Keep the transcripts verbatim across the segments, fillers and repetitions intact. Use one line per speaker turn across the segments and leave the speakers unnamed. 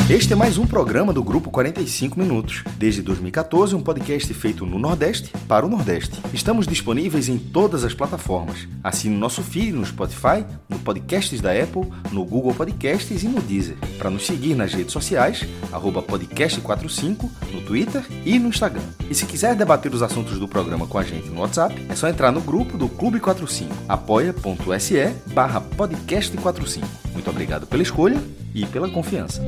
Este é mais um programa do Grupo quarenta e cinco Minutos. Desde dois mil e quatorze, um podcast feito no Nordeste para o Nordeste. Estamos disponíveis em todas as plataformas. Assine o nosso feed no Spotify, no Podcasts da Apple, no Google Podcasts e no Deezer. Para nos seguir nas redes sociais, arroba podcast quarenta e cinco, no Twitter e no Instagram. E se quiser debater os assuntos do programa com a gente no WhatsApp, é só entrar no grupo do Clube quarenta e cinco, apoia.se barra podcast quarenta e cinco. Muito obrigado pela escolha e pela confiança.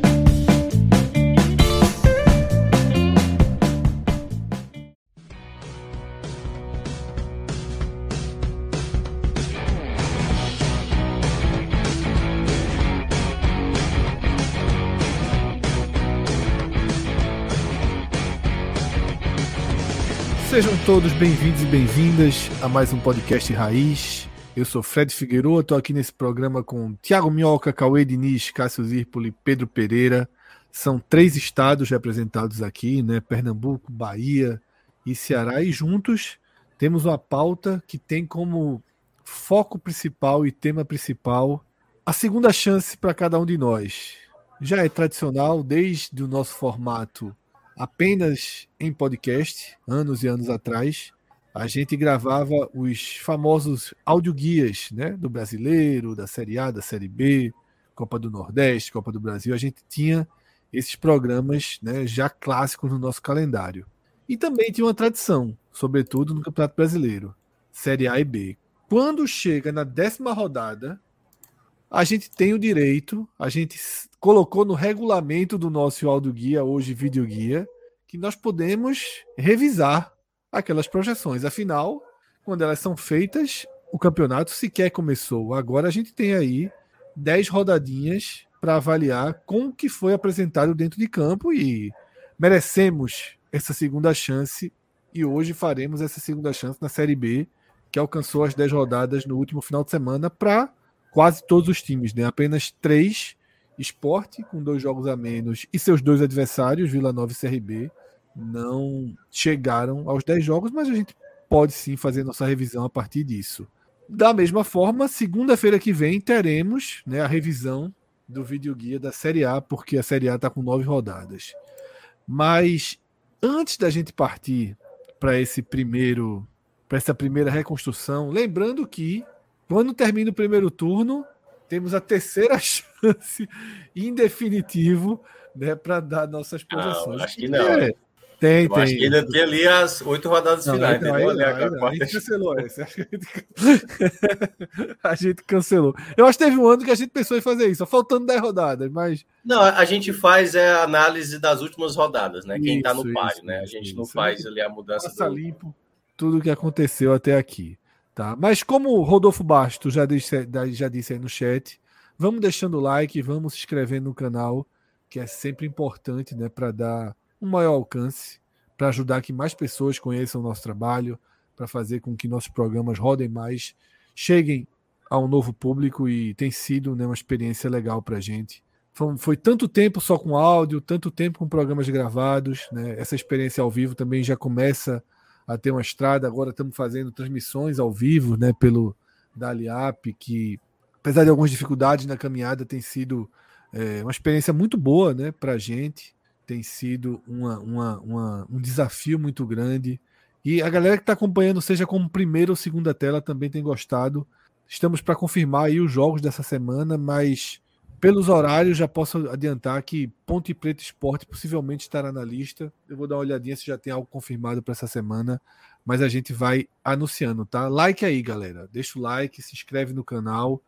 Sejam todos bem-vindos e bem-vindas a mais um podcast Raiz. Eu sou Fred Figueiredo, estou aqui nesse programa com Thiago Minhoca, Cauê Diniz, Cássio Zirpoli, Pedro Pereira. São três estados representados aqui, né? Pernambuco, Bahia e Ceará. E juntos temos uma pauta que tem como foco principal e tema principal a segunda chance para cada um de nós. Já é tradicional desde o nosso formato apenas em podcast, anos e anos atrás, a gente gravava os famosos audioguias, né, do brasileiro, da Série A, da Série B, Copa do Nordeste, Copa do Brasil. A gente tinha esses programas, né, já clássicos no nosso calendário. E também tinha uma tradição, sobretudo no Campeonato Brasileiro, Série A e B. Quando chega na décima rodada, a gente tem o direito, a gente colocou no regulamento do nosso audioguia, hoje videoguia, que nós podemos revisar aquelas projeções. Afinal, quando elas são feitas, o campeonato sequer começou. Agora a gente tem aí dez rodadinhas para avaliar com o que foi apresentado dentro de campo e merecemos essa segunda chance e hoje faremos essa segunda chance na Série B, que alcançou as dez rodadas no último final de semana para quase todos os times, né? Apenas três, Sport, com dois jogos a menos, e seus dois adversários, Vila Nova e C R B, não chegaram aos dez jogos, mas a gente pode sim fazer nossa revisão a partir disso. Da mesma forma, segunda-feira que vem teremos, né, a revisão do videoguia da Série A, porque a Série A está com nove rodadas. Mas antes da gente partir para esse primeiro, para essa primeira reconstrução, lembrando que quando termina o primeiro turno, temos a terceira chance em definitivo, né, para dar nossas projeções.
Não, acho que não.
É, tem,
Eu
tem.
Acho que ainda tem ali as oito rodadas
Não,
finais,
não,
entendeu?
aí,
Ali,
não,
a,
não,
quarta...
a gente cancelou essa. A gente cancelou. Eu acho que teve um ano que a gente pensou em fazer isso, faltando dez rodadas, mas...
Não, a gente faz é, a análise das últimas rodadas, né? Quem está no
Isso,
páreo,
isso,
né? A
isso,
gente
isso.
não faz ali a mudança
Passa
do...
limpo tudo o que aconteceu até aqui. Tá? Mas como o Rodolfo Bastos já disse, já disse aí no chat, vamos deixando o like, vamos se inscrevendo no canal, que é sempre importante, né, para dar um maior alcance, para ajudar que mais pessoas conheçam o nosso trabalho, para fazer com que nossos programas rodem mais, cheguem a um novo público, e tem sido, né, uma experiência legal para a gente. Foi, foi tanto tempo só com áudio, tanto tempo com programas gravados, né? Essa experiência ao vivo também já começa a ter uma estrada. Agora estamos fazendo transmissões ao vivo, né, pelo Daliap, que apesar de algumas dificuldades na caminhada tem sido é, uma experiência muito boa, né, para a gente, tem sido uma, uma, uma, um desafio muito grande, e a galera que está acompanhando, seja como primeira ou segunda tela, também tem gostado. Estamos para confirmar aí os jogos dessa semana, mas pelos horários já posso adiantar que Ponte Preta Esporte possivelmente estará na lista. Eu vou dar uma olhadinha se já tem algo confirmado para essa semana, mas a gente vai anunciando, tá? Like aí, galera. Deixa o like, se inscreve no canal,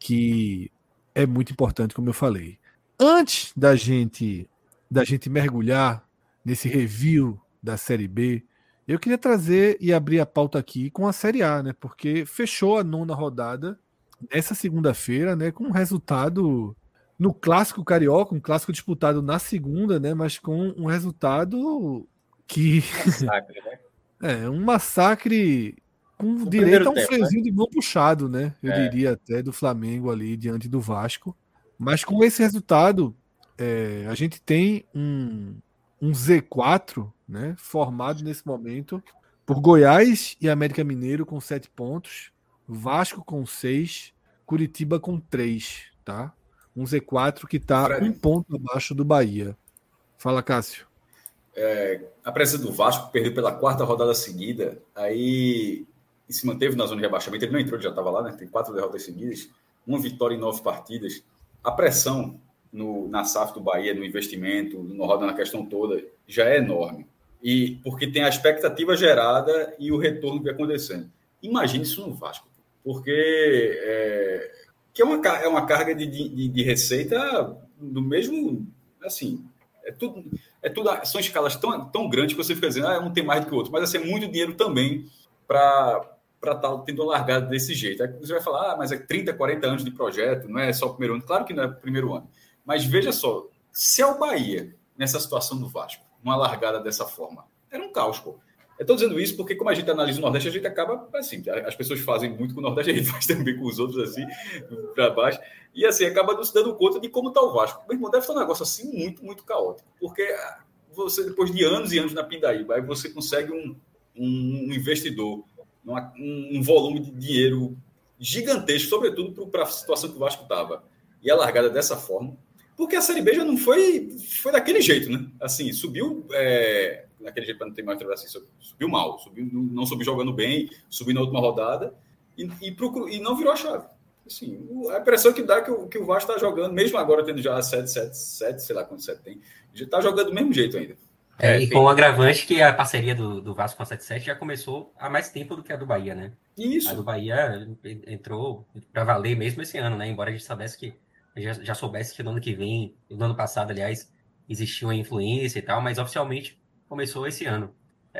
que é muito importante, como eu falei. Antes da gente, da gente mergulhar nesse review da Série B, eu queria trazer e abrir a pauta aqui com a Série A, né? Porque fechou a nona rodada nessa segunda-feira, né? Com um resultado no Clássico Carioca, um clássico disputado na segunda, né? Mas com um resultado que...
Massacre, né?
É, um massacre com
No
direito a um
tempo,
freiozinho
né?
de mão puxado, né? Eu
É.
diria até do Flamengo ali diante do Vasco. Mas com esse resultado, é, a gente tem um, um Z quatro, né, formado nesse momento por Goiás e América Mineiro com sete pontos, Vasco com seis, Curitiba com três, tá? Um Z quatro que está um ponto abaixo do Bahia. Fala, Cássio.
É, a presença do Vasco perdeu pela quarta rodada seguida, aí e se manteve na zona de rebaixamento. Ele não entrou, ele já estava lá, né? Tem quatro derrotas seguidas, uma vitória em nove partidas. A pressão no, na S A F do Bahia, no investimento, no roda na questão toda, já é enorme. E porque tem a expectativa gerada e o retorno que vai acontecendo. Imagine isso no Vasco, porque é, que é, uma, é uma carga de, de, de receita do mesmo, assim, é tudo, é tudo, são escalas tão, tão grandes que você fica dizendo, ah, um tem mais do que o outro, mas assim, é muito dinheiro também para estar tá tendo uma largada desse jeito. Aí você vai falar, ah, mas é trinta, quarenta anos de projeto, não é só o primeiro ano. Claro que não é o primeiro ano, mas veja só, se é o Bahia, nessa situação do Vasco, uma largada dessa forma, era um caos, pô. Eu estou dizendo isso porque, como a gente analisa o Nordeste, a gente acaba, assim, as pessoas fazem muito com o Nordeste, a gente faz também com os outros, assim, para baixo, e assim, acaba não se dando conta de como está o Vasco. Meu irmão, deve estar um negócio assim muito, muito caótico, porque você, depois de anos e anos na Pindaíba, aí você consegue um, um investidor, uma, um volume de dinheiro gigantesco, sobretudo para a situação que o Vasco estava, e a largada dessa forma, porque a Série B já não foi, foi daquele jeito, né? Assim, subiu... É, daquele jeito para não ter mais assim, subiu mal, subiu, não subiu jogando bem, subiu na última rodada e, e, procurou, e não virou a chave. Assim, a impressão que dá é que o, que o Vasco está jogando, mesmo agora tendo já sete, sete, sete, sei lá quanto sete tem, já está jogando do mesmo jeito ainda.
É, e com o agravante que a parceria do, do Vasco com a sete sete já começou há mais tempo do que a do Bahia, né?
Isso.
A do Bahia entrou para valer mesmo esse ano, né? Embora a gente soubesse que, já, já soubesse que no ano que vem, no ano passado, aliás, existia uma influência e tal, mas oficialmente começou esse ano.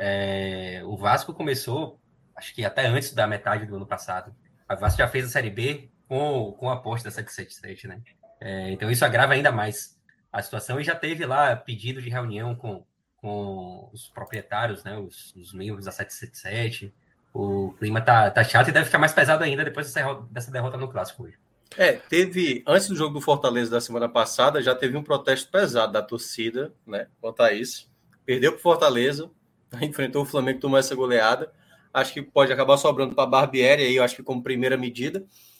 É, o Vasco começou, acho que até antes da metade do ano passado. O Vasco já fez a Série B com, com a aposta da sete sete sete, né? É, então isso agrava ainda mais a situação. E já teve lá pedido de reunião com, com os proprietários, né? Os, os membros da sete sete sete. O clima tá, tá chato e deve ficar mais pesado ainda depois dessa, dessa derrota no Clássico hoje.
É, teve, antes do jogo do Fortaleza da semana passada, já teve um protesto pesado da torcida, né? Quanto a isso. Perdeu para o Fortaleza, enfrentou o Flamengo, tomou essa goleada. Acho que pode acabar sobrando para a Barbieri, aí eu acho que como primeira medida.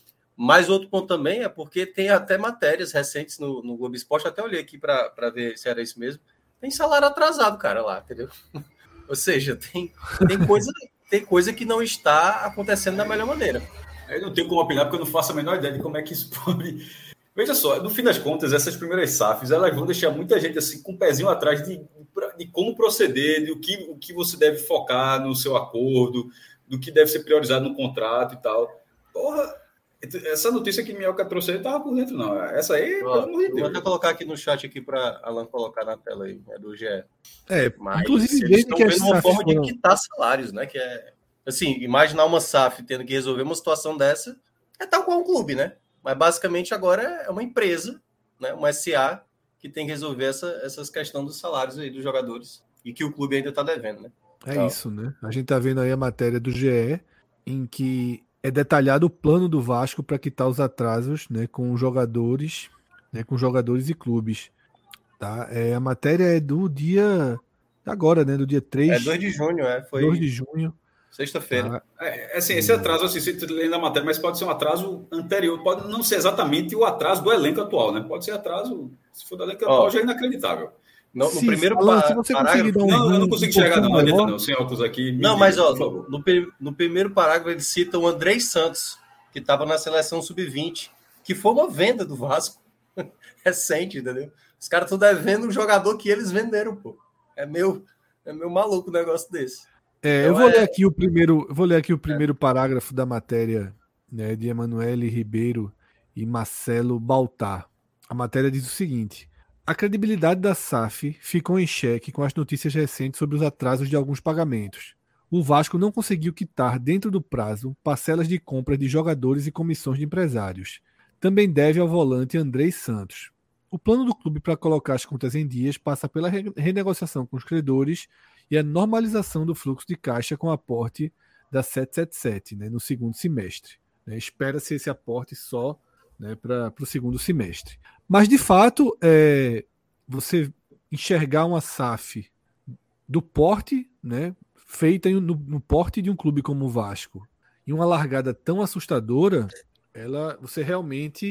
Mas outro ponto também é porque tem até matérias recentes no, no Globo Esporte, até olhei aqui para ver se era isso mesmo. Tem salário atrasado, cara, lá, entendeu? Ou seja, tem, tem, coisa, tem coisa que não está acontecendo da melhor maneira.
Eu não tenho como opinar, porque eu não faço a menor ideia de como é que isso pode... Veja só, no fim das contas, essas primeiras S A Fs, elas vão deixar muita gente assim com o pezinho atrás de, de como proceder, de o que, o que você deve focar no seu acordo, do que deve ser priorizado no contrato e tal. Porra, essa notícia que Minhoca trouxe aí estava por dentro, não. Essa aí, pelo amor de Deus.
Vou até colocar aqui no chat aqui para Alan colocar na tela aí, é do G E.
É,
mas
inclusive
eles estão
que
vendo uma forma
foram...
de quitar salários, né? Que é, assim, imaginar uma S A F tendo que resolver uma situação dessa é tal qual um clube, né? Mas basicamente agora é uma empresa, né, uma S A, que tem que resolver essa, essas questões dos salários aí dos jogadores e que o clube ainda está devendo, né?
É então... isso, né? A gente tá vendo aí a matéria do G E, em que é detalhado o plano do Vasco para quitar os atrasos, né, com jogadores, né, com jogadores e clubes. Tá? É, a matéria é do dia agora, né, do dia três.
É dois de junho, é, foi
dois de junho.
Sexta-feira.
Tá? É, assim, esse atraso, assim, você lê na matéria, mas pode ser um atraso anterior, pode não ser exatamente o atraso do elenco atual, né? Pode ser atraso, se for do elenco atual, oh, já é inacreditável.
No, no primeiro Alan,
pa- parágrafo... Um, não, eu não consigo um enxergar, não, não adianta não, sem óculos aqui.
Não, mas, ó, no, no primeiro parágrafo ele cita o Andrei Santos, que estava na seleção sub vinte, que foi uma venda do Vasco recente, entendeu? Os caras estão devendo um jogador que eles venderam, pô. É meio, é meio maluco um negócio desse.
É, então eu vou é... ler aqui o primeiro, eu vou ler aqui o primeiro é. parágrafo da matéria, né, de Emanuele Ribeiro e Marcelo Baltar. A matéria diz o seguinte: a credibilidade da S A F ficou em xeque com as notícias recentes sobre os atrasos de alguns pagamentos. O Vasco não conseguiu quitar dentro do prazo parcelas de compras de jogadores e comissões de empresários. Também deve ao volante Andrei Santos. O plano do clube para colocar as contas em dias passa pela renegociação com os credores e a normalização do fluxo de caixa com o aporte da sete sete sete, né, no segundo semestre. Né, espera-se esse aporte só, né, para o segundo semestre. Mas, de fato, é, você enxergar uma S A F do porte, né, feita no, no porte de um clube como o Vasco, e uma largada tão assustadora, ela, você realmente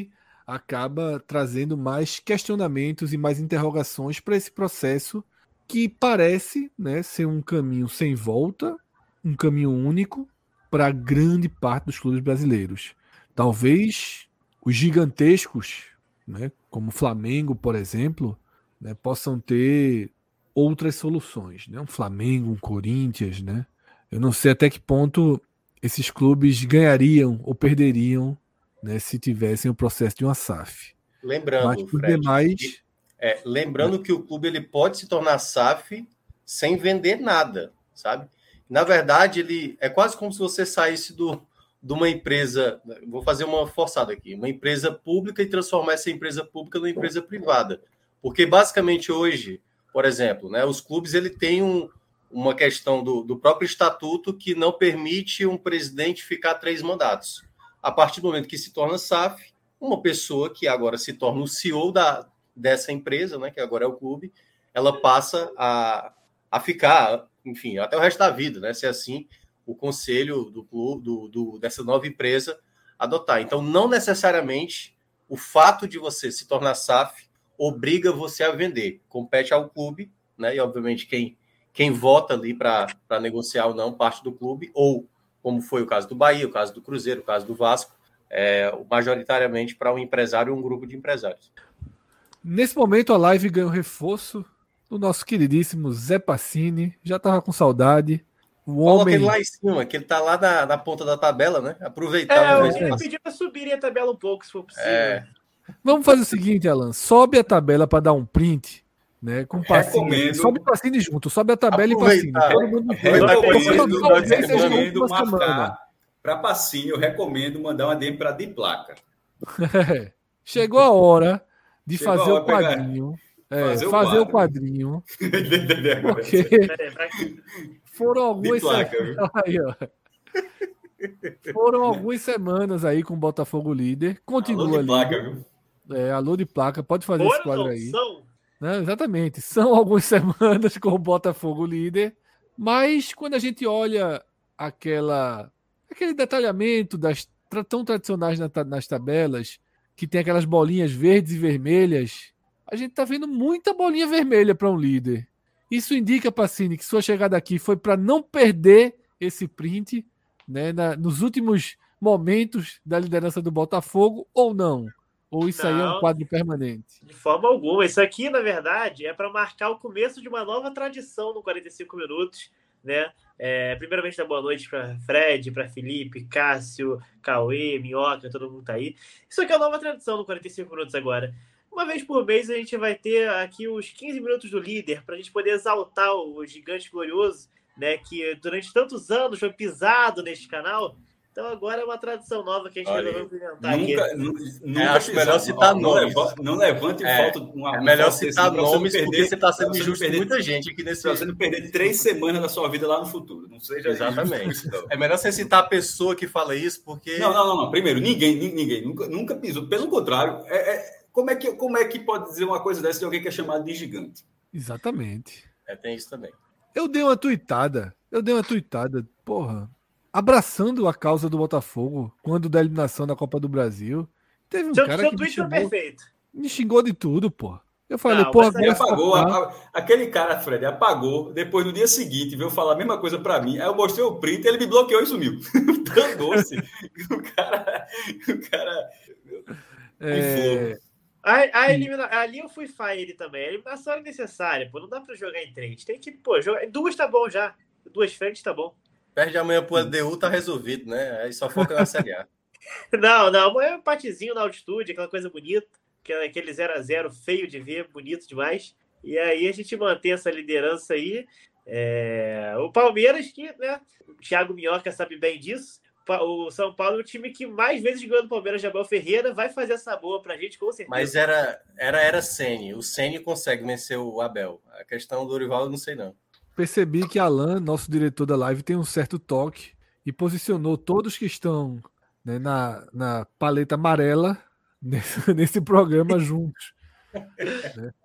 acaba trazendo mais questionamentos e mais interrogações para esse processo que parece, né, ser um caminho sem volta, um caminho único para grande parte dos clubes brasileiros. Talvez os gigantescos, né, como o Flamengo, por exemplo, né, possam ter outras soluções, né? Um Flamengo, um Corinthians, né? Eu não sei até que ponto esses clubes ganhariam ou perderiam, né, se tivessem o processo de uma S A F.
Lembrando,
Mas, por
Fred,
demais,
que, é, lembrando que o clube ele pode se tornar S A F sem vender nada, sabe? Na verdade, ele é quase como se você saísse do, de uma empresa, vou fazer uma forçada aqui, uma empresa pública e transformar essa empresa pública numa empresa privada. Porque, basicamente, hoje, por exemplo, né, os clubes ele têm um, uma questão do, do próprio estatuto que não permite um presidente ficar três mandatos. A partir do momento que se torna S A F, uma pessoa que agora se torna o C E O da, dessa empresa, né, que agora é o clube, ela passa a, a ficar, enfim, até o resto da vida, né, se assim o conselho do clube, do, do, dessa nova empresa adotar. Então, não necessariamente o fato de você se tornar S A F obriga você a vender. Compete ao clube, né, e obviamente quem, quem vota ali para negociar ou não parte do clube, ou como foi o caso do Bahia, o caso do Cruzeiro, o caso do Vasco, é, majoritariamente para um empresário ou um grupo de empresários.
Nesse momento a live ganha um reforço do nosso queridíssimo Zé Pacini, já estava com saudade. O
Coloca
homem...
ele lá em cima, que ele está lá na, na ponta da tabela, né? Aproveitar.
É,
o
eu queria pedir para subirem a tabela um pouco, se for possível.
É.
Vamos fazer o seguinte, Alan, sobe a tabela para dar um print, né, com o Pacini.
Recomendo.
Sobe o Pacini junto, sobe a tabela e Pacini. Todo mundo
Recomendo,
talvez seja uma
recomendo
última semana.
marcar para Pacini, eu recomendo mandar uma D M para de placa.
É. Chegou a hora de
Chegou
fazer
a hora
o
de pegar-
quadrinho. É,
fazer
fazer,
o
o quadrinho.
De
Porque
Pra-
foram algumas
placa,
semanas. Aí, ó. Foram algumas semanas aí com o Botafogo líder. Continua ali.
placa, viu?
É, alô de placa, pode fazer esse
Foram,
quadro
não
aí.
são?
Né, exatamente. São algumas semanas com o Botafogo líder, mas quando a gente olha aquela, aquele detalhamento das tra- tão tradicionais na ta- nas tabelas, que tem aquelas bolinhas verdes e vermelhas, a gente está vendo muita bolinha vermelha para um líder. Isso indica, Pacini, que sua chegada aqui foi para não perder esse print, né, na- nos últimos momentos da liderança do Botafogo, ou não? Ou isso aí é um
Não.
quadro permanente?
De forma alguma. Isso aqui, na verdade, é para marcar o começo de uma nova tradição no quarenta e cinco minutos, né? É, primeiramente, dar boa noite para Fred, para Felipe, Cássio, Cauê, Minhoca, todo mundo tá aí. Isso aqui é uma nova tradição no quarenta e cinco minutos agora. Uma vez por mês a gente vai ter aqui os quinze minutos do líder para a gente poder exaltar o gigante glorioso, né? Que durante tantos anos foi pisado neste canal. Então agora é uma tradição nova que a gente
Olha,
resolveu implementar aqui.
Nunca, nu- nunca
É, acho
pisar-
melhor citar
não,
nomes.
Não, leva- não levante
É,
falta uma
É melhor
falta
citar
pra você não
nomes
perder-
porque você está sendo
pra você não
injusto com
perder-
muita gente aqui nesse
Pra você não perder três semanas da sua vida lá no futuro. Não seja
Exatamente.
injusto com isso, não.
É melhor você citar a pessoa que fala isso, porque.
Não, não, não, não. Primeiro, ninguém, ni- ninguém nunca, nunca pisou. Pelo contrário, é, é- como, é que, como é que pode dizer uma coisa dessa de alguém que é chamado de gigante?
Exatamente.
É, tem isso também.
Eu dei uma tuitada. Eu dei uma tuitada, porra, abraçando a causa do Botafogo quando da eliminação da Copa do Brasil. Teve um
Seu,
cara
seu
que me
tweet foi
xingou,
perfeito.
me xingou de tudo, porra. Eu falei,
Não,
porra,
mas aí
Ele
agora
apagou,
só tá-
a- a- aquele cara, Fred, apagou. Depois, no dia seguinte, veio falar a mesma coisa pra mim. Aí eu mostrei o print, ele me bloqueou e sumiu. Tão doce. O cara. O cara.
é,
A, a elimina... Ali eu fui fire também. A eliminação é necessária, pô. Não dá pra jogar em três. Tem que, pô, jogar. Duas tá bom já. Duas frentes tá bom.
Perde amanhã pro L D U, tá resolvido, né? Aí só foca na Série A.
Não, não. É um empatezinho na altitude, aquela coisa bonita. Aquele zero a zero feio de ver, bonito demais. E aí a gente mantém essa liderança aí. É... O Palmeiras, que, né? O Thiago Minhoca sabe bem disso. O São Paulo é o time que mais vezes ganhou do Palmeiras de Abel Ferreira. Vai fazer essa boa pra gente, com certeza.
Mas era era, era Ceni. O Ceni consegue vencer o Abel. A questão do Dorival eu não sei, não.
percebi que Alan, nosso diretor da live, tem um certo toque e posicionou todos que estão, né, na, na paleta amarela nesse, nesse programa juntos. Né?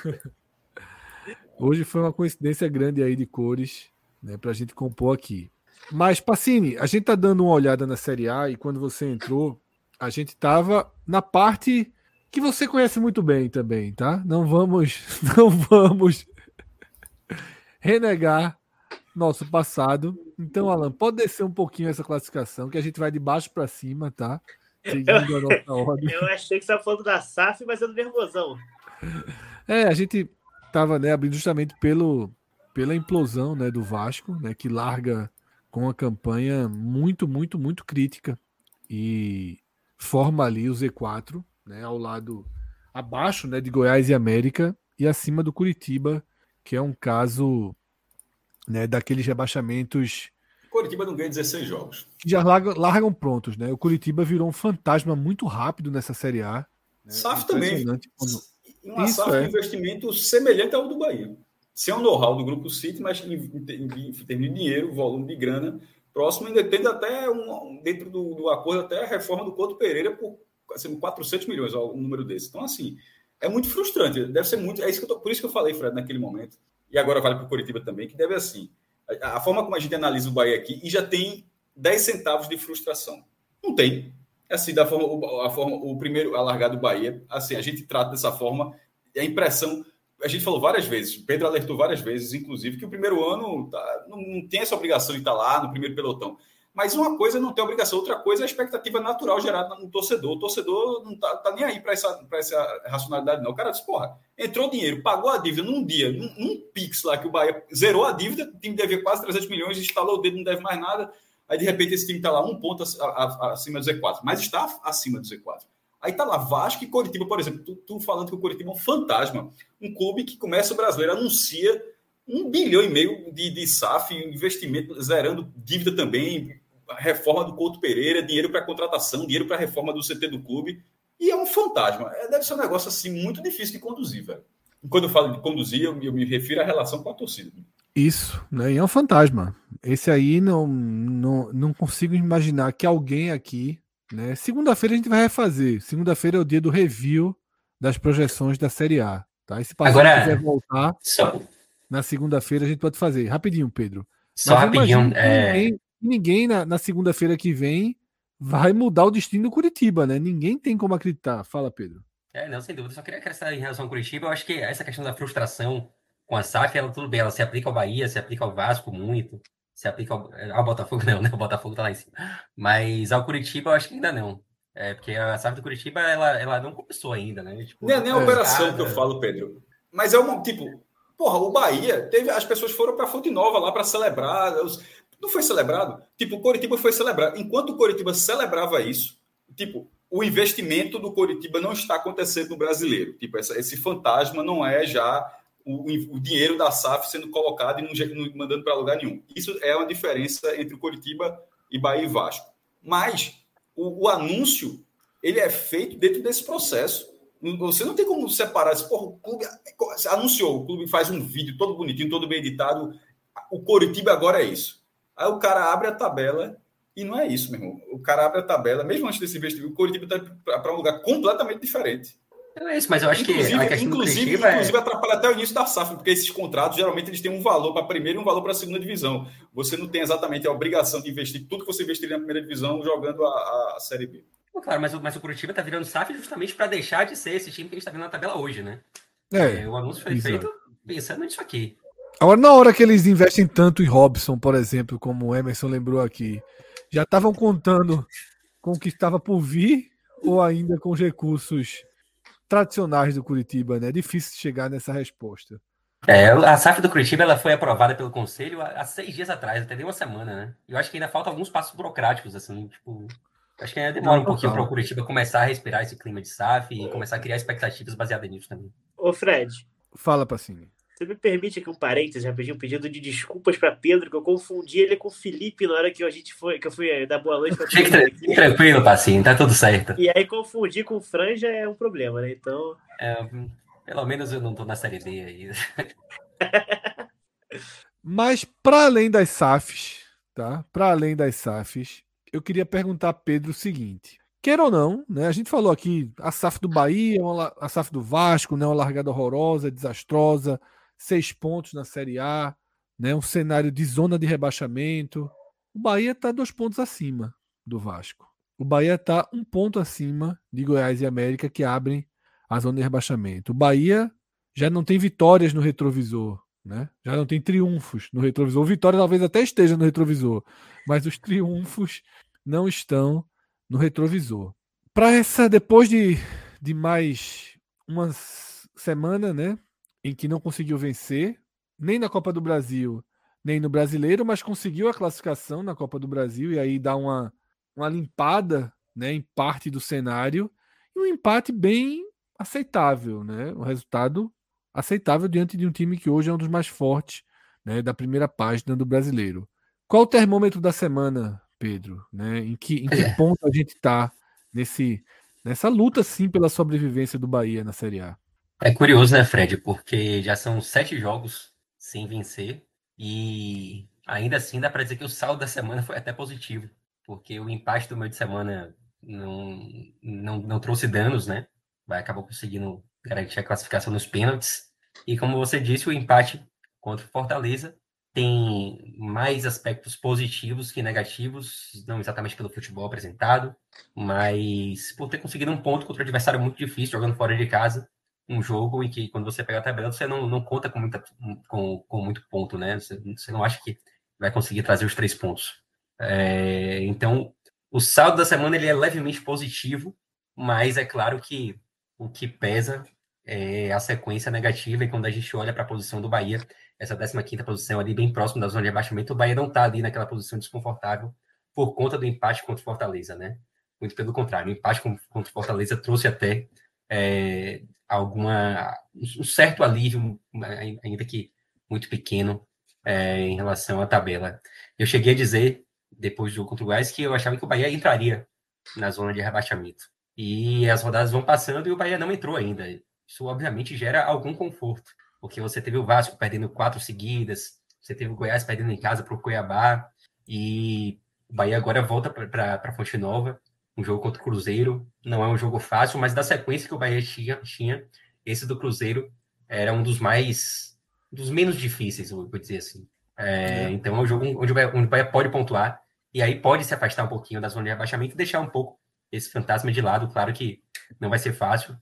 Hoje foi uma coincidência grande aí de cores, né, para a gente compor aqui. Mas, Pacini, a gente tá dando uma olhada na Série A e quando você entrou, a gente estava na parte que você conhece muito bem também, tá? Não vamos, não vamos renegar nosso passado. Então, Alan, pode descer um pouquinho essa classificação, que a gente vai de baixo para cima, tá? Seguindo a nossa ordem.
Eu achei que você estava falando da S A F, mas é do nervosão.
É, a gente estava, né, abrindo justamente pelo, pela implosão, né, do Vasco, né, que larga com uma campanha muito, muito, muito crítica e forma ali o Z quatro, né, ao lado abaixo, né, de Goiás e América e acima do Curitiba, que é um caso, né, daqueles rebaixamentos.
Curitiba não ganha dezesseis jogos.
Que já largam, largam prontos, né? O Curitiba virou um fantasma muito rápido nessa Série A. Né?
S A F também.
Quando...
Uma S A F
é.
de investimento semelhante ao do Bahia. Sem o know-how do Grupo City, mas em, em, em termos de dinheiro, volume de grana, próximo ainda tendo até, um, dentro do, do acordo, até a reforma do Couto Pereira por assim, quatrocentos milhões, um número desse. Então, assim, é muito frustrante. Deve ser muito... É isso que eu tô, por isso que eu falei, Fred, naquele momento. E agora vale para o Curitiba também, que deve assim... A, a forma como a gente analisa o Bahia aqui, e já tem dez centavos de frustração. Não tem. Assim, da forma, a forma, o primeiro a largar do Bahia, assim, a gente trata dessa forma, a impressão, a gente falou várias vezes, o Pedro alertou várias vezes, inclusive, que o primeiro ano tá, não, não tem essa obrigação de estar lá no primeiro pelotão. Mas uma coisa não tem obrigação, outra coisa é a expectativa natural gerada no torcedor. O torcedor não tá, tá nem aí para essa, essa racionalidade, não. O cara disse, porra, entrou dinheiro, pagou a dívida num dia, num, num Pix lá, que o Bahia zerou a dívida, o time devia quase trezentos milhões, instalou o dedo, não deve mais nada. Aí, de repente, esse time está lá um ponto acima do Z quatro, mas está acima do Z quatro. Aí está lá Vasco e Coritiba, por exemplo. Tu, tu falando que o Coritiba é um fantasma. Um clube que começa o brasileiro, anuncia um bilhão e meio de, de S A F, investimento, zerando dívida também, reforma do Couto Pereira, dinheiro para contratação, dinheiro para reforma do C T do clube. E é um fantasma. É, deve ser um negócio assim muito difícil de conduzir, velho. E quando eu falo de conduzir, eu, eu me refiro à relação com a torcida.
Isso, né? E é um fantasma. Esse aí não, não, não consigo imaginar que alguém aqui, né? Segunda-feira a gente vai refazer. Segunda-feira é o dia do review das projeções da Série A, tá? E se passar
Agora,
quiser voltar,
só,
na segunda-feira a gente pode fazer. Rapidinho, Pedro.
só
Mas eu
rapidinho.
imagino que
É...
Ninguém, ninguém na, na segunda-feira que vem vai mudar o destino do Curitiba, né? Ninguém tem como acreditar. Fala, Pedro.
É, não, sem dúvida. Só queria acrescentar em relação ao Curitiba, eu acho que essa questão da frustração com a S A F, ela tudo bem, ela se aplica ao Bahia, se aplica ao Vasco muito, se aplica ao, ao Botafogo não, né? O Botafogo tá lá em cima. Mas ao Curitiba eu acho que ainda não. É, porque a S A F do Curitiba, ela, ela não começou ainda, né? Tipo,
não é nem a operação é, que eu falo, Pedro. Mas é um tipo... Porra, o Bahia, teve, as pessoas foram para Fonte Nova lá para celebrar. Os, não foi celebrado? Tipo, o Coritiba foi celebrado. Enquanto o Coritiba celebrava isso, tipo, o investimento do Coritiba não está acontecendo no brasileiro. Tipo, essa, esse fantasma não é já... O, o dinheiro da S A F sendo colocado e não, não mandando para lugar nenhum. Isso é uma diferença entre o Coritiba e Bahia e Vasco. Mas o, o anúncio, ele é feito dentro desse processo. Você não tem como separar. Porra, o clube anunciou, o clube faz um vídeo todo bonitinho, todo bem editado. O Coritiba agora é isso. Aí o cara abre a tabela e não é isso, meu irmão. O cara abre a tabela, mesmo antes desse investimento, o Coritiba está para um lugar completamente diferente.
É isso, mas eu acho
inclusive,
que a questão
inclusive,
do
inclusive
é...
atrapalha até o início da S A F, porque esses contratos geralmente eles têm um valor para a primeira e um valor para a segunda divisão. Você não tem exatamente a obrigação de investir tudo que você investiria na primeira divisão jogando a, a Série B.
Claro, mas o, mas o Curitiba está virando S A F justamente para deixar de ser esse time que a gente está vendo na tabela hoje, né?
É,
é, o anúncio foi
exato.
feito pensando nisso aqui.
Agora, na hora que eles investem tanto em Robson, por exemplo, como o Emerson lembrou aqui, já estavam contando com o que estava por vir ou ainda com os recursos tradicionais do Curitiba, né? É difícil chegar nessa resposta.
É, a S A F do Curitiba ela foi aprovada pelo Conselho há, há seis dias atrás, até nem uma semana, né? Eu acho que ainda falta alguns passos burocráticos, assim, tipo... Acho que ainda demora
Não,
um pouquinho para
total.
o Curitiba começar a respirar esse clima de S A F e começar a criar expectativas baseadas nisso também.
Ô, Fred,
Fala, Pacini.
você me permite aqui um parênteses, rapidinho, um pedido de desculpas para Pedro, que eu confundi ele com o Felipe na hora que a gente foi, que eu fui dar boa noite para
Fique tra- tranquilo, Passinho, tá tudo certo.
E aí confundir com o Franja é um problema, né? Então...
É, pelo menos eu não tô na Série D aí.
Mas, para além das S A Fs, tá? Para além das S A Fs, eu queria perguntar a Pedro o seguinte. Queira ou não, né? A gente falou aqui, a S A F do Bahia, a S A F do Vasco, né? Uma largada horrorosa, desastrosa, seis pontos na Série A, né? Um cenário de zona de rebaixamento. O Bahia está dois pontos acima do Vasco. O Bahia está um ponto acima de Goiás e América, que abrem a zona de rebaixamento. O Bahia já não tem vitórias no retrovisor, né? Já não tem triunfos no retrovisor. Vitória talvez até esteja no retrovisor, mas os triunfos não estão no retrovisor. Para essa, depois de, de mais uma semana, né, em que não conseguiu vencer, nem na Copa do Brasil, nem no Brasileiro, mas conseguiu a classificação na Copa do Brasil e aí dá uma, uma limpada, né, em parte do cenário, e um empate bem aceitável, né? Um resultado aceitável diante de um time que hoje é um dos mais fortes, né, da primeira página do Brasileiro. Qual o termômetro da semana, Pedro? Né? Em que, em que ponto a gente está nesse, nessa luta, sim, pela sobrevivência do Bahia na Série A?
É curioso, né, Fred? Porque já são sete jogos sem vencer e ainda assim dá para dizer que o saldo da semana foi até positivo, porque o empate do meio de semana não, não, não trouxe danos, né? Vai acabou conseguindo garantir a classificação nos pênaltis. E como você disse, o empate contra o Fortaleza tem mais aspectos positivos que negativos, não exatamente pelo futebol apresentado, mas por ter conseguido um ponto contra um adversário muito difícil, jogando fora de casa, um jogo em que, quando você pega a tabela, você não, não conta com, muita, com, com muito ponto, né? Você, você não acha que vai conseguir trazer os três pontos. É, então, o saldo da semana ele é levemente positivo, mas é claro que o que pesa é a sequência negativa, e quando a gente olha para a posição do Bahia, essa décima quinta posição ali bem próximo da zona de abaixamento, o Bahia não está ali naquela posição desconfortável por conta do empate contra o Fortaleza, né? Muito pelo contrário, o empate contra o Fortaleza trouxe até é, alguma, um certo alívio, ainda que muito pequeno, é, em relação à tabela. Eu cheguei a dizer, depois do jogo contra o Goiás, que eu achava que o Bahia entraria na zona de rebaixamento. E as rodadas vão passando e o Bahia não entrou ainda. Isso, obviamente, gera algum conforto, porque você teve o Vasco perdendo quatro seguidas, você teve o Goiás perdendo em casa para o Cuiabá, e o Bahia agora volta para a Fonte Nova, um jogo contra o Cruzeiro. Não é um jogo fácil, mas da sequência que o Bahia tinha, tinha esse do Cruzeiro era um dos mais, dos menos difíceis, eu vou dizer assim. É, é. Então é um jogo onde o, Bahia, onde o Bahia pode pontuar, e aí pode se afastar um pouquinho da zona de rebaixamento e deixar um pouco esse fantasma de lado. Claro que não vai ser fácil,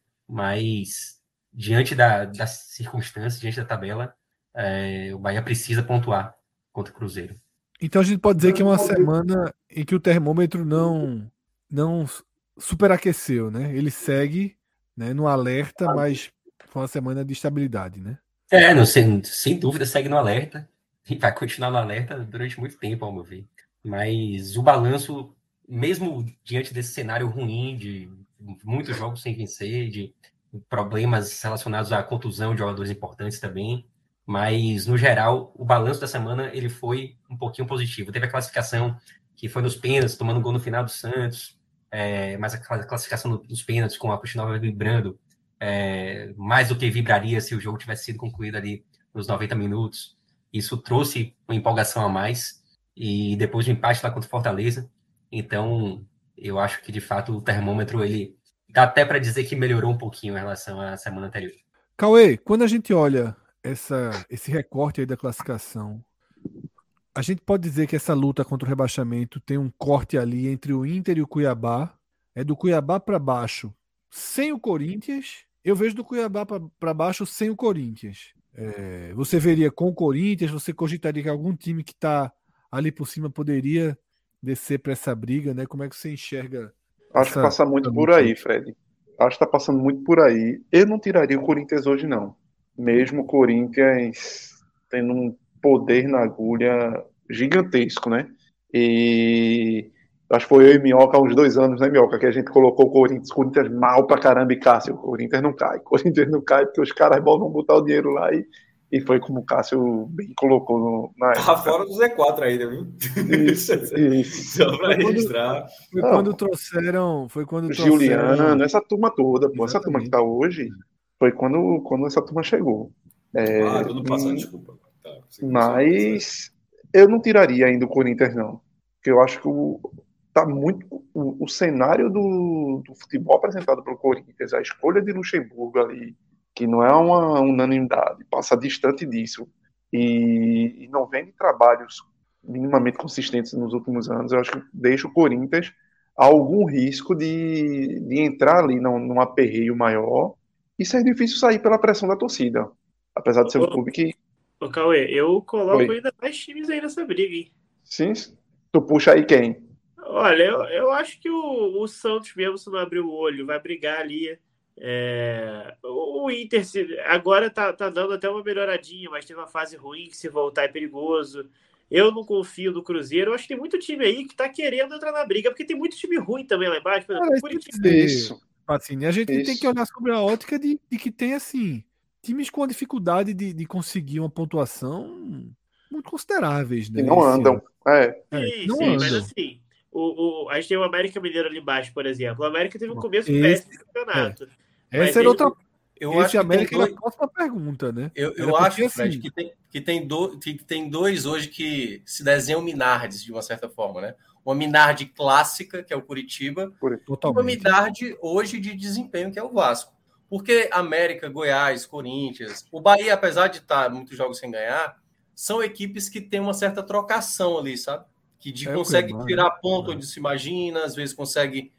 mas diante da, das circunstâncias, diante da tabela, é, o Bahia precisa pontuar contra o Cruzeiro.
Então a gente pode dizer que é uma semana em que o termômetro não, não superaqueceu, né? Ele segue, né, no alerta, mas foi uma semana de estabilidade, né?
É, não, sem, sem dúvida segue no alerta e vai continuar no alerta durante muito tempo, ao meu ver. Mas o balanço, mesmo diante desse cenário ruim de muitos jogos sem vencer, de problemas relacionados à contusão de jogadores importantes também, mas no geral o balanço da semana ele foi um pouquinho positivo. Teve a classificação que foi nos pênaltis, tomando gol no final do Santos, é, mas a classificação dos pênaltis com a Fonte Nova vibrando é, mais do que vibraria se o jogo tivesse sido concluído ali nos noventa minutos. Isso trouxe uma empolgação a mais, e depois do empate lá contra o Fortaleza. Então eu acho que de fato o termômetro ele dá até para dizer que melhorou um pouquinho em relação à semana anterior.
Cauê, quando a gente olha essa, esse recorte aí da classificação, a gente pode dizer que essa luta contra o rebaixamento tem um corte ali entre o Inter e o Cuiabá. É do Cuiabá para baixo sem o Corinthians. Eu vejo do Cuiabá para baixo sem o Corinthians. É, você veria com o Corinthians? Você cogitaria que algum time que está ali por cima poderia descer para essa briga, né? Como é que você enxerga?
Acho que passa muito por aí, Fred. Acho que está passando muito por aí. Eu não tiraria o Corinthians hoje, não. Mesmo o Corinthians tendo um poder na agulha gigantesco, né? E acho que foi eu e Minhoca há uns dois anos, né, Minhoca? Que a gente colocou o Corinthians, Corinthians mal pra caramba, e Cássio, o Corinthians não cai. O Corinthians não cai porque os caras vão botar o dinheiro lá, e, e foi como o Cássio bem colocou no, na época.
Tá fora do Z quatro ainda, viu?
Isso, isso.
Só pra registrar.
Foi quando, foi quando trouxeram. Foi quando
Juliano,
trouxeram...
essa turma toda, pô, essa turma que tá hoje, foi quando, quando essa turma chegou. É,
ah, tudo passado, desculpa. Tá,
mas eu não tiraria ainda o Corinthians, não. Porque eu acho que o, tá muito, o, o cenário do, do futebol apresentado pelo Corinthians, a escolha de Luxemburgo ali, que não é uma unanimidade, passa distante disso, e, e não vem de trabalhos minimamente consistentes nos últimos anos, eu acho que deixa o Corinthians há algum risco de, de entrar ali num, num aperreio maior e ser difícil sair pela pressão da torcida. Apesar de ser um
Ô,
clube que...
ô, Cauê, eu coloco
Oi.
ainda mais times aí nessa briga, hein?
Sim, tu puxa aí quem?
Olha, eu, eu acho que o, o Santos, mesmo se não abrir o olho, vai brigar ali. É, o, o Inter se, agora tá, tá dando até uma melhoradinha, mas tem uma fase ruim que se voltar é perigoso. Eu não confio no Cruzeiro. Eu acho que tem muito time aí que tá querendo entrar na briga, porque tem muito time ruim também lá embaixo. Por exemplo,
Cara,
o
isso tem que
Curitiba.
ser,
Isso,
Pacini. A gente tem que
isso.
olhar sobre a ótica de, de que tem, assim, times com a dificuldade de, de conseguir uma pontuação muito consideráveis,
Que
né?
não
Esse
andam.
ano.
É,
É,
Sim,
não
sim, mas
andam.
assim, o, o, a gente tem o América Mineiro ali embaixo, por exemplo. O América teve um começo
Esse,
péssimo do
é,
campeonato. Mas
essa era
ele.
outra.
Eu
Esse
acho que tem
América era a
dois.
próxima pergunta, né?
Eu,
Era
eu
porque,
acho, Fred,
assim,
que tem, que, tem do, que tem dois hoje que se desenham Minardes, de uma certa forma, né? Uma Minarde clássica, que é o Curitiba,
por
e uma
totalmente.
Minarde hoje de desempenho, que é o Vasco. Porque América, Goiás, Corinthians, o Bahia, apesar de estar muitos jogos sem ganhar, são equipes que têm uma certa trocação ali, sabe? Que de,
É o
consegue
Cuiabá, né?
tirar ponto onde se imagina, às vezes consegue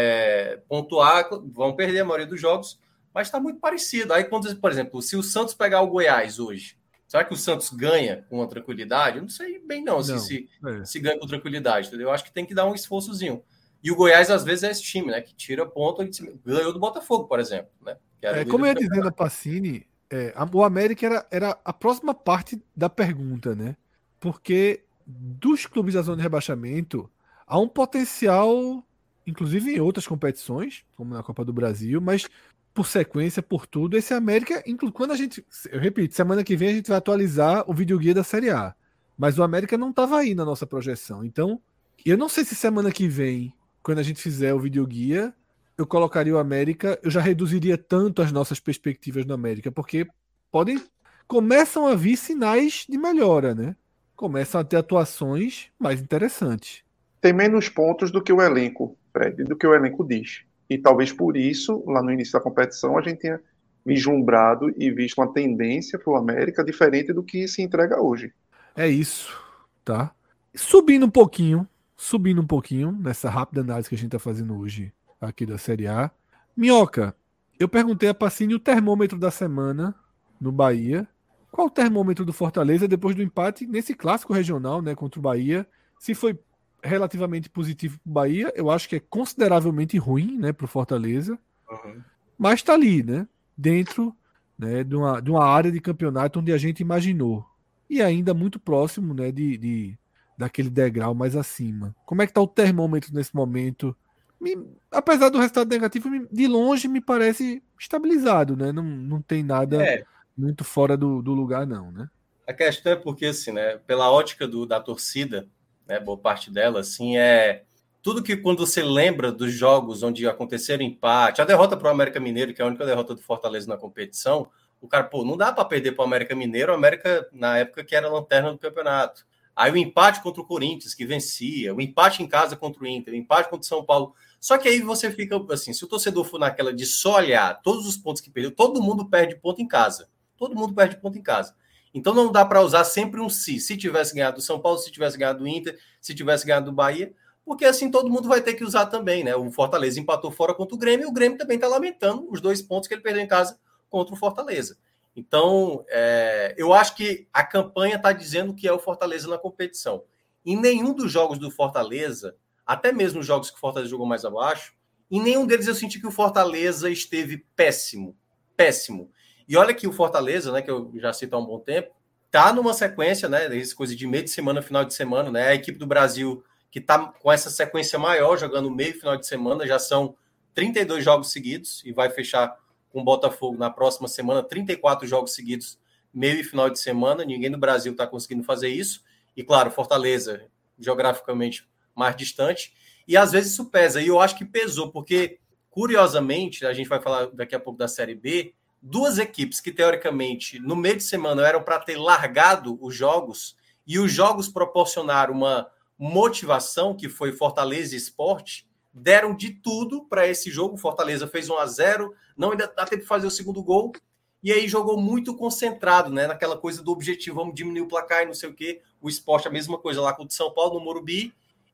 é, pontuar, vão perder a maioria dos jogos, mas está muito parecido. Aí, quando, por exemplo, se o Santos pegar o Goiás hoje, será que o Santos ganha com tranquilidade? Eu não sei bem, não, se,
Não.
se,
É.
se ganha com tranquilidade, entendeu? Eu acho que tem que dar um esforçozinho. E o Goiás, às vezes, é esse time, né? Que tira ponto, ganhou do Botafogo, por exemplo, né? Que era
É,
o
como eu ia
líder do
dizendo a Pacini, é, a- o América era, era a próxima parte da pergunta, né? Porque dos clubes da zona de rebaixamento, há um potencial, inclusive em outras competições, como na Copa do Brasil, mas por sequência, por tudo, esse América, inclu- quando a gente, eu repito, semana que vem a gente vai atualizar o videoguia da Série A. Mas o América não estava aí na nossa projeção. Então, eu não sei se semana que vem, quando a gente fizer o videoguia, eu colocaria o América, eu já reduziria tanto as nossas perspectivas no América, porque podem começam a vir sinais de melhora, né? Começam a ter atuações mais interessantes.
tem menos pontos do que o elenco, Fred, do que o elenco diz. E talvez por isso, lá no início da competição, a gente tenha vislumbrado e visto uma tendência para o América diferente do que se entrega hoje.
É isso, tá? Subindo um pouquinho, subindo um pouquinho nessa rápida análise que a gente tá fazendo hoje aqui da Série A. Minhoca, eu perguntei a Pacini o termômetro da semana no Bahia. Qual o termômetro do Fortaleza depois do empate nesse clássico regional, né, contra o Bahia? Se foi relativamente positivo para o Bahia, eu acho que é consideravelmente ruim, né, para o Fortaleza.
Uhum.
Mas está ali, né, dentro, né, de uma, de uma área de campeonato onde a gente imaginou e ainda muito próximo, né, de, de daquele degrau mais acima. Como é que está o termômetro nesse momento? Me, apesar do resultado negativo, me, de longe me parece estabilizado, né? Não, não tem nada
É,
muito fora do, do lugar, não, né?
a questão é porque, assim, né, pela ótica do, da torcida, né, boa parte dela, assim, é tudo que quando você lembra dos jogos onde aconteceram empate, a derrota para o América Mineiro, que é a única derrota do Fortaleza na competição, o cara, pô, não dá para perder para o América Mineiro, o América, na época, que era a lanterna do campeonato. Aí o empate contra o Corinthians, que vencia, o empate em casa contra o Inter, o empate contra o São Paulo. Só que aí você fica, assim, se o torcedor for naquela de só olhar todos os pontos que perdeu, todo mundo perde ponto em casa. Todo mundo perde ponto em casa. Então não dá para usar sempre um se. Se tivesse ganhado do São Paulo, se tivesse ganhado do Inter, se tivesse ganhado do Bahia, porque assim todo mundo vai ter que usar também, né? O Fortaleza empatou fora contra o Grêmio e o Grêmio também está lamentando os dois pontos que ele perdeu em casa contra o Fortaleza. Então, é, eu acho que a campanha está dizendo que é o Fortaleza na competição. Em nenhum dos jogos do Fortaleza, até mesmo os jogos que o Fortaleza jogou mais abaixo, em nenhum deles eu senti que o Fortaleza esteve péssimo. Péssimo. E olha que o Fortaleza, né, que eu já cito há um bom tempo, tá numa sequência, né, dessas coisas de meio de semana, final de semana, né, a equipe do Brasil que tá com essa sequência maior, jogando meio e final de semana, já são trinta e dois jogos seguidos e vai fechar com o Botafogo na próxima semana, trinta e quatro jogos seguidos, meio e final de semana, ninguém no Brasil está conseguindo fazer isso, e claro, Fortaleza, geograficamente mais distante, e às vezes isso pesa, e eu acho que pesou, porque, curiosamente, a gente vai falar daqui a pouco da Série B, duas equipes que, teoricamente, no meio de semana eram para ter largado os jogos, e os jogos proporcionaram uma motivação, que foi Fortaleza e Sport, deram de tudo para esse jogo. Fortaleza fez um a zero, não ainda dá tempo de fazer o segundo gol, e aí jogou muito concentrado, né, naquela coisa do objetivo, vamos diminuir o placar e não sei o quê. O Sport, a mesma coisa lá com o de São Paulo, no Morumbi,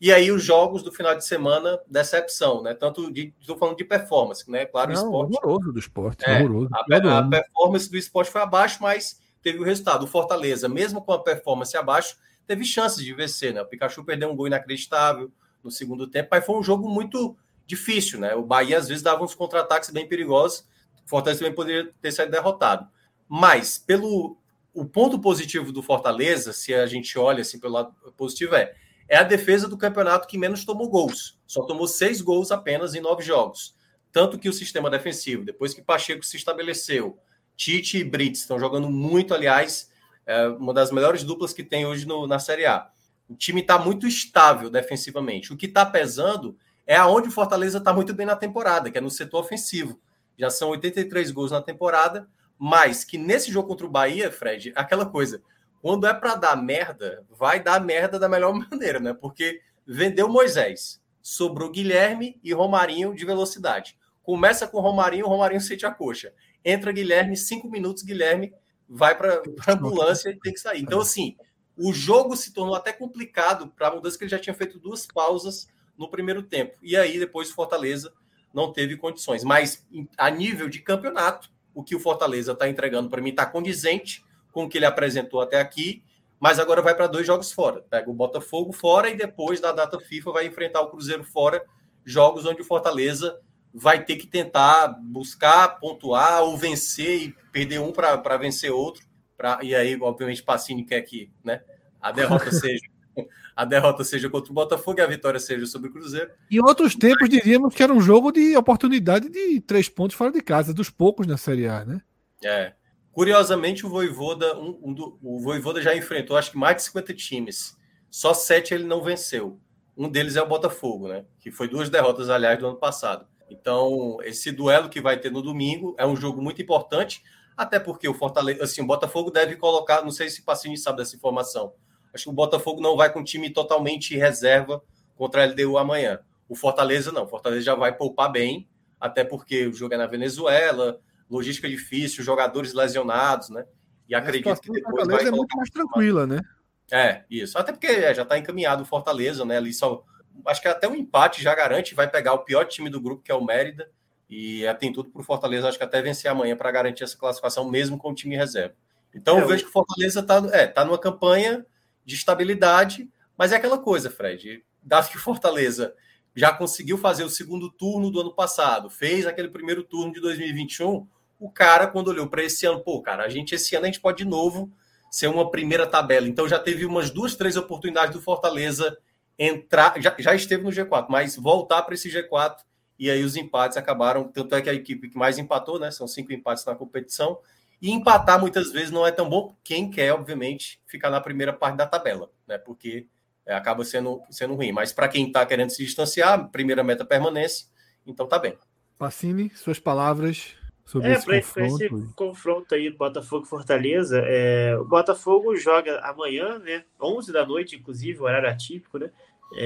E aí os jogos do final de semana, decepção, né? Tanto de, estou falando de performance, né? Claro,
Não,
o esporte.
horroroso do esporte,
É,
horroroso.
a, a performance do esporte foi abaixo, mas teve o resultado. O Fortaleza, mesmo com a performance abaixo, teve chances de vencer, né? O Pikachu perdeu um gol inacreditável no segundo tempo, mas foi um jogo muito difícil, né? O Bahia às vezes dava uns contra-ataques bem perigosos, o Fortaleza também poderia ter sido derrotado. Mas, pelo o ponto positivo do Fortaleza, se a gente olha assim pelo lado positivo, é, é a defesa do campeonato que menos tomou gols. Só tomou seis gols apenas em nove jogos. Tanto que o sistema defensivo, depois que Pacheco se estabeleceu, Tite e Brits estão jogando muito, aliás, é uma das melhores duplas que tem hoje no, na Série A. O time está muito estável defensivamente. O que está pesando é aonde o Fortaleza está muito bem na temporada, que é no setor ofensivo. Já são oitenta e três gols na temporada, mas que nesse jogo contra o Bahia, Fred, aquela coisa, quando é para dar merda, vai dar merda da melhor maneira, né? Porque vendeu Moisés, sobrou Guilherme e Romarinho de velocidade. Começa com Romarinho, Romarinho sente a coxa. Entra Guilherme, cinco minutos, Guilherme vai para a ambulância e tem que sair. Então, assim, o jogo se tornou até complicado para a mudança, que ele já tinha feito duas pausas no primeiro tempo. E aí, depois, o Fortaleza não teve condições. Mas, a nível de campeonato, o que o Fortaleza está entregando, para mim, está condizente com o que ele apresentou até aqui, mas agora vai para dois jogos fora. Pega o Botafogo fora e depois, da data FIFA, vai enfrentar o Cruzeiro fora, jogos onde o Fortaleza vai ter que tentar buscar, pontuar ou vencer e perder um para vencer outro. Pra, e aí, obviamente, Pacini quer que, né, a derrota seja a derrota seja contra o Botafogo e a vitória seja sobre o Cruzeiro.
Em outros tempos, diríamos que era um jogo de oportunidade de três pontos fora de casa, dos poucos na Série A, né?
É. Curiosamente, o Voivoda, um, um do, o Voivoda já enfrentou, acho que mais de cinquenta times. Só sete ele não venceu. Um deles é o Botafogo, né? Que foi duas derrotas, aliás, do ano passado. Então, esse duelo que vai ter no domingo é um jogo muito importante, até porque o Fortaleza, assim, o Botafogo deve colocar, não sei se o Pacini sabe dessa informação, acho que o Botafogo não vai com time totalmente reserva contra a L D U amanhã. O Fortaleza não, o Fortaleza já vai poupar bem, até porque o jogo é na Venezuela, logística difícil, jogadores lesionados, né? E acredito que depois vai
colocar... é muito mais tranquila, né?
É, isso. Até porque é, já está encaminhado o Fortaleza, né? Ali só... Acho que até um empate já garante, vai pegar o pior time do grupo, que é o Mérida, e é, tem tudo para o Fortaleza, acho que até vencer amanhã para garantir essa classificação, mesmo com o time reserva. Então, é, eu vejo que o Fortaleza está é, tá numa campanha de estabilidade, mas é aquela coisa, Fred, dado que o Fortaleza já conseguiu fazer o segundo turno do ano passado, fez aquele primeiro turno de dois mil e vinte e um, o cara, quando olhou para esse ano, pô, cara, a gente esse ano a gente pode de novo ser uma primeira tabela. Então, já teve umas duas, três oportunidades do Fortaleza entrar, já, já esteve no G quatro, mas voltar para esse G quatro, e aí os empates acabaram, tanto é que a equipe que mais empatou, né, são cinco empates na competição, e empatar muitas vezes não é tão bom, quem quer, obviamente, ficar na primeira parte da tabela, né, porque é, acaba sendo, sendo ruim, mas para quem está querendo se distanciar, primeira meta permanece, então tá bem.
Pacini, suas palavras sobre
é,
esse
pra,
confronto.
Pra esse confronto aí do Botafogo e Fortaleza, é, o Botafogo joga amanhã, né, onze da noite, inclusive, horário atípico, né,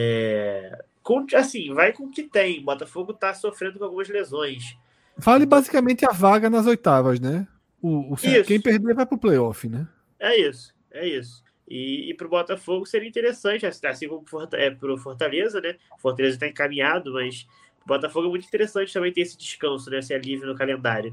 é, com, assim, vai com o que tem. O Botafogo tá sofrendo com algumas lesões.
Vale então, basicamente a vaga nas oitavas, né? O, o, quem perder vai pro playoff, né?
É isso, é isso. E, e pro Botafogo seria interessante, assim como é, pro Fortaleza, né? O Fortaleza está encaminhado, mas o Botafogo é muito interessante também ter esse descanso, né? Esse alívio no calendário.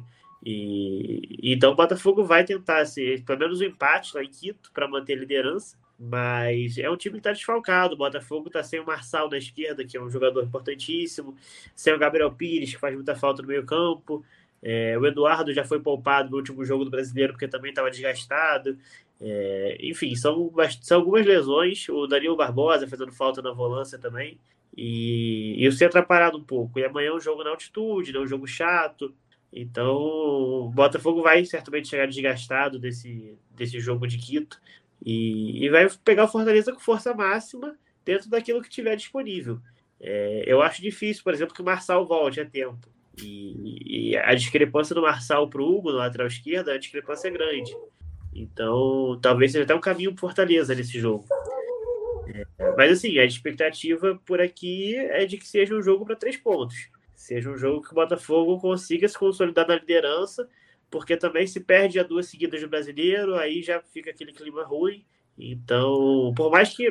E então o Botafogo vai tentar ser, pelo menos um empate lá em Quito para manter a liderança. Mas é um time que está desfalcado. O Botafogo está sem o Marçal na esquerda, que é um jogador importantíssimo, sem o Gabriel Pires, que faz muita falta no meio campo. É, o Eduardo já foi poupado no último jogo do Brasileiro, porque também estava desgastado. É, enfim, são, são algumas lesões. O Danilo Barbosa fazendo falta na volância também. E, e o Centro atrapalhado um pouco. E amanhã é um jogo na altitude, né, um jogo chato. Então o Botafogo vai certamente chegar desgastado desse, desse jogo de Quito. E, e vai pegar o Fortaleza com força máxima dentro daquilo que tiver disponível. É, eu acho difícil, por exemplo, que o Marçal volte a tempo. E, e a discrepância do Marçal para o Hugo, no lateral esquerdo, a discrepância é grande. Então, talvez seja até um caminho para Fortaleza nesse jogo. É, mas, assim, a expectativa por aqui é de que seja um jogo para três pontos. Seja um jogo que o Botafogo consiga se consolidar na liderança, porque também se perde a duas seguidas do Brasileiro, aí já fica aquele clima ruim. Então, por mais que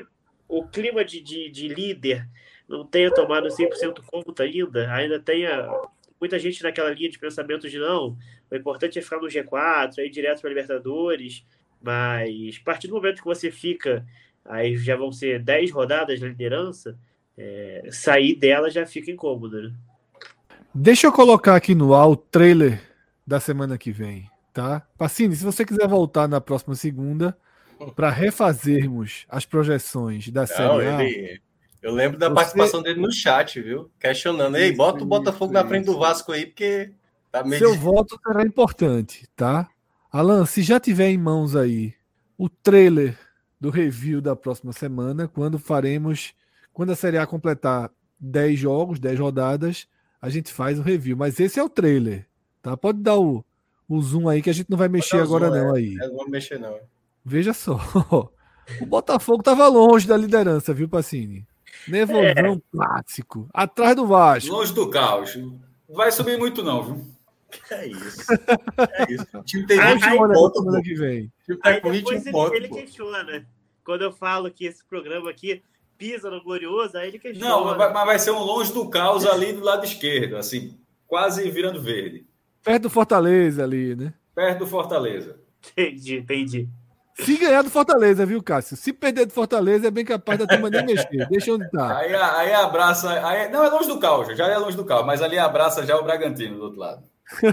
o clima de, de, de líder não tenha tomado cem por cento conta ainda, ainda tenha muita gente naquela linha de pensamento de não, o importante é ficar no G quatro, aí direto para Libertadores, mas a partir do momento que você fica, aí já vão ser dez rodadas na liderança, é, sair dela já fica incômodo, né?
Deixa eu colocar aqui no ar o trailer da semana que vem, tá? Pacini, se você quiser voltar na próxima segunda para refazermos as projeções da
Não,
Série A...
ele... Eu lembro da
Você...
participação dele no chat, viu? Questionando. Ei, bota o Botafogo isso, na frente isso. do Vasco aí, porque tá meio...
Seu voto será importante, tá? Alan, se já tiver em mãos aí o trailer do review da próxima semana, quando faremos... Quando a Série A completar dez jogos, dez rodadas, a gente faz o review. Mas esse é o trailer, tá? Pode dar o, o zoom aí, que a gente não vai mexer agora zoom, não
é.
aí.
Eu não vou mexer não.
Veja só. O Botafogo tava longe da liderança, viu, Pacini? Nervosão é. clássico. Atrás do Vasco.
Longe do caos. Não vai subir muito, não, viu?
É isso. É isso. O time tem
Aí,
vinte e um pontos
semana que vem.
Aí depois ele, ele questiona. Quando eu falo que esse programa aqui pisa no glorioso, aí ele questiona.
Não, mas vai, mas vai ser um longe do caos ali do lado esquerdo, assim, quase virando verde.
Perto do Fortaleza ali, né?
Perto do Fortaleza.
Entendi, entendi.
Se ganhar do Fortaleza, viu, Cássio? Se perder do Fortaleza, é bem capaz da turma nem mexer. Deixa onde tá.
Aí, aí abraça... Aí, não, é longe do caos, já é longe do caos, mas ali abraça já o Bragantino do outro lado.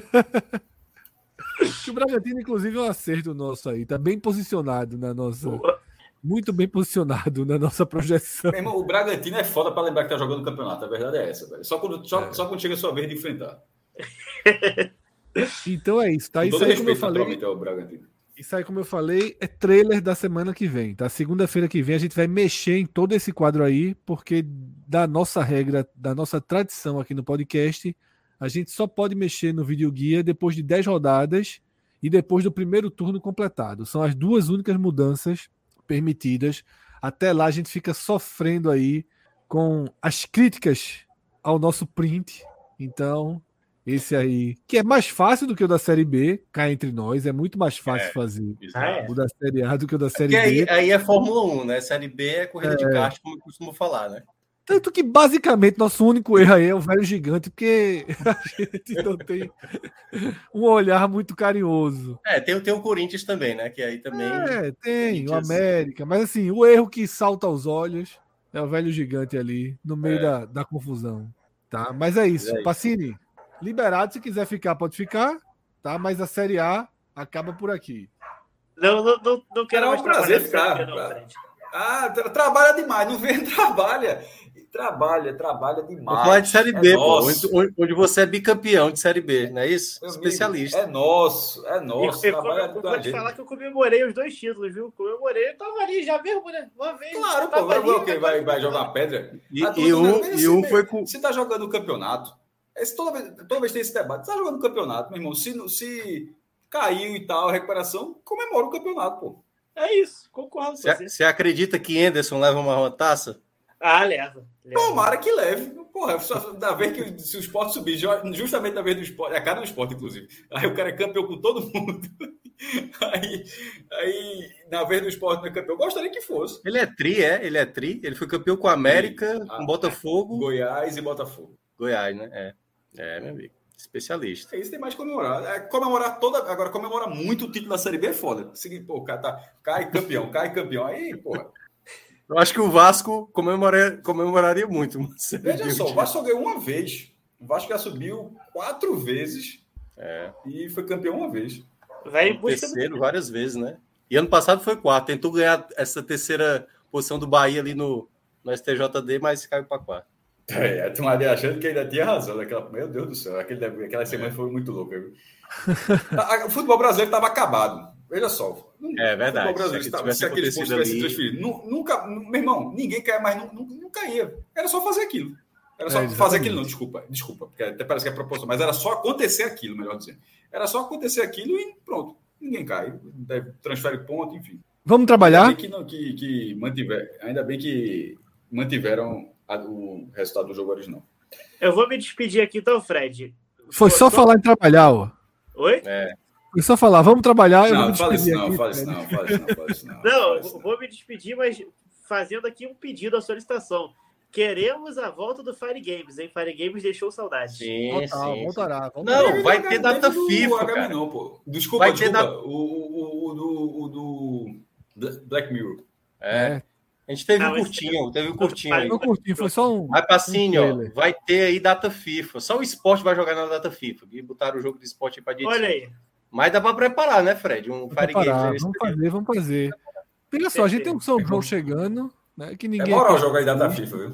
O Bragantino, inclusive, é um acerto nosso aí. Tá bem posicionado na nossa... Muito bem posicionado na nossa projeção.
Meu irmão, o Bragantino é foda pra lembrar que tá jogando o campeonato. A verdade é essa, velho. Só quando, só, é. só quando chega a sua vez de enfrentar.
Então é isso, tá? Isso aí, como eu falei...
É o Bragantino.
Isso aí, como eu falei, é trailer da semana que vem, tá? Segunda-feira que vem a gente vai mexer em todo esse quadro aí, porque da nossa regra, da nossa tradição aqui no podcast, a gente só pode mexer no videoguia depois de dez rodadas e depois do primeiro turno completado. São as duas únicas mudanças permitidas. Até lá a gente fica sofrendo aí com as críticas ao nosso print. Então... Esse aí, que é mais fácil do que o da Série B, cá entre nós, é muito mais fácil é, fazer
é.
o da Série A do que o da Série
aí,
B.
Aí é Fórmula um, né? Série B é corrida é. de kart, como eu costumo falar, né?
Tanto que, basicamente, nosso único erro aí é o velho gigante, porque a gente não tem um olhar muito carinhoso.
É, tem, tem o Corinthians também, né? Que aí também...
É, tem, o América. Mas, assim, o erro que salta aos olhos é o velho gigante ali, no meio é. da, da confusão. Tá? Mas é isso. É isso. Pacini... Liberado, se quiser ficar, pode ficar, tá? Mas a Série A acaba por aqui.
Não, não, não, não quero
mais
um
prazer ficar. Não, ah, tra trabalha demais, não vem, trabalha. Trabalha, trabalha demais.
Vou falar de Série B, é pô, onde, onde você é bicampeão de Série B, não é isso?
Meu
Especialista.
Amigo, é nosso, é nosso.
Eu, eu, eu, eu vou te falar que eu comemorei os dois títulos, viu? Comemorei, eu tava ali já mesmo, né? Uma vez.
Claro, pô, vai, ali, vai, vai, vai jogar pedra.
E, e um, e um foi com...
Você tá jogando o campeonato. Esse, toda, vez, toda vez tem esse debate. Você tá jogando o campeonato, meu irmão. Se, se caiu e tal, a recuperação, comemora o campeonato, pô.
É isso, concordo.
Você, você acredita que Anderson leva uma, uma taça?
Ah, leva. leva.
Tomara que leve. Porra, só, da vez que se o esporte subir, justamente na vez do esporte, é a cara do esporte, inclusive. Aí o cara é campeão com todo mundo. Aí, aí na vez do esporte não é campeão. Eu gostaria que fosse.
Ele é tri, é? Ele é tri. Ele foi campeão com a América, com Botafogo.
Goiás e Botafogo.
Goiás, né? É. É, meu amigo. Especialista.
É isso, tem mais que comemorar. É, comemorar toda. Agora, comemora muito o título da Série B é foda. Seguinte, pô, o cara tá. Cai campeão, cai campeão. Aí, porra.
Eu acho que o Vasco comemoraria, comemoraria muito.
Veja só, o Vasco só ganhou uma vez. O Vasco já subiu quatro vezes.
É. E
foi campeão uma vez.
Vai
em terceiro várias vezes, né? E ano passado foi quarto. Tentou ganhar essa terceira posição do Bahia ali no, no S T J D, mas caiu para quarto.
É, a turma ali achando que ainda tinha razão. Daquela... Meu Deus do céu, aquele, aquela semana é. foi muito louca. O futebol brasileiro estava acabado. Veja só.
É verdade.
O futebol brasileiro, se, tava, se aquele esporte tivesse transferido, nunca, meu irmão, ninguém caia mais, não, não caía. Era só fazer aquilo. Era só é, fazer aquilo, não, desculpa, desculpa, porque até parece que é proporção, mas era só acontecer aquilo, melhor dizendo. Era só acontecer aquilo e pronto. Ninguém cai. Transfere ponto, enfim.
Vamos trabalhar?
Ainda bem que, não, que, que mantiver, ainda bem que mantiveram o resultado do jogo original.
Eu vou me despedir aqui, então, Fred.
Foi só tô... falar em trabalhar, ó.
Oi?
É.
Foi só falar, vamos trabalhar. Eu
não,
vou me
fala isso
aqui,
não, fala isso não, fala isso não, fala isso não.
Não,
isso
vou me despedir, mas fazendo aqui um pedido, a solicitação. Queremos a volta do Fire Games, hein? Fire Games deixou saudade.
Sim,
Voltar,
sim,
voltará,
sim.
voltará.
Não, vai ter data
do
FIFA,
H M,
cara.
não, pô. Desculpa,
Vai ter
desculpa.
da-
O, o, o, do, o do Black Mirror.
É.
É.
A gente teve
Ah,
um
mas-
curtinho, teve um curtinho aí.
Foi curtinho, foi só um.
Mas, Pacini,
um
ó,
trailer.
vai ter aí data FIFA. Só o esporte vai jogar na data FIFA. E botaram o jogo de esporte aí pra dia
Olha
de
aí.
Mas dá pra preparar, né, Fred? Um
Vamos
Fire
parar,
Games.
vamos fazer, vamos fazer. Olha só, a gente tem um São João chegando, né? Que
É
ninguém.
moral jogar aí data FIFA, viu?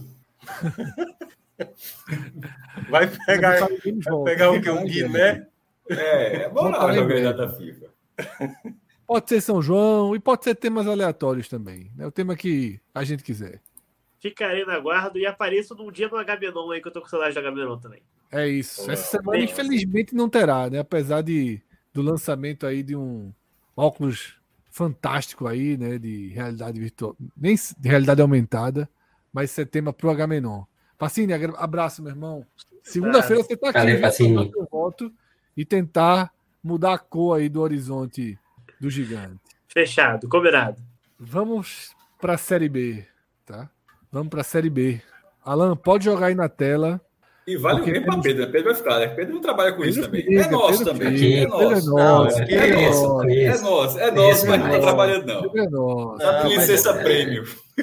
Vai pegar,
Fire Games
vai
volta.
pegar o quê? Um Guiné?
É, é moral
Voltará em
jogar aí
breve.
data FIFA.
Pode ser São João e pode ser temas aleatórios também. É o tema que a gente quiser.
Ficarei no aguardo e apareço num dia no Agamenon aí, que eu tô com saudade do Agamenon também.
É isso.
Boa.
Essa semana,
Bem,
infelizmente, não terá, né? Apesar de, do lançamento aí de um óculos fantástico aí, né? De realidade virtual. Nem de realidade aumentada, mas isso é tema pro Agamenon. Pacini, agra- abraço, meu irmão. Segunda-feira você tá aqui,
Valeu,
viu, pra
Pacini.
dar seu voto e tentar mudar a cor aí do horizonte do gigante.
Fechado, combinado.
Vamos para a Série B, tá? Vamos para a Série B. Alan, pode jogar aí na tela.
E vale
Porque
o mesmo pra
temos-
Pedro, né? Pedro vai ficar, né? Pedro não trabalha com isso
Pedro
também.
fica,
É nosso
Pedro
também.
fica.
É
Pedro é
nosso.
nosso.
Não,
Pedro
É
é
nosso.
nosso.
É nosso. É nosso, mas não tá trabalhando, não.
Pedro é nosso.
Tá com
Não, mas-
licença prêmio.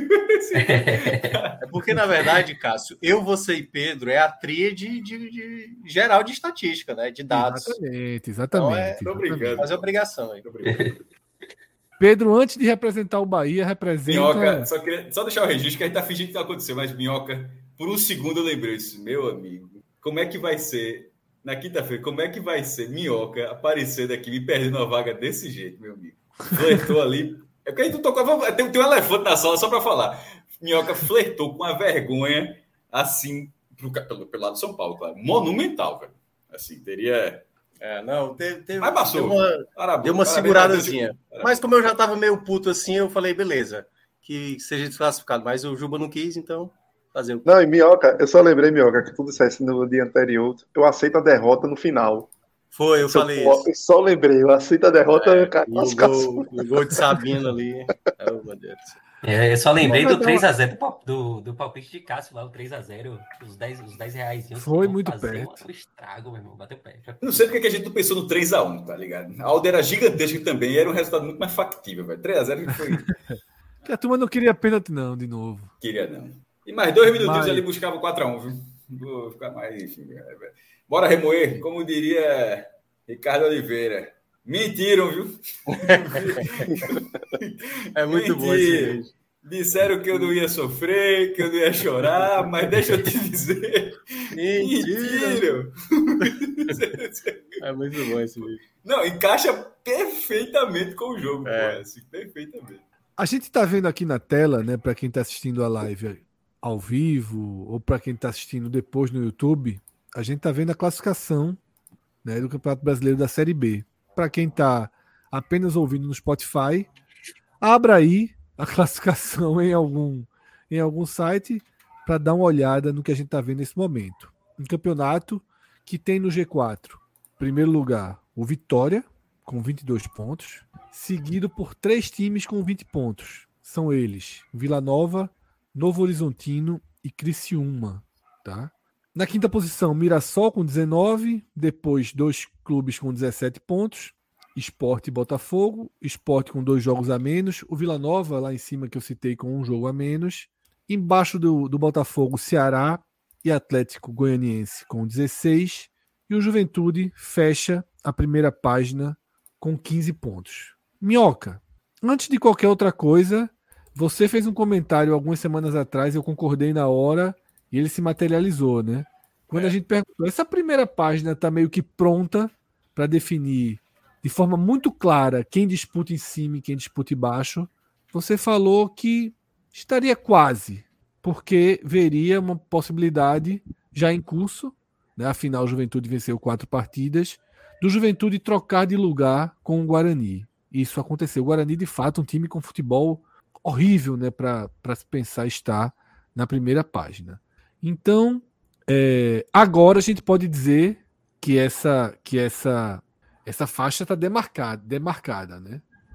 É porque, na verdade, Cássio, eu, você e Pedro é a tríade de, de geral de estatística, né? De dados.
Exatamente,
Então,
exatamente.
é-
Tô
exatamente.
brincando.
Fazer obrigação aí.
Pedro, antes de representar o Bahia, representa.
Minhoca, só, queria, só deixar o registro que a gente tá fingindo que não aconteceu, mas Minhoca, por um segundo eu lembrei disso. Meu amigo, como é que vai ser, na quinta-feira, como é que vai ser Minhoca aparecendo aqui, me perdendo uma vaga desse jeito, meu amigo? Flertou ali. É porque a gente não tocou. vamos- Tem, tem um elefante na sala só pra falar. Minhoca flertou com a vergonha, assim, pro, pelo, pelo lado de São Paulo, claro. Monumental, velho. Assim, teria.
É, não, teve, teve,
Mas passou.
deu uma,
Parabéns,
deu uma
parabéns,
seguradazinha.
parabéns.
Mas como eu já tava meio puto assim, eu falei, beleza, que seja desclassificado. Mas o Juba não quis, então fazer o
Não, e Minhoca, eu só lembrei, Minhoca, que tu dissesse no dia anterior, eu aceito a derrota no final.
Foi, eu
Seu
falei
pó-
isso.
Eu só lembrei, eu aceito a derrota
É,
cara,
e o
classificação.
gol, o gol de Sabino ali. Oh, meu Deus.
É, eu só lembrei
Não vai
do
dar
três a zero do, pal- do, do palpite de Cássio lá, o três a zero, os dez, os dez reais.
Foi muito perto.
Um estrago, meu irmão, bateu pé.
Não sei porque que a gente não pensou no três a um, tá ligado? A Alda era gigantesca também e era um resultado muito mais factível, velho. três a zero não foi.
Que a turma não queria pênalti, não, de novo.
Queria não. E mais dois minutinhos
Mas-
ali buscava o quatro a um, viu? Vou ficar mais, enfim. é, velho. Bora remoer, como diria Ricardo Oliveira. Mentiram, viu?
É muito bom esse
Mentira.
vídeo.
Disseram que eu não ia sofrer, que eu não ia chorar, mas deixa eu te dizer.
Mentira.
Mentiram.
É muito bom esse vídeo.
Não, encaixa perfeitamente com o jogo,
É.
pô, assim, perfeitamente.
A gente tá vendo aqui na tela, né, para quem tá assistindo a live ao vivo ou para quem tá assistindo depois no YouTube, a gente tá vendo a classificação, né, do Campeonato Brasileiro da Série B. Para quem tá apenas ouvindo no Spotify, abra aí a classificação em algum em algum site para dar uma olhada no que a gente tá vendo nesse momento. Um campeonato que tem no G quatro, primeiro lugar, o Vitória com vinte e dois pontos, seguido por três times com vinte pontos. São eles: Vila Nova, Novo Horizontino e Criciúma, tá? Na quinta posição, Mirassol com dezenove, depois dois clubes com dezessete pontos, Sport e Botafogo, Sport com dois jogos a menos, o Vila Nova lá em cima que eu citei com um jogo a menos, embaixo do, do Botafogo, Ceará e Atlético Goianiense com dezesseis, e o Juventude fecha a primeira página com quinze pontos. Minhoca, antes de qualquer outra coisa, você fez um comentário algumas semanas atrás, eu concordei na hora e ele se materializou, né? Quando
É.
a gente perguntou, essa primeira página está meio que pronta para definir de forma muito clara quem disputa em cima e quem disputa embaixo, você falou que estaria quase, porque veria uma possibilidade já em curso, né? Afinal, o Juventude venceu quatro partidas, do Juventude trocar de lugar com o Guarani. Isso aconteceu. O Guarani, de fato, um time com futebol horrível, né, para se pensar estar na primeira página. Então, é, agora a gente pode dizer que essa, que essa, essa faixa está demarcada, demarcada, né?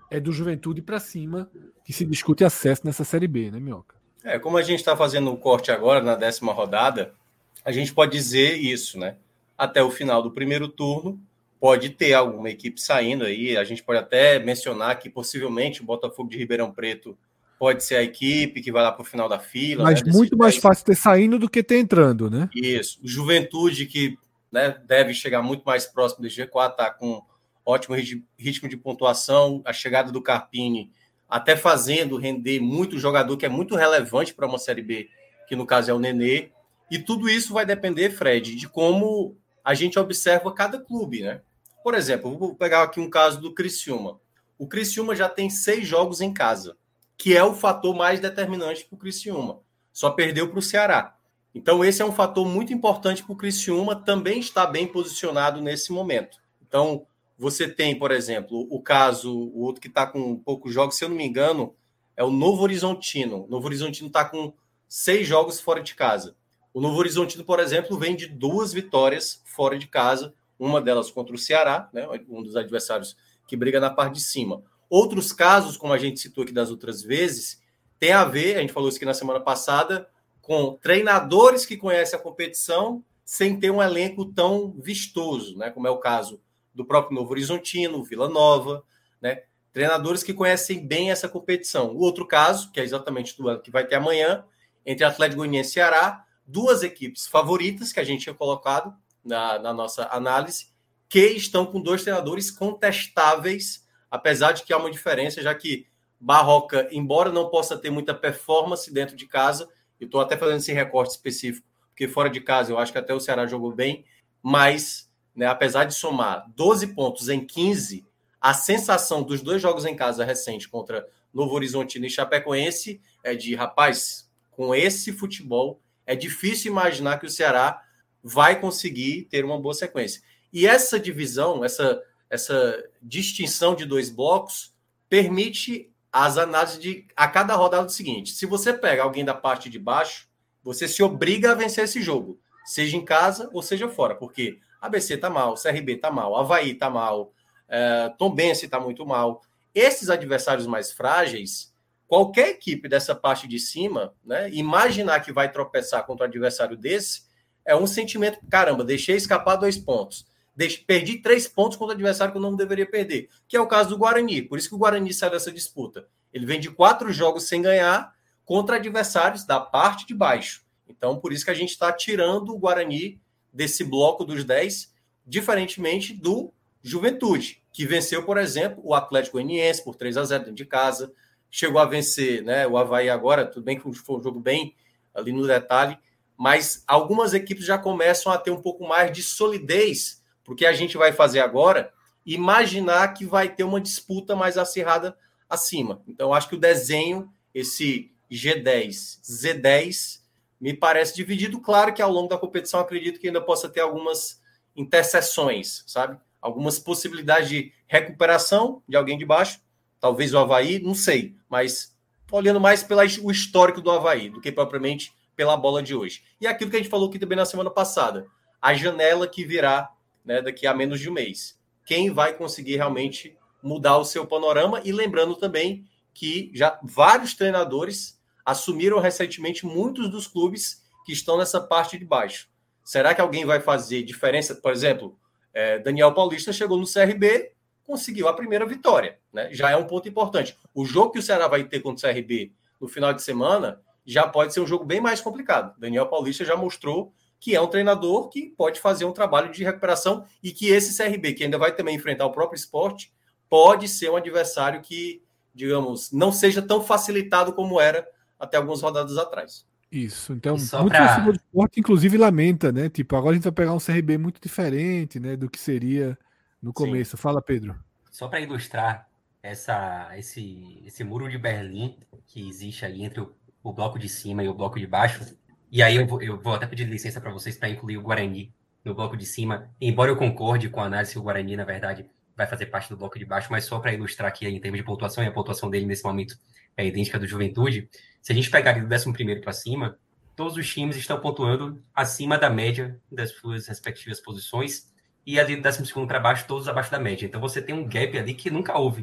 é do Juventude para cima que se discute acesso nessa Série B, né, Minhoca?
É, como a gente está fazendo um corte agora na décima rodada, a gente pode dizer isso, né? Até o final do primeiro turno, pode ter alguma equipe saindo aí. A gente pode até mencionar que possivelmente o Botafogo de Ribeirão Preto pode ser a equipe que vai lá para o final da fila.
Mas
né,
muito mais
dez.
fácil ter saindo do que ter entrando, né?
Isso. Juventude, que né, deve chegar muito mais próximo do G quatro, está com ótimo ritmo de pontuação. A chegada do Carpini até fazendo render muito jogador que é muito relevante para uma Série B, que no caso é o Nenê. E tudo isso vai depender, Fred, de como a gente observa cada clube, né? Por exemplo, vou pegar aqui um caso do Criciúma. O Criciúma já tem seis jogos em casa, que é o fator mais determinante para o Criciúma. Só perdeu para o Ceará. Então, esse é um fator muito importante para o Criciúma também estar bem posicionado nesse momento. Então, você tem, por exemplo, o caso, o outro que está com poucos jogos, se eu não me engano, é o Novo Horizontino. O Novo Horizontino está com seis jogos fora de casa. O Novo Horizontino, por exemplo, vem de duas vitórias fora de casa, uma delas contra o Ceará, né, um dos adversários que briga na parte de cima. Outros casos, como a gente citou aqui das outras vezes, tem a ver, a gente falou isso aqui na semana passada, com treinadores que conhecem a competição sem ter um elenco tão vistoso, né, como é o caso do próprio Novo Horizontino, Vila Nova, né, treinadores que conhecem bem essa competição. O outro caso, que é exatamente do ano que vai ter amanhã, entre Atlético Goianiense e Ceará, duas equipes favoritas que a gente tinha colocado na, na nossa análise, que estão com dois treinadores contestáveis, apesar de que há uma diferença, já que Barroca, embora não possa ter muita performance dentro de casa, eu estou até fazendo esse recorte específico, porque fora de casa eu acho que até o Ceará jogou bem, mas, né, apesar de somar doze pontos em quinze, a sensação dos dois jogos em casa recentes contra Novo Horizontino e Chapecoense é de, rapaz, com esse futebol, é difícil imaginar que o Ceará vai conseguir ter uma boa sequência. E essa divisão, essa, essa distinção de dois blocos, permite as análises de a cada rodada do seguinte. Se você pega alguém da parte de baixo, você se obriga a vencer esse jogo, seja em casa ou seja fora, porque A B C está mal, C R B está mal, Avaí está mal, é, Tombense está muito mal. Esses adversários mais frágeis, qualquer equipe dessa parte de cima, né, imaginar que vai tropeçar contra um adversário desse, é um sentimento, caramba, deixei escapar dois pontos. Deixe, perdi três pontos contra o adversário que eu não deveria perder, que é o caso do Guarani. Por isso que o Guarani sai dessa disputa. Ele vem de quatro jogos sem ganhar contra adversários da parte de baixo. Então, por isso que a gente está tirando o Guarani desse bloco dos dez, diferentemente do Juventude, que venceu, por exemplo, o Atlético Goianiense por três a zero dentro de casa, chegou a vencer, né, o Avaí agora, tudo bem que foi um jogo bem ali no detalhe, mas algumas equipes já começam a ter um pouco mais de solidez, porque a gente vai fazer agora, imaginar que vai ter uma disputa mais acirrada acima. Então, acho que o desenho, esse G dez, Z dez, me parece dividido. Claro que ao longo da competição, acredito que ainda possa ter algumas interseções, sabe? Algumas possibilidades de recuperação de alguém de baixo, talvez o Avaí, não sei, mas olhando mais pelo histórico do Avaí do que propriamente pela bola de hoje. E aquilo que a gente falou aqui também na semana passada, a janela que virá, né, daqui a menos de um mês. Quem vai conseguir realmente mudar o seu panorama? E lembrando também que já vários treinadores assumiram recentemente muitos dos clubes que estão nessa parte de baixo. Será que alguém vai fazer diferença? Por exemplo, é, Daniel Paulista chegou no C R B, conseguiu a primeira vitória, né? Já é um ponto importante. O jogo que o Ceará vai ter contra o C R B no final de semana já pode ser um jogo bem mais complicado. Daniel Paulista já mostrou que é um treinador que pode fazer um trabalho de recuperação e que esse C R B, que ainda vai também enfrentar o próprio Sport, pode ser um adversário que, digamos, não seja tão facilitado como era até algumas rodadas atrás.
Isso, então, muito
pra...
torcedor do Sport, inclusive, lamenta, né? Tipo, agora a gente vai pegar um C R B muito diferente, né, do que seria no começo. Sim. Fala, Pedro.
Só para ilustrar essa, esse, esse muro de Berlim que existe aí entre o, o bloco de cima e o bloco de baixo. E aí eu vou, eu vou até pedir licença para vocês para incluir o Guarani no bloco de cima, embora eu concorde com a análise que o Guarani, na verdade, vai fazer parte do bloco de baixo, mas só para ilustrar aqui em termos de pontuação, e a pontuação dele nesse momento é idêntica do Juventude. Se a gente pegar ali do décimo primeiro para cima, todos os times estão pontuando acima da média das suas respectivas posições, e ali do décimo segundo para baixo, todos abaixo da média. Então você tem um gap ali que nunca houve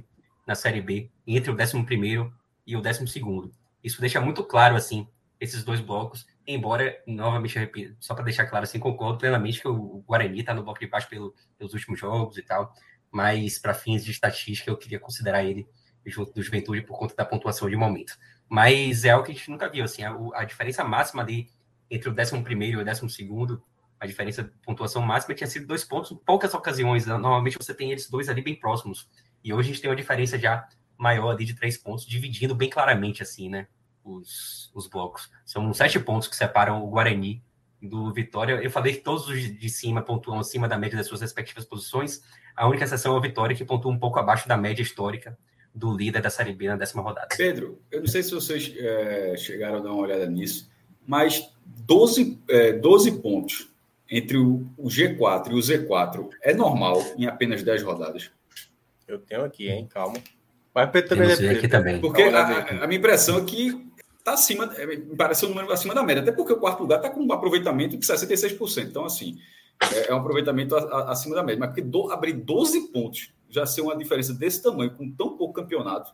na Série B entre o décimo primeiro e o décimo segundo. Isso deixa muito claro, assim, esses dois blocos, embora, novamente, eu repito, só para deixar claro, assim, concordo plenamente que o Guarani está no bloco de baixo pelo, pelos últimos jogos e tal, mas para fins de estatística eu queria considerar ele junto do Juventude por conta da pontuação de momento. Mas é algo que a gente nunca viu, assim, a, a diferença máxima ali entre o décimo primeiro e o décimo segundo, a diferença de pontuação máxima tinha sido dois pontos em poucas ocasiões. Normalmente você tem eles dois ali bem próximos. E hoje a gente tem uma diferença já maior ali de três pontos, dividindo bem claramente, assim, né, os, os blocos. São sete pontos que separam o Guarani do Vitória. Eu falei que todos os de cima pontuam acima da média das suas respectivas posições. A única exceção é o Vitória, que pontua um pouco abaixo da média histórica do líder da Série B na décima rodada.
Pedro, eu não sei se vocês é, chegaram a dar uma olhada nisso, mas doze, é, doze pontos entre o, o G quatro e o Z quatro é normal em apenas dez rodadas?
Eu tenho aqui, hein? Calma. Mas Pedro também
deve ter. Aqui também.
Porque a, a minha impressão é que está acima, me parece um número acima da média, até porque o quarto lugar está com um aproveitamento de sessenta e seis por cento. Então, assim, é, é um aproveitamento a, a, acima da média. Mas porque do, abrir doze pontos, já ser uma diferença desse tamanho, com tão pouco campeonato,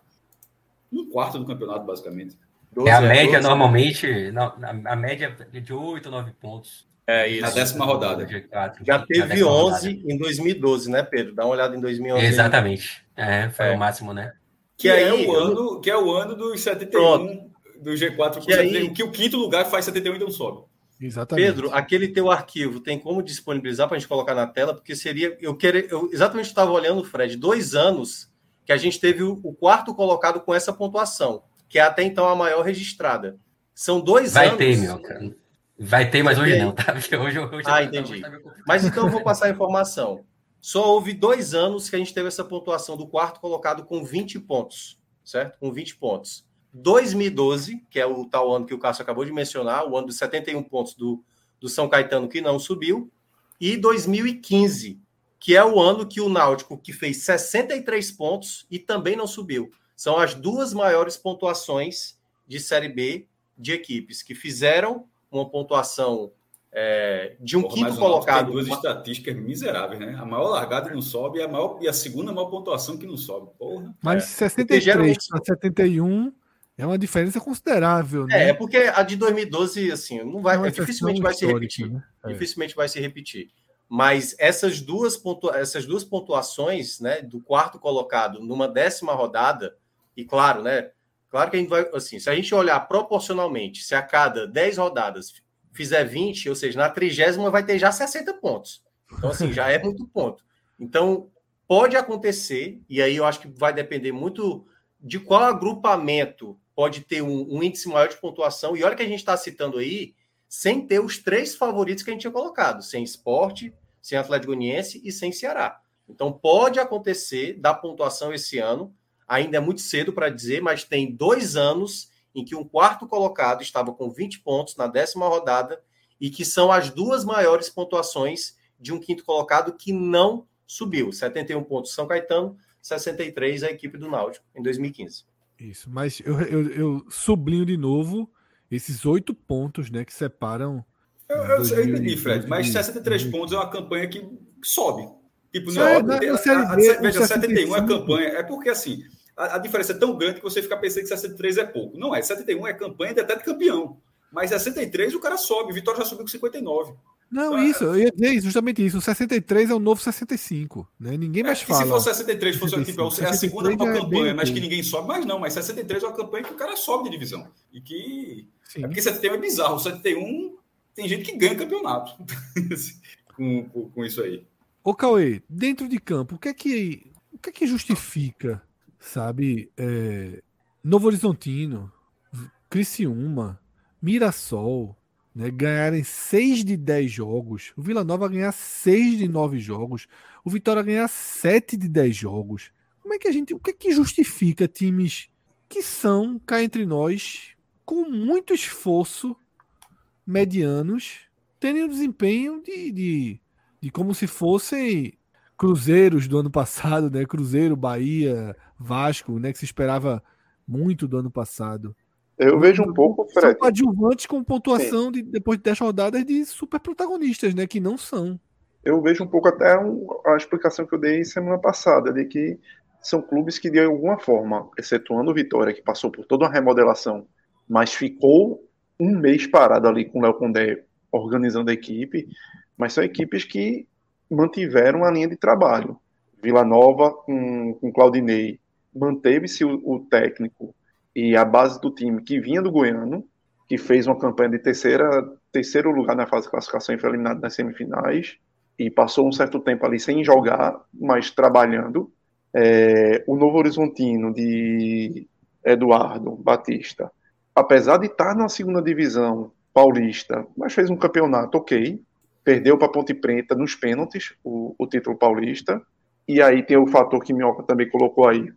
um quarto do campeonato, basicamente.
doze, é a média, doze, normalmente, não, a, a média é de oito, nove pontos.
É isso.
Na décima rodada.
Já teve onze rodada. Em dois mil e doze, né, Pedro? Dá uma olhada em dois mil e onze.
Exatamente. É, foi é. o máximo, né?
Que, que, aí, é o ano, que é o ano dos setenta e um, pronto. Do G quatro, que, aí, que o quinto lugar faz setenta e um e não sobe.
Exatamente. Pedro, aquele teu arquivo tem como disponibilizar para a gente colocar na tela? Porque seria... Eu queria, eu exatamente estava olhando, Fred, dois anos que a gente teve o, o quarto colocado com essa pontuação, que é até então a maior registrada. São dois
Vai
anos...
Vai ter, meu cara. Vai ter, mas hoje não, tá? Porque hoje, hoje
ah, entendi. Mas então eu vou passar a informação. Só houve dois anos que a gente teve essa pontuação do quarto colocado com vinte pontos, certo? Com vinte pontos. dois mil e doze, que é o tal ano que o Cássio acabou de mencionar, o ano dos setenta e um pontos do, do São Caetano, que não subiu, e dois mil e quinze, que é o ano que o Náutico, que fez sessenta e três pontos e também não subiu. São as duas maiores pontuações de Série B de equipes, que fizeram uma pontuação é, de um Porra, quinto colocado.
Tem duas uma... estatísticas miseráveis, né? A maior largada não sobe e a, maior, e a segunda maior pontuação que não sobe. Porra.
Mas
é.
sessenta e três para setenta e um é uma diferença considerável, né?
É, é porque a de dois mil e doze, assim, não vai, é, dificilmente vai se repetir. Né? É. Dificilmente vai se repetir. Mas essas duas, pontu... essas duas pontuações, né, do quarto colocado numa décima rodada, e claro, né? Claro que a gente vai, assim, se a gente olhar proporcionalmente, se a cada dez rodadas fizer vinte, ou seja, na trigésima vai ter já sessenta pontos. Então, assim, já é muito ponto. Então, pode acontecer, e aí eu acho que vai depender muito de qual agrupamento pode ter um, um índice maior de pontuação. E olha que a gente está citando aí, sem ter os três favoritos que a gente tinha colocado, sem Sport, sem Atlético Goianiense e sem Ceará. Então, pode acontecer da pontuação esse ano, ainda é muito cedo para dizer, mas tem dois anos em que um quarto colocado estava com vinte pontos na décima rodada e que são as duas maiores pontuações de um quinto colocado que não subiu. setenta e um pontos São Caetano, sessenta e três a equipe do Náutico, em dois mil e quinze.
Isso, mas eu, eu, eu sublinho de novo esses oito pontos, né, que separam...
Eu, eu, eu entendi, Fred, mas sessenta e três pontos é uma campanha que sobe. Tipo, não é, não, a, a, a, veja, setenta e um é a campanha. É porque, assim, a, a diferença é tão grande que você fica pensando que sessenta e três é pouco. Não é. setenta e um é campanha de até de campeão. Mas sessenta e três o cara sobe. Vitória já subiu com cinquenta e nove.
Não,
então,
isso. Eu ia dizer justamente isso. O sessenta e três é o novo sessenta e cinco. Né? Ninguém mais
é,
fala.
Se fosse sessenta e três, fosse tipo, é a segunda maior campanha, é mas que ninguém sobe. Mas não, mas sessenta e três é uma campanha que o cara sobe de divisão. E que... Sim. É porque setenta e um é bizarro. O setenta e um tem gente que ganha campeonato com, com, com isso aí.
Ô, Cauê, dentro de campo, o que é que, o que, é que justifica, sabe, é, Novo Horizontino, Criciúma, Mirassol, né, ganharem seis de dez jogos, o Vila Nova ganhar seis de nove jogos, o Vitória ganhar sete de dez jogos? Como é que a gente, o que é que justifica times que são, cá entre nós, com muito esforço, medianos, terem um desempenho de... de de como se fossem cruzeiros do ano passado, né? Cruzeiro, Bahia, Vasco, né? Que se esperava muito do ano passado.
Eu vejo um pouco, Fred.
São coadjuvantes com pontuação de, depois de dez rodadas de super protagonistas, né? Que não são.
Eu vejo um pouco até um, a explicação que eu dei semana passada, de que são clubes que, de alguma forma, excetuando o Vitória, que passou por toda uma remodelação, mas ficou um mês parado ali com o Léo Condé organizando a equipe, mas são equipes que mantiveram a linha de trabalho. Vila Nova com, com Claudinei, manteve-se o, o técnico e a base do time que vinha do Goiano, que fez uma campanha de terceira, terceiro lugar na fase de classificação e foi eliminado nas semifinais, e passou um certo tempo ali sem jogar, mas trabalhando. É, o Novo Horizontino de Eduardo Batista, apesar de estar na segunda divisão paulista, mas fez um campeonato ok, perdeu para Ponte Preta nos pênaltis o, o título paulista, e aí tem o fator que Minhoca também colocou aí,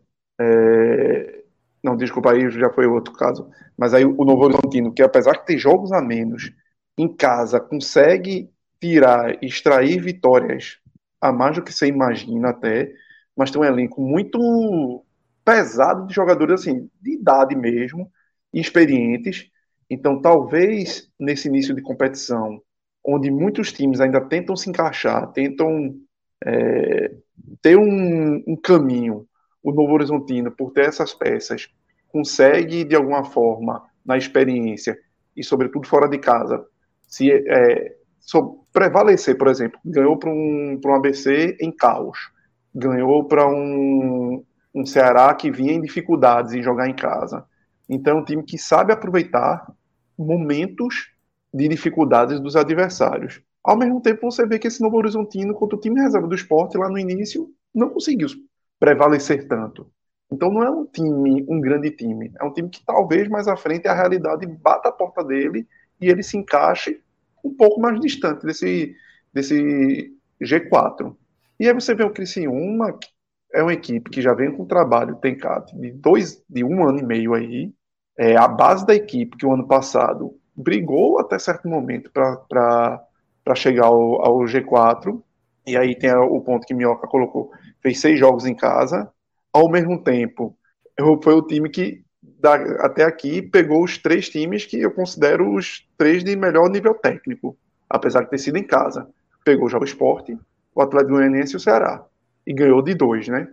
é, não, desculpa, aí já foi outro caso, mas aí o Novo Horizontino, que apesar de ter jogos a menos, em casa consegue tirar, extrair vitórias a mais do que você imagina até, mas tem um elenco muito pesado de jogadores assim, de idade mesmo, experientes. Então, talvez nesse início de competição, onde muitos times ainda tentam se encaixar, tentam é, ter um, um caminho, o Novo Horizontino, por ter essas peças, consegue, de alguma forma, na experiência, e sobretudo fora de casa, se é, so, prevalecer, por exemplo, ganhou para um, para um A B C em caos, ganhou para um, um Ceará que vinha em dificuldades em jogar em casa. Então é um time que sabe aproveitar momentos de dificuldades dos adversários. Ao mesmo tempo, você vê que esse Novo Horizontino, contra o time reserva do Sport, lá no início, não conseguiu prevalecer tanto. Então não é um time, um grande time. É um time que talvez mais à frente a realidade bata a porta dele e ele se encaixe um pouco mais distante desse, desse G quatro. E aí você vê o Criciúma, que é uma equipe que já vem com trabalho, tem de, dois, de um ano e meio aí. É a base da equipe que o ano passado brigou até certo momento para chegar ao, ao G quatro. E aí tem o ponto que Minhoca colocou. Fez seis jogos em casa. Ao mesmo tempo, foi o time que da, até aqui pegou os três times que eu considero os três de melhor nível técnico, apesar de ter sido em casa. Pegou o Jovem Sport, o Atlético Goianiense e o Ceará. E ganhou de dois, né?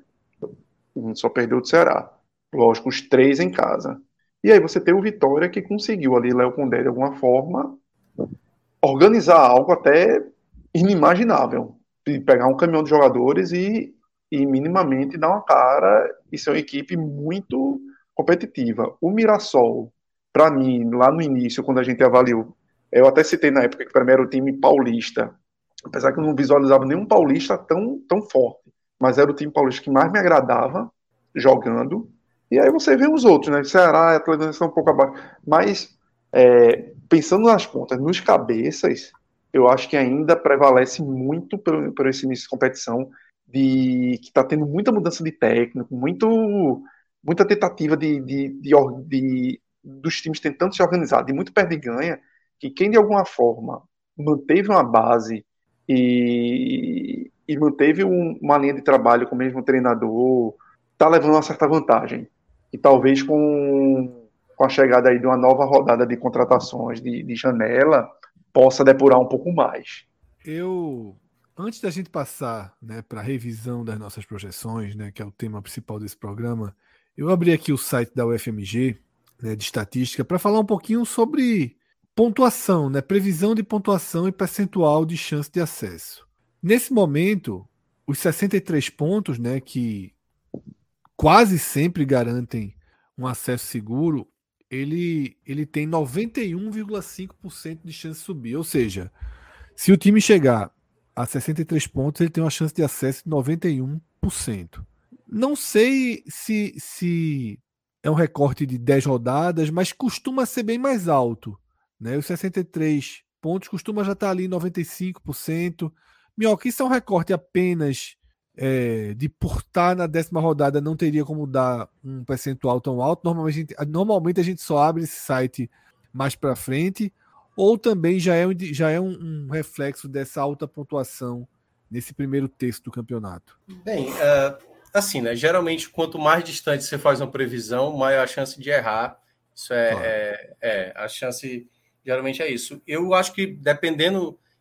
Só perdeu do Ceará. Lógico, os três em casa. E aí você tem o Vitória que conseguiu ali, Léo Condé, de alguma forma, organizar algo até inimaginável. De pegar um caminhão de jogadores e, e minimamente dar uma cara e ser uma equipe muito competitiva. O Mirassol, para mim, lá no início, quando a gente avaliou, eu até citei na época que para mim era o time paulista, apesar que eu não visualizava nenhum paulista tão, tão forte, mas era o time paulista que mais me agradava jogando. E aí você vê os outros, né? Ceará, Atlético estão um pouco abaixo. Mas, é, pensando nas pontas, nos cabeças, eu acho que ainda prevalece muito por, por esse início de competição, de, que está tendo muita mudança de técnico, muito, muita tentativa de, de, de, de, dos times tentando se organizar, de muito perde-ganha, que quem de alguma forma manteve uma base e, e manteve um, uma linha de trabalho com o mesmo treinador, está levando uma certa vantagem. E talvez com, com a chegada aí de uma nova rodada de contratações de, de janela, possa depurar um pouco mais.
Eu, antes da gente passar, né, para a revisão das nossas projeções, né, que é o tema principal desse programa, eu abri aqui o site da U F M G, né, de estatística, para falar um pouquinho sobre pontuação, né, previsão de pontuação e percentual de chance de acesso. Nesse momento, os sessenta e três pontos, né, que quase sempre garantem um acesso seguro, ele, ele tem noventa e um vírgula cinco por cento de chance de subir. Ou seja, se o time chegar a sessenta e três pontos, ele tem uma chance de acesso de noventa e um por cento. Não sei se, se é um recorte de dez rodadas, mas costuma ser bem mais alto, né? Os sessenta e três pontos costuma já estar ali em noventa e cinco por cento. Minhoca, isso é um recorte apenas... É, de por estar na décima rodada não teria como dar um percentual tão alto. Normalmente a gente, normalmente a gente só abre esse site mais para frente, ou também já é, um, já é um, um reflexo dessa alta pontuação nesse primeiro terço do campeonato.
Bem, uh, assim, né? Geralmente, quanto mais distante você faz uma previsão, maior a chance de errar. Isso é, claro. é, é a chance, geralmente é isso. Eu acho que dependendo,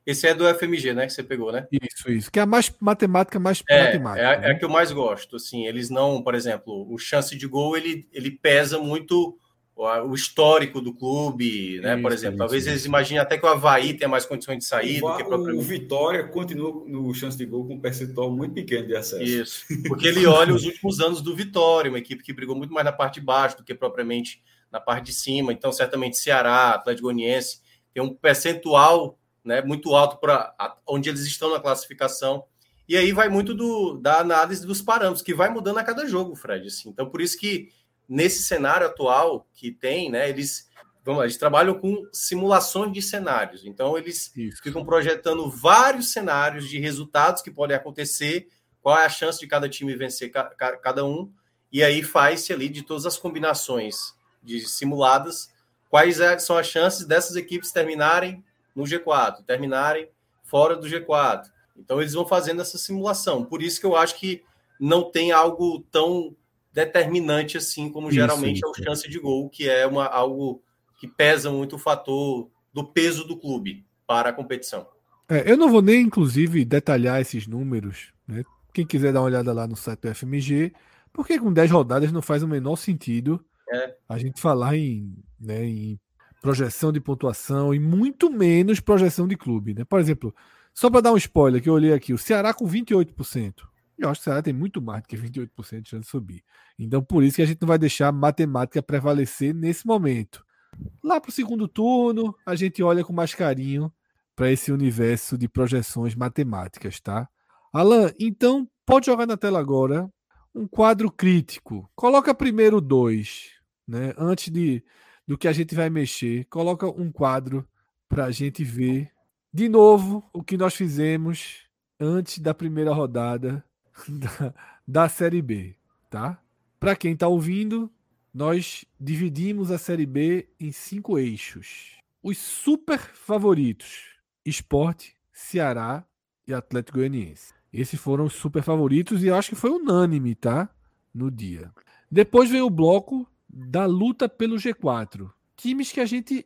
Esse é do F M G, né? Que você pegou, né?
Isso, isso. Que é a mais matemática, mais
é,
matemática.
É,
né?
é a que eu mais gosto. Assim, eles não, por exemplo, o chance de gol ele, ele pesa muito o histórico do clube, né? Isso, por exemplo, isso, talvez isso. Eles imaginem até que o Avaí tenha mais condições de sair
o,
do que
propriamente... o Vitória continua no chance de gol com um percentual muito pequeno de acesso.
Isso, porque ele olha os últimos anos do Vitória, uma equipe que brigou muito mais na parte de baixo do que propriamente na parte de cima. Então, certamente, Ceará, Atlético Goianiense, tem um percentual, né, muito alto para onde eles estão na classificação. E aí vai muito do, da análise dos parâmetros, que vai mudando a cada jogo, Fred. Assim. Então, por isso que nesse cenário atual que tem, né, eles, vamos lá, eles trabalham com simulações de cenários. Então, eles Isso. ficam projetando vários cenários de resultados que podem acontecer, qual é a chance de cada time vencer ca- ca- cada um, e aí faz-se ali de todas as combinações de simuladas, quais é, são as chances dessas equipes terminarem no G quatro, terminarem fora do G quatro. Então, eles vão fazendo essa simulação. Por isso que eu acho que não tem algo tão determinante assim como isso, geralmente isso. é o chance de gol, que é uma, algo que pesa muito o fator do peso do clube para a competição.
É, eu não vou nem, inclusive, detalhar esses números, né? Quem quiser dar uma olhada lá no site do F M G, porque com dez rodadas não faz o menor sentido é. a gente falar em, né, em projeção de pontuação e muito menos projeção de clube. Né? Por exemplo, só para dar um spoiler, que eu olhei aqui, o Ceará com vinte e oito por cento. Eu acho que o Ceará tem muito mais do que vinte e oito por cento de chance de subir. Então, por isso que a gente não vai deixar a matemática prevalecer nesse momento. Lá para o segundo turno, a gente olha com mais carinho para esse universo de projeções matemáticas, tá? Alan, então, pode jogar na tela agora um quadro crítico. Coloca primeiro dois, né? Antes de, do que a gente vai mexer. Coloca um quadro para a gente ver de novo o que nós fizemos antes da primeira rodada Da, da Série B, tá? Para quem está ouvindo, nós dividimos a Série B em cinco eixos. Os super favoritos: Sport, Ceará e Atlético Goianiense. Esses foram os super favoritos e eu acho que foi unânime, tá? No dia. Depois veio o bloco da luta pelo G quatro. Times que a gente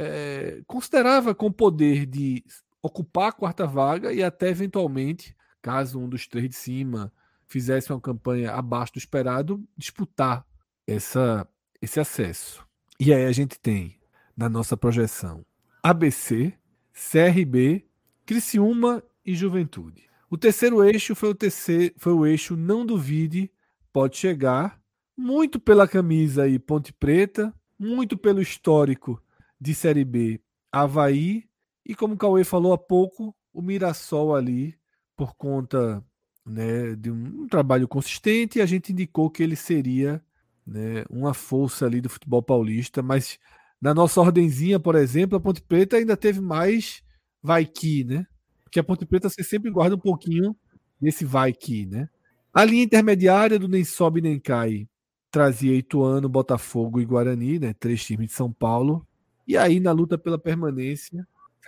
é, considerava com poder de ocupar a quarta vaga e até eventualmente, caso um dos três de cima fizesse uma campanha abaixo do esperado, disputar essa, esse acesso. E aí a gente tem, na nossa projeção, A B C, C R B, Criciúma e Juventude. O terceiro eixo foi o, terceiro, foi o eixo Não Duvide, Pode Chegar, muito pela camisa aí Ponte Preta, muito pelo histórico de Série B Avaí, e como o Cauê falou há pouco, o Mirassol ali, por conta, né, de um, um trabalho consistente, e a gente indicou que ele seria, né, uma força ali do futebol paulista, mas na nossa ordenzinha, por exemplo, a Ponte Preta ainda teve mais vai que, né? Porque a Ponte Preta você sempre guarda um pouquinho desse vai que, né? A linha intermediária do nem sobe nem cai trazia Ituano, Botafogo e Guarani, né? Três times de São Paulo. E aí na luta pela permanência,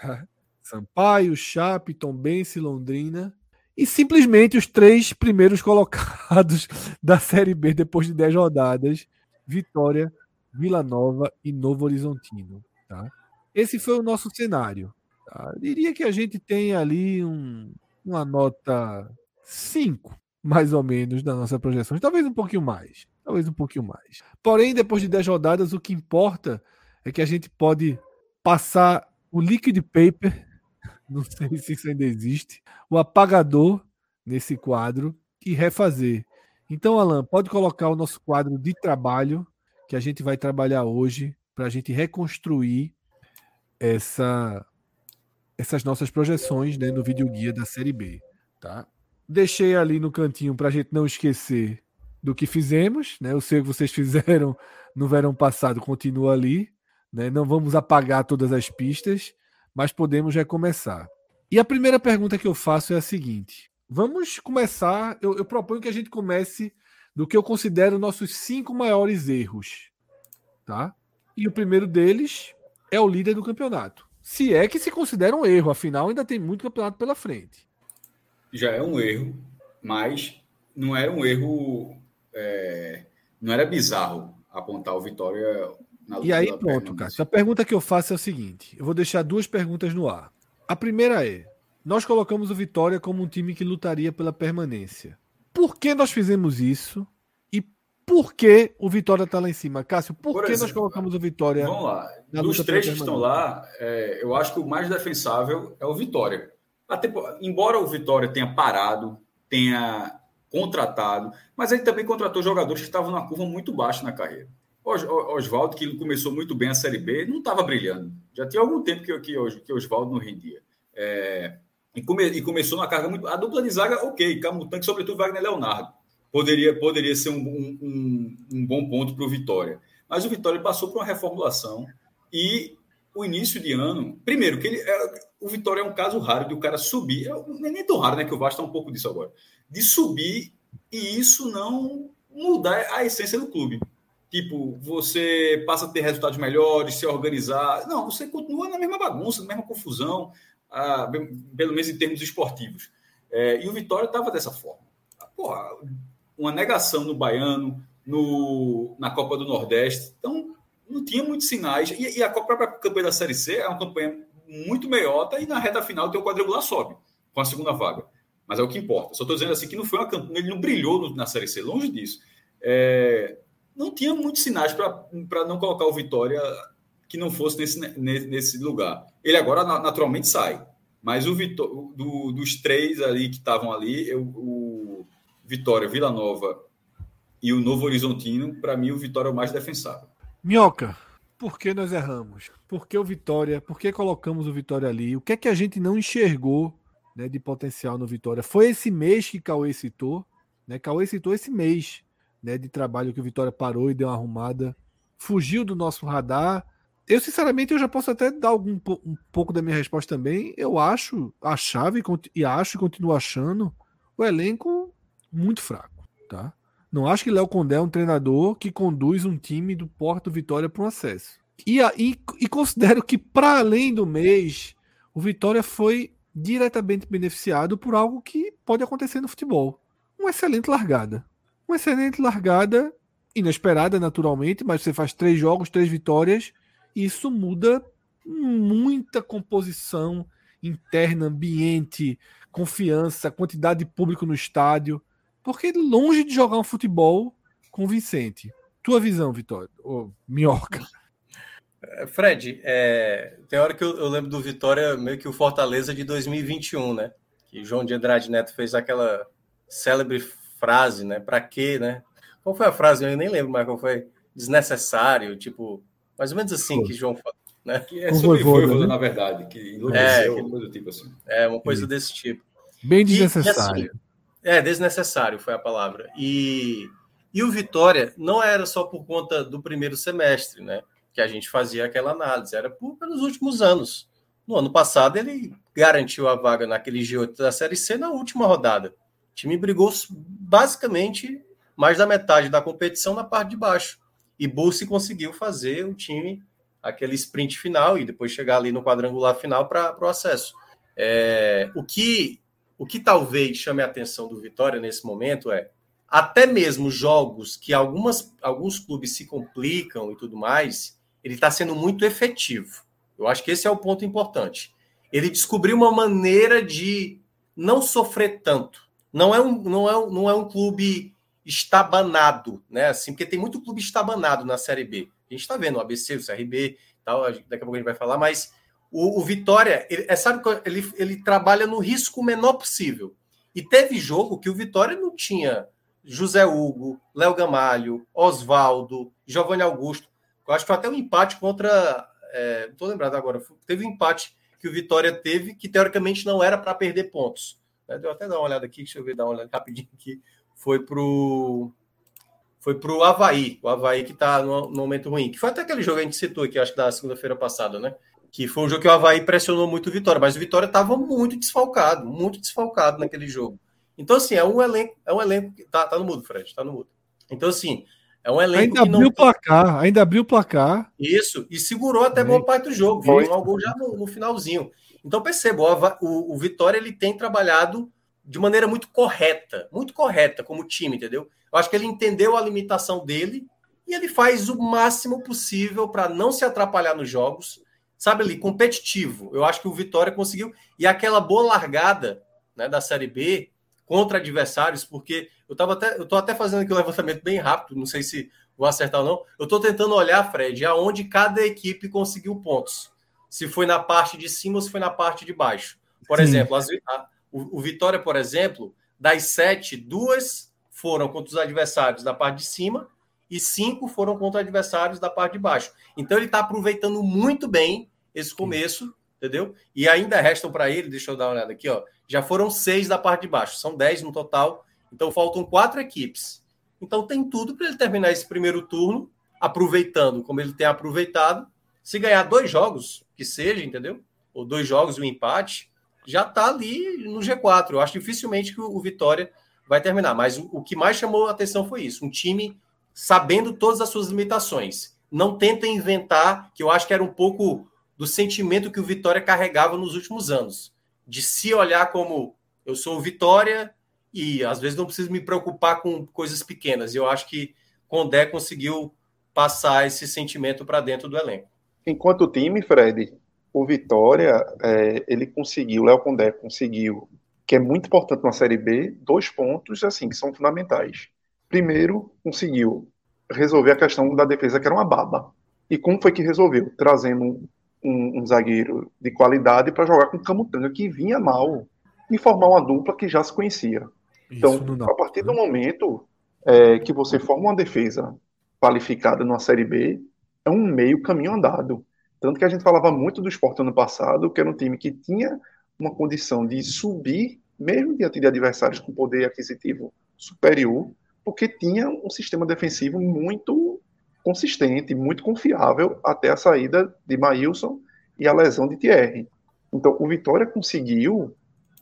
Sampaio, Chape, Tombense, Londrina e simplesmente os três primeiros colocados da Série B depois de dez rodadas: Vitória, Vila Nova e Novo Horizontino. Tá? Esse foi o nosso cenário. Tá? Eu diria que a gente tem ali um, uma nota cinco, mais ou menos, das nossas projeções. Talvez um pouquinho mais. Talvez um pouquinho mais. Porém, depois de dez rodadas, o que importa é que a gente pode passar o liquid paper, não sei se isso ainda existe, o apagador nesse quadro e refazer. Então, Alan, pode colocar o nosso quadro de trabalho que a gente vai trabalhar hoje para a gente reconstruir essa, essas nossas projeções, né, no videoguia da Série B. Tá? Deixei ali no cantinho para a gente não esquecer do que fizemos. Né? Eu sei que vocês fizeram no verão passado, continua ali. Né? Não vamos apagar todas as pistas, mas podemos recomeçar. E a primeira pergunta que eu faço é a seguinte. Vamos começar, eu, eu proponho que a gente comece do que eu considero nossos cinco maiores erros. Tá? E o primeiro deles é o líder do campeonato. Se é que se considera um erro, afinal ainda tem muito campeonato pela frente.
Já é um erro, mas não era um erro, é, não era bizarro apontar o Vitória na luta.
E aí pronto, cara. A pergunta que eu faço é o seguinte, eu vou deixar duas perguntas no ar. A primeira é, nós colocamos o Vitória como um time que lutaria pela permanência. Por que nós fizemos isso? E por que o Vitória está lá em cima? Cássio, por, por que exemplo, nós colocamos o Vitória?
Vamos lá. Dos três que estão lá, é, eu acho que o mais defensável é o Vitória. Até, embora o Vitória tenha parado, tenha contratado, mas ele também contratou jogadores que estavam na curva muito baixa na carreira. Oswaldo, que começou muito bem a Série B, não estava brilhando. Já tinha algum tempo que, que, que Oswaldo não rendia. É, e, come, e começou na carga muito... A dupla de zaga, ok. Camutanga, sobretudo Wagner Leonardo. Poderia, poderia ser um, um, um bom ponto para o Vitória. Mas o Vitória passou por uma reformulação e o início de ano... Primeiro, que ele, é, o Vitória é um caso raro de o cara subir. Não é nem tão raro, né? Que o Vasco está um pouco disso agora. De subir e isso não mudar a essência do clube. Tipo, você passa a ter resultados melhores, se organizar. Não, você continua na mesma bagunça, na mesma confusão, ah, pelo menos em termos esportivos. É, e o Vitória estava dessa forma. Porra, uma negação no Baiano, no, na Copa do Nordeste. Então, não tinha muitos sinais. E, e a própria campanha da Série C é uma campanha muito meiota e na reta final tem o quadrangular sobe com a segunda vaga. Mas é o que importa. Só estou dizendo assim que não foi uma campanha, ele não brilhou no, na Série C, longe disso. É... Não tinha muitos sinais para não colocar o Vitória que não fosse nesse, nesse lugar. Ele agora naturalmente sai. Mas o Vitória, do, dos três ali que estavam ali, eu, o Vitória, Vila Nova e o Novo Horizontino, para mim, o Vitória é o mais defensável.
Minhoca, por que nós erramos? Por que o Vitória? Por que colocamos o Vitória ali? O que é que a gente não enxergou, né, de potencial no Vitória? Foi esse mês que Cauê citou. Né? Cauê citou esse mês. Né, de trabalho que o Vitória parou e deu uma arrumada, fugiu do nosso radar. Eu, sinceramente, eu já posso até dar algum, um pouco da minha resposta também. Eu acho, achava e, e acho e continuo achando o elenco muito fraco. Tá? Não acho que Léo Condé é um treinador que conduz um time do Porto Vitória para um acesso. E, e, e considero que, para além do mês, o Vitória foi diretamente beneficiado por algo que pode acontecer no futebol. Uma excelente largada. Uma excelente largada, inesperada naturalmente, mas você faz três jogos, três vitórias, e isso muda muita composição interna, ambiente, confiança, quantidade de público no estádio, porque longe de jogar um futebol convincente. Tua visão, Vitória, ou Minhoca?
Fred, é, tem hora que eu, eu lembro do Vitória meio que o Fortaleza de dois mil e vinte e um, né? Que João de Andrade Neto fez aquela célebre frase, né? Pra quê, né? Qual foi a frase? Eu nem lembro mais qual foi. Desnecessário, tipo, mais ou menos assim que João falou, né?
Que é sobre Voivoda, né? Na verdade, que enlouqueceu, é, coisa do tipo assim.
É, uma coisa Sim. desse tipo.
Bem desnecessário.
E, e assim, é, desnecessário foi a palavra. E, e o Vitória não era só por conta do primeiro semestre, né? Que a gente fazia aquela análise, era por, pelos últimos anos. No ano passado, ele garantiu a vaga naquele G oito da Série C na última rodada. O time brigou basicamente mais da metade da competição na parte de baixo. E Bussi conseguiu fazer o time, aquele sprint final, e depois chegar ali no quadrangular final para o acesso. É, o, que, o que talvez chame a atenção do Vitória nesse momento é, até mesmo jogos que algumas, alguns clubes se complicam e tudo mais, ele está sendo muito efetivo. Eu acho que esse é o ponto importante. Ele descobriu uma maneira de não sofrer tanto. Não é um, não é, não é um clube estabanado, né? Assim, porque tem muito clube estabanado na Série B. A gente está vendo o A B C, o C R B, tal, daqui a pouco a gente vai falar, mas o, o Vitória, ele, é, sabe, ele, ele trabalha no risco menor possível. E teve jogo que o Vitória não tinha José Hugo, Léo Gamalho, Oswaldo, Giovanni Augusto. Eu acho que foi até um empate contra... É, não estou lembrado agora. Teve um empate que o Vitória teve, que teoricamente não era para perder pontos. Deu até dar uma olhada aqui, deixa eu ver, dar uma olhada rapidinho aqui. Foi pro foi pro Avaí, o Avaí que está no, no momento ruim. Que foi até aquele jogo que a gente citou aqui, acho que da segunda-feira passada, né? Que foi um jogo que o Avaí pressionou muito o Vitória, mas o Vitória estava muito desfalcado, muito desfalcado naquele jogo. Então, assim, é um elenco, é um elenco que tá, tá no mudo, Fred, tá no mudo. Então, assim, é um elenco
ainda
que
abriu não... o placar, ainda abriu o placar.
Isso, e segurou até boa parte do jogo, viu? Um gol já no, no finalzinho. Então, perceba, o, o, o Vitória ele tem trabalhado de maneira muito correta, muito correta como time, entendeu? Eu acho que ele entendeu a limitação dele e ele faz o máximo possível para não se atrapalhar nos jogos, sabe ali, competitivo. Eu acho que o Vitória conseguiu. E aquela boa largada, né, da Série B contra adversários, porque eu tava até, eu tô até fazendo aqui um levantamento bem rápido, não sei se vou acertar ou não. Eu estou tentando olhar, Fred, aonde cada equipe conseguiu pontos. Se foi na parte de cima ou se foi na parte de baixo. Por Sim. exemplo, as, a, o, o Vitória, por exemplo, das sete, duas foram contra os adversários da parte de cima e cinco foram contra adversários da parte de baixo. Então ele está aproveitando muito bem esse começo, Sim. entendeu? E ainda restam para ele, deixa eu dar uma olhada aqui, ó, já foram seis da parte de baixo, são dez no total, então faltam quatro equipes. Então tem tudo para ele terminar esse primeiro turno, aproveitando como ele tem aproveitado. Se ganhar dois jogos, que seja, entendeu? Ou dois jogos e um empate, já está ali no G quatro. Eu acho dificilmente que o Vitória vai terminar. Mas o, o que mais chamou a atenção foi isso. Um time sabendo todas as suas limitações. Não tenta inventar, que eu acho que era um pouco do sentimento que o Vitória carregava nos últimos anos. De se olhar como eu sou o Vitória e às vezes não preciso me preocupar com coisas pequenas. E eu acho que Condé conseguiu passar esse sentimento para dentro do elenco.
Enquanto time, Fred, o Vitória, é, ele conseguiu, o Léo Condé conseguiu, que é muito importante na Série B, dois pontos assim que são fundamentais. Primeiro, conseguiu resolver a questão da defesa, que era uma baba. E como foi que resolveu? Trazendo um, um, um zagueiro de qualidade para jogar com o Camutanga, que vinha mal, e formar uma dupla que já se conhecia. Então, a partir do momento é, que você forma uma defesa qualificada numa Série B, é um meio caminho andado. Tanto que a gente falava muito do Sport ano passado, que era um time que tinha uma condição de subir, mesmo diante de adversários com poder aquisitivo superior, porque tinha um sistema defensivo muito consistente, muito confiável, até a saída de Maílson e a lesão de Thierry. Então, o Vitória conseguiu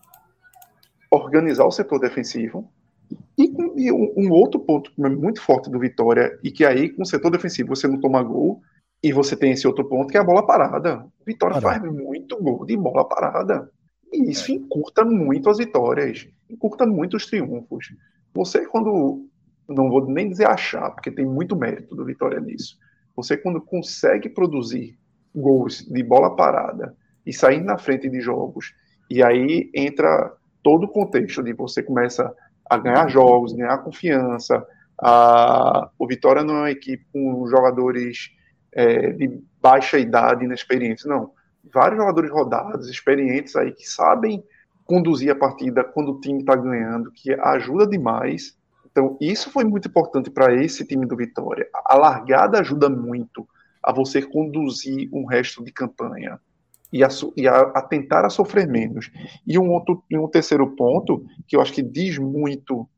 organizar o setor defensivo. E, e um, um outro ponto muito forte do Vitória, e que aí, com o setor defensivo, você não toma gol, e você tem esse outro ponto, que é a bola parada. O Vitória Parada. faz muito gol de bola parada. E isso encurta muito as vitórias, encurta muito os triunfos. Você, quando, não vou nem dizer achar, porque tem muito mérito do Vitória nisso, você, quando consegue produzir gols de bola parada e sair na frente de jogos, e aí entra todo o contexto de você começa a ganhar jogos, ganhar confiança. A... O Vitória não é uma equipe com jogadores é, de baixa idade, inexperientes, não. Vários jogadores rodados, experientes aí, que sabem conduzir a partida quando o time está ganhando, que ajuda demais. Então, isso foi muito importante para esse time do Vitória. A largada ajuda muito a você conduzir um resto de campanha e a, e a, a tentar a sofrer menos. E um, outro, um terceiro ponto, que eu acho que diz muito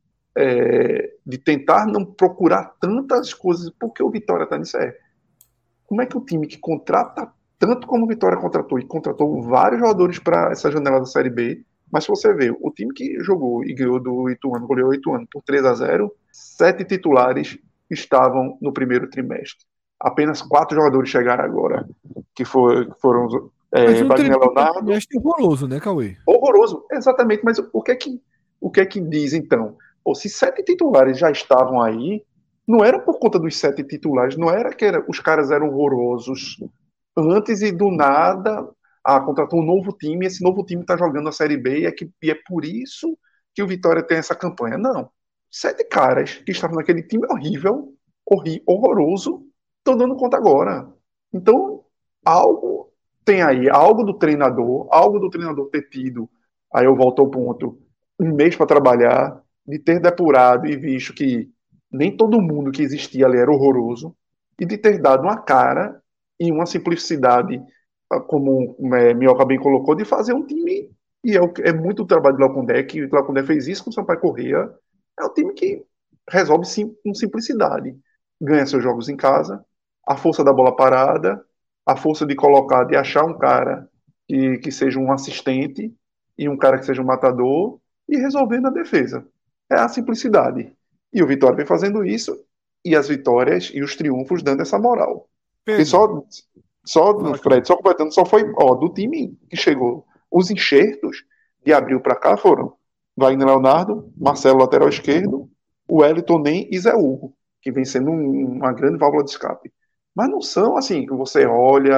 é, de tentar não procurar tantas coisas, porque o Vitória está nisso, é como é que o time que contrata tanto como o Vitória contratou, e contratou vários jogadores para essa janela da Série B, mas se você vê, o time que jogou e ganhou do Ituano, goleou o Ituano por três a zero, sete titulares estavam no primeiro trimestre. Apenas quatro jogadores chegaram agora, que for, foram é, Wagner Leonardo.
É horroroso, né, Cauê?
Horroroso, exatamente, mas o que é que, o que, é que diz então? Pô, se sete titulares já estavam aí, não era por conta dos sete titulares, não era que era, os caras eram horrorosos antes e do nada, ah, contratou um novo time, esse novo time está jogando a Série B e é, que, e é por isso que o Vitória tem essa campanha. Não. Sete caras que estavam naquele time horrível, horri, horroroso, estão dando conta agora. Então, algo tem aí, algo do treinador, algo do treinador ter tido, aí eu volto ao ponto, um mês para trabalhar, de ter depurado e visto que nem todo mundo que existia ali era horroroso, e de ter dado uma cara e uma simplicidade, como é, Minhoca bem colocou, de fazer um time, e é, é muito o trabalho do Léo Condé, que o Léo Condé fez isso com o Sampaio Corrêa, é um time que resolve sim, com simplicidade, ganha seus jogos em casa, a força da bola parada, a força de colocar, de achar um cara que, que seja um assistente, e um cara que seja um matador, e resolver na defesa. É a simplicidade. E o Vitória vem fazendo isso, e as vitórias e os triunfos dando essa moral. E só, só, Fred, só completando, só foi, ó, do time que chegou. Os enxertos de abril para cá foram Wagner Leonardo, Marcelo, lateral esquerdo, o Wellington Nem e Zé Hugo, que vem sendo um, uma grande válvula de escape. Mas não são assim, que você olha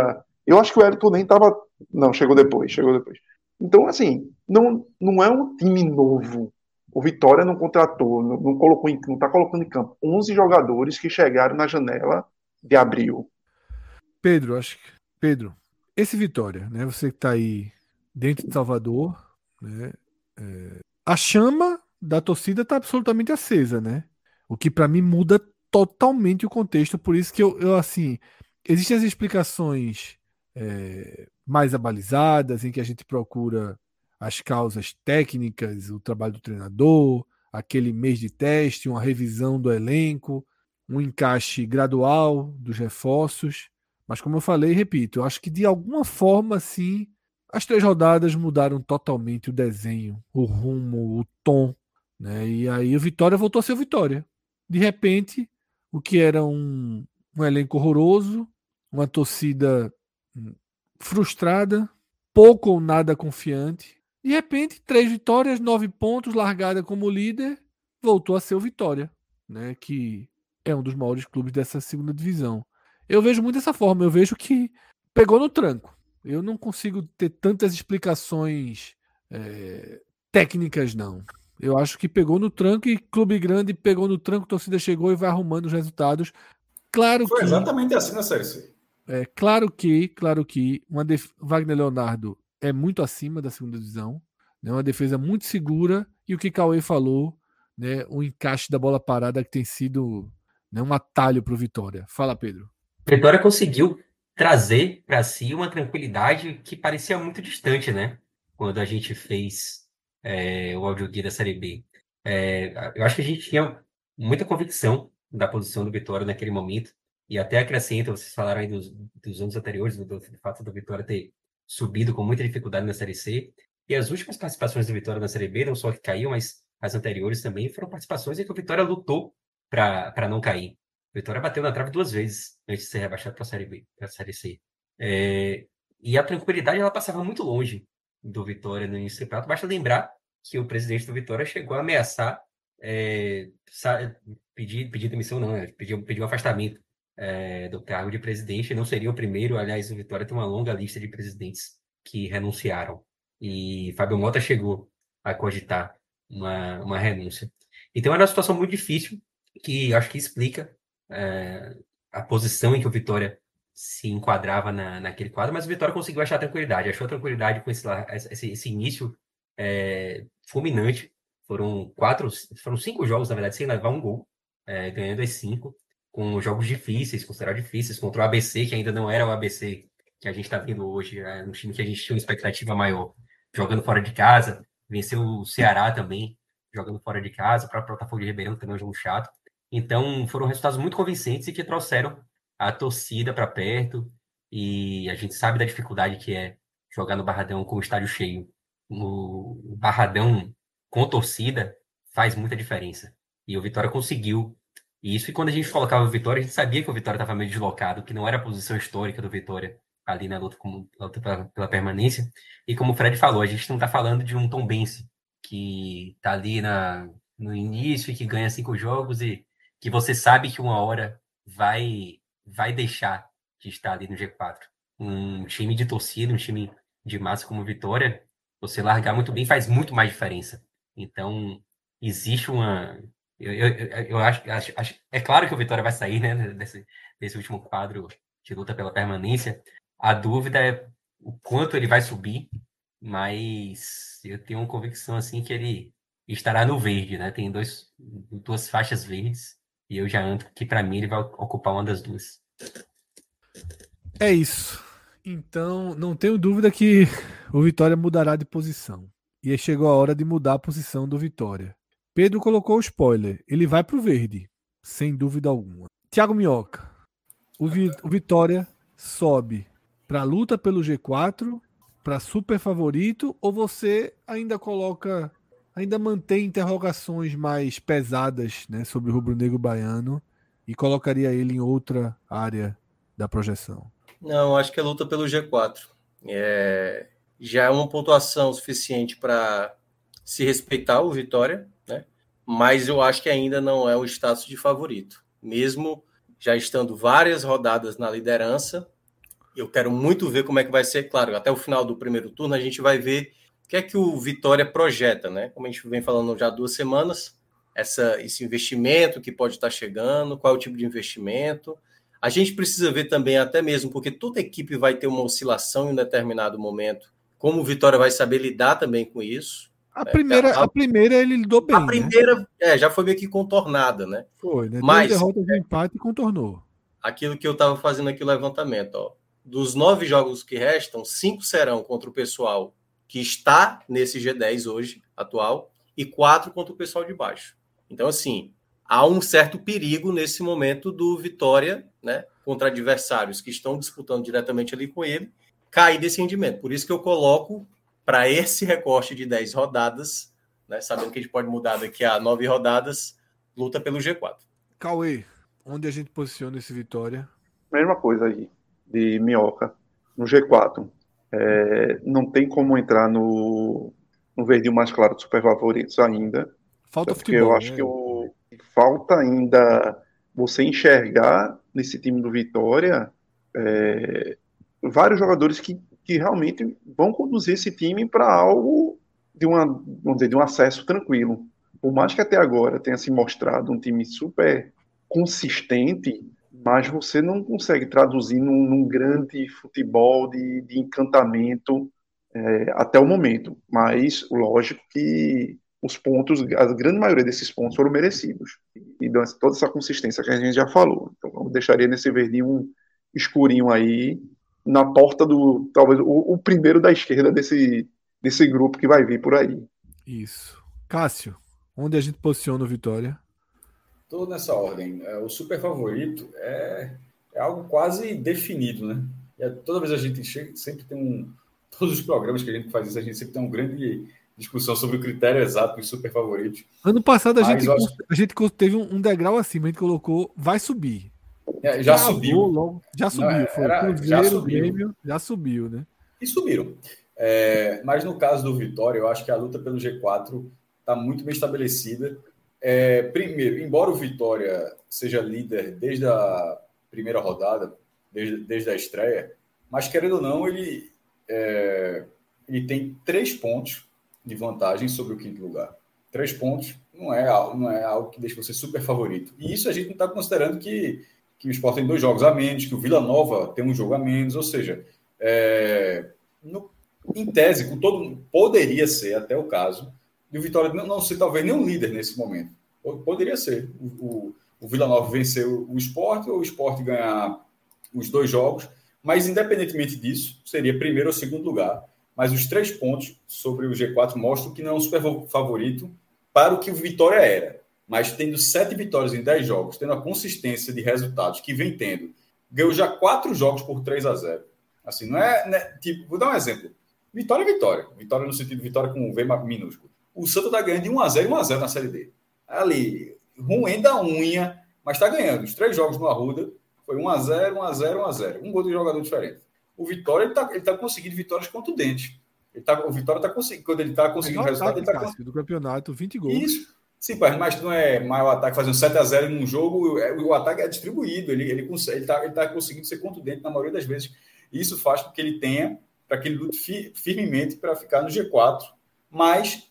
Eu acho que o Wellington nem estava... Não, chegou depois, chegou depois. Então, assim, não, não é um time novo. O Vitória não contratou, não, não colocou em, não está colocando em campo onze jogadores que chegaram na janela de abril.
Pedro, acho que... Pedro, esse Vitória, né? Você que está aí dentro de Salvador, né? É, a chama da torcida está absolutamente acesa, né? O que para mim muda totalmente o contexto. Por isso que eu, eu assim, existem as explicações é, mais abalizadas, em que a gente procura as causas técnicas, o trabalho do treinador, aquele mês de teste, uma revisão do elenco, um encaixe gradual dos reforços. Mas como eu falei, repito, eu acho que de alguma forma, sim, as três rodadas mudaram totalmente o desenho, o rumo, o tom, né? E aí o Vitória voltou a ser o Vitória. De repente, o que era um, um elenco horroroso, uma torcida frustrada, pouco ou nada confiante. De repente, três vitórias, nove pontos, largada como líder, voltou a ser o Vitória, né? Que é um dos maiores clubes dessa segunda divisão. Eu vejo muito dessa forma, eu vejo que pegou no tranco. Eu não consigo ter tantas explicações é, técnicas, não. Eu acho que pegou no tranco e clube grande pegou no tranco, a torcida chegou e vai arrumando os resultados. Claro
Foi
que,
exatamente assim na Série C.
É, claro que, claro que uma def... Wagner Leonardo é muito acima da segunda divisão, né? Uma defesa muito segura e o que Cauê falou, né? O encaixe da bola parada que tem sido, né, um atalho para o Vitória. Fala, Pedro.
Vitória conseguiu trazer para si uma tranquilidade que parecia muito distante, né? Quando a gente fez é, o audioguia da Série B. É, eu acho que a gente tinha muita convicção da posição do Vitória naquele momento, e até acrescento, vocês falaram aí dos, dos anos anteriores, do, do fato do Vitória ter subido com muita dificuldade na Série C, e as últimas participações do Vitória na Série B, não só que caiu, mas as anteriores também, foram participações em que o Vitória lutou para não cair. O Vitória bateu na trave duas vezes antes de ser rebaixado para a Série B, para a Série C. É, e a tranquilidade ela passava muito longe do Vitória no início do campeonato. Basta lembrar que o presidente do Vitória chegou a ameaçar é, pedir, pedir demissão, não, né? pedir, pedir um afastamento é, do cargo de presidente. Não seria o primeiro, aliás, o Vitória tem uma longa lista de presidentes que renunciaram. E Fábio Mota chegou a cogitar uma, uma renúncia. Então era uma situação muito difícil, que acho que explica é, a posição em que o Vitória se enquadrava na, naquele quadro, mas o Vitória conseguiu achar tranquilidade, achou tranquilidade com esse, esse, esse início é, fulminante. Foram quatro, foram cinco jogos, na verdade, sem levar um gol, é, ganhando as cinco, com jogos difíceis, considerados difíceis, contra o A B C, que ainda não era o A B C que a gente está vendo hoje, é um time que a gente tinha uma expectativa maior, jogando fora de casa, venceu o Ceará também, jogando fora de casa, para o Botafogo de Ribeirão, que também é um jogo chato. Então, foram resultados muito convincentes e que trouxeram a torcida para perto, e a gente sabe da dificuldade que é jogar no Barradão com o estádio cheio. O Barradão com torcida faz muita diferença. E o Vitória conseguiu isso, e quando a gente colocava o Vitória, a gente sabia que o Vitória estava meio deslocado, que não era a posição histórica do Vitória ali na luta, com, luta pela, pela permanência. E como o Fred falou, a gente não está falando de um Tombense que está ali na, no início e que ganha cinco jogos e que você sabe que uma hora vai, vai deixar de estar ali no G quatro. Um time de torcida, um time de massa como Vitória, você largar muito bem faz muito mais diferença. Então, existe uma... Eu, eu, eu acho, acho, acho... É claro que o Vitória vai sair, né, desse, desse último quadro de luta pela permanência. A dúvida é o quanto ele vai subir, mas eu tenho uma convicção assim que ele estará no verde, né? Tem dois, duas faixas verdes e eu já ando que para mim ele vai ocupar uma das duas.
É isso. Então, não tenho dúvida que o Vitória mudará de posição. E aí chegou a hora de mudar a posição do Vitória. Pedro colocou o spoiler. Ele vai pro verde, sem dúvida alguma. Thiago Minhoca. O, Vi- o Vitória sobe para a luta pelo G quatro, para super favorito, ou você ainda coloca, ainda mantém interrogações mais pesadas, né, sobre o rubro-negro baiano e colocaria ele em outra área da projeção?
Não, acho que é luta pelo G quatro. É, já é uma pontuação suficiente para se respeitar o Vitória, né? Mas eu acho que ainda não é o status de favorito. Mesmo já estando várias rodadas na liderança, eu quero muito ver como é que vai ser, claro, até o final do primeiro turno a gente vai ver o que é que o Vitória projeta, né? Como a gente vem falando já há duas semanas, essa, esse investimento que pode estar chegando, qual é o tipo de investimento. A gente precisa ver também, até mesmo, porque toda equipe vai ter uma oscilação em um determinado momento, como o Vitória vai saber lidar também com isso.
A,
né?
primeira, a, a primeira ele lidou bem.
A primeira
né?
é, já foi meio que contornada, né?
Foi, né?
Mas
duas derrotas de empate e contornou.
Aquilo que eu estava fazendo aqui o levantamento, ó. Dos nove jogos que restam, cinco serão contra o pessoal que está nesse G dez hoje, atual, e quatro contra o pessoal de baixo. Então, assim, há um certo perigo nesse momento do Vitória, né, contra adversários que estão disputando diretamente ali com ele, cair desse rendimento. Por isso que eu coloco para esse recorte de dez rodadas, né, sabendo que a gente pode mudar daqui a nove rodadas, luta pelo G quatro.
Cauê, onde a gente posiciona esse Vitória?
Mesma coisa aí, de Minhoca, no G quatro. É, não tem como entrar no, no verdinho mais claro dos super favoritos ainda.
Falta
porque
futebol,
eu acho
né?
que o, falta ainda você enxergar nesse time do Vitória é, vários jogadores que, que realmente vão conduzir esse time para algo de, uma, vamos dizer, de um acesso tranquilo. Por mais que até agora tenha se mostrado um time super consistente, mas você não consegue traduzir num, num grande futebol de, de encantamento é, até o momento. Mas, lógico que os pontos, a grande maioria desses pontos foram merecidos. E dão toda essa consistência que a gente já falou. Então, eu deixaria nesse verdinho escurinho aí, na porta do, talvez, o, o primeiro da esquerda desse, desse grupo que vai vir por aí.
Isso. Cássio, onde a gente posiciona o Vitória?
Tô nessa ordem. O super favorito é, é algo quase definido, né? E toda vez a gente chega, sempre tem um... Todos os programas que a gente faz isso, a gente sempre tem uma grande discussão sobre o critério exato dos super favoritos.
Ano passado a, gente,
acho...
a gente teve um degrau acima, a gente colocou vai subir.
É, já
Travou
subiu.
Logo, já subiu.
Não,
foi
era,
Cruzeiro,
já subiu.
Grêmio, já subiu, né?
E subiram. É, mas no caso do Vitória, eu acho que a luta pelo G quatro está muito bem estabelecida. É, primeiro, embora o Vitória seja líder desde a primeira rodada, desde, desde a estreia, mas querendo ou não, ele, é, ele tem três pontos de vantagem sobre o quinto lugar. Três pontos não é, não é algo que deixa você super favorito. E isso a gente não está considerando que, que o Sport tem dois jogos a menos, que o Vila Nova tem um jogo a menos, ou seja, é, no, em tese, com todo, poderia ser até o caso de o Vitória não, não ser talvez nem um líder nesse momento. Poderia ser. O, o, o Vila Nova vencer o, o Sport ou o Sport ganhar os dois jogos, mas independentemente disso, seria primeiro ou segundo lugar. Mas os três pontos sobre o G quatro mostram que não é um super favorito para o que o Vitória era. Mas tendo sete vitórias em dez jogos, tendo a consistência de resultados que vem tendo, ganhou já quatro jogos por três a zero. Assim, não é, né, tipo, vou dar um exemplo. Vitória é vitória. Vitória no sentido de vitória com V minúsculo. O Santa está ganhando de um a zero e um a zero na Série D. Ali, ruim da unha, mas está ganhando. Os três jogos no Arruda foi um a zero, um a zero, um a zero. Um gol de jogador diferente. O Vitória está ele tá conseguindo vitórias contundentes. Ele tá, o Vitória está conseguindo. Quando ele está conseguindo resultado, ele está conseguindo.
Do campeonato, vinte gols.
Isso. Sim, mas não é maior ataque fazendo sete a zero em um jogo. O, o ataque é distribuído. Ele ele está ele tá, ele tá conseguindo ser contundente na maioria das vezes. E isso faz com que ele tenha, para que ele lute fi, firmemente para ficar no G quatro, mas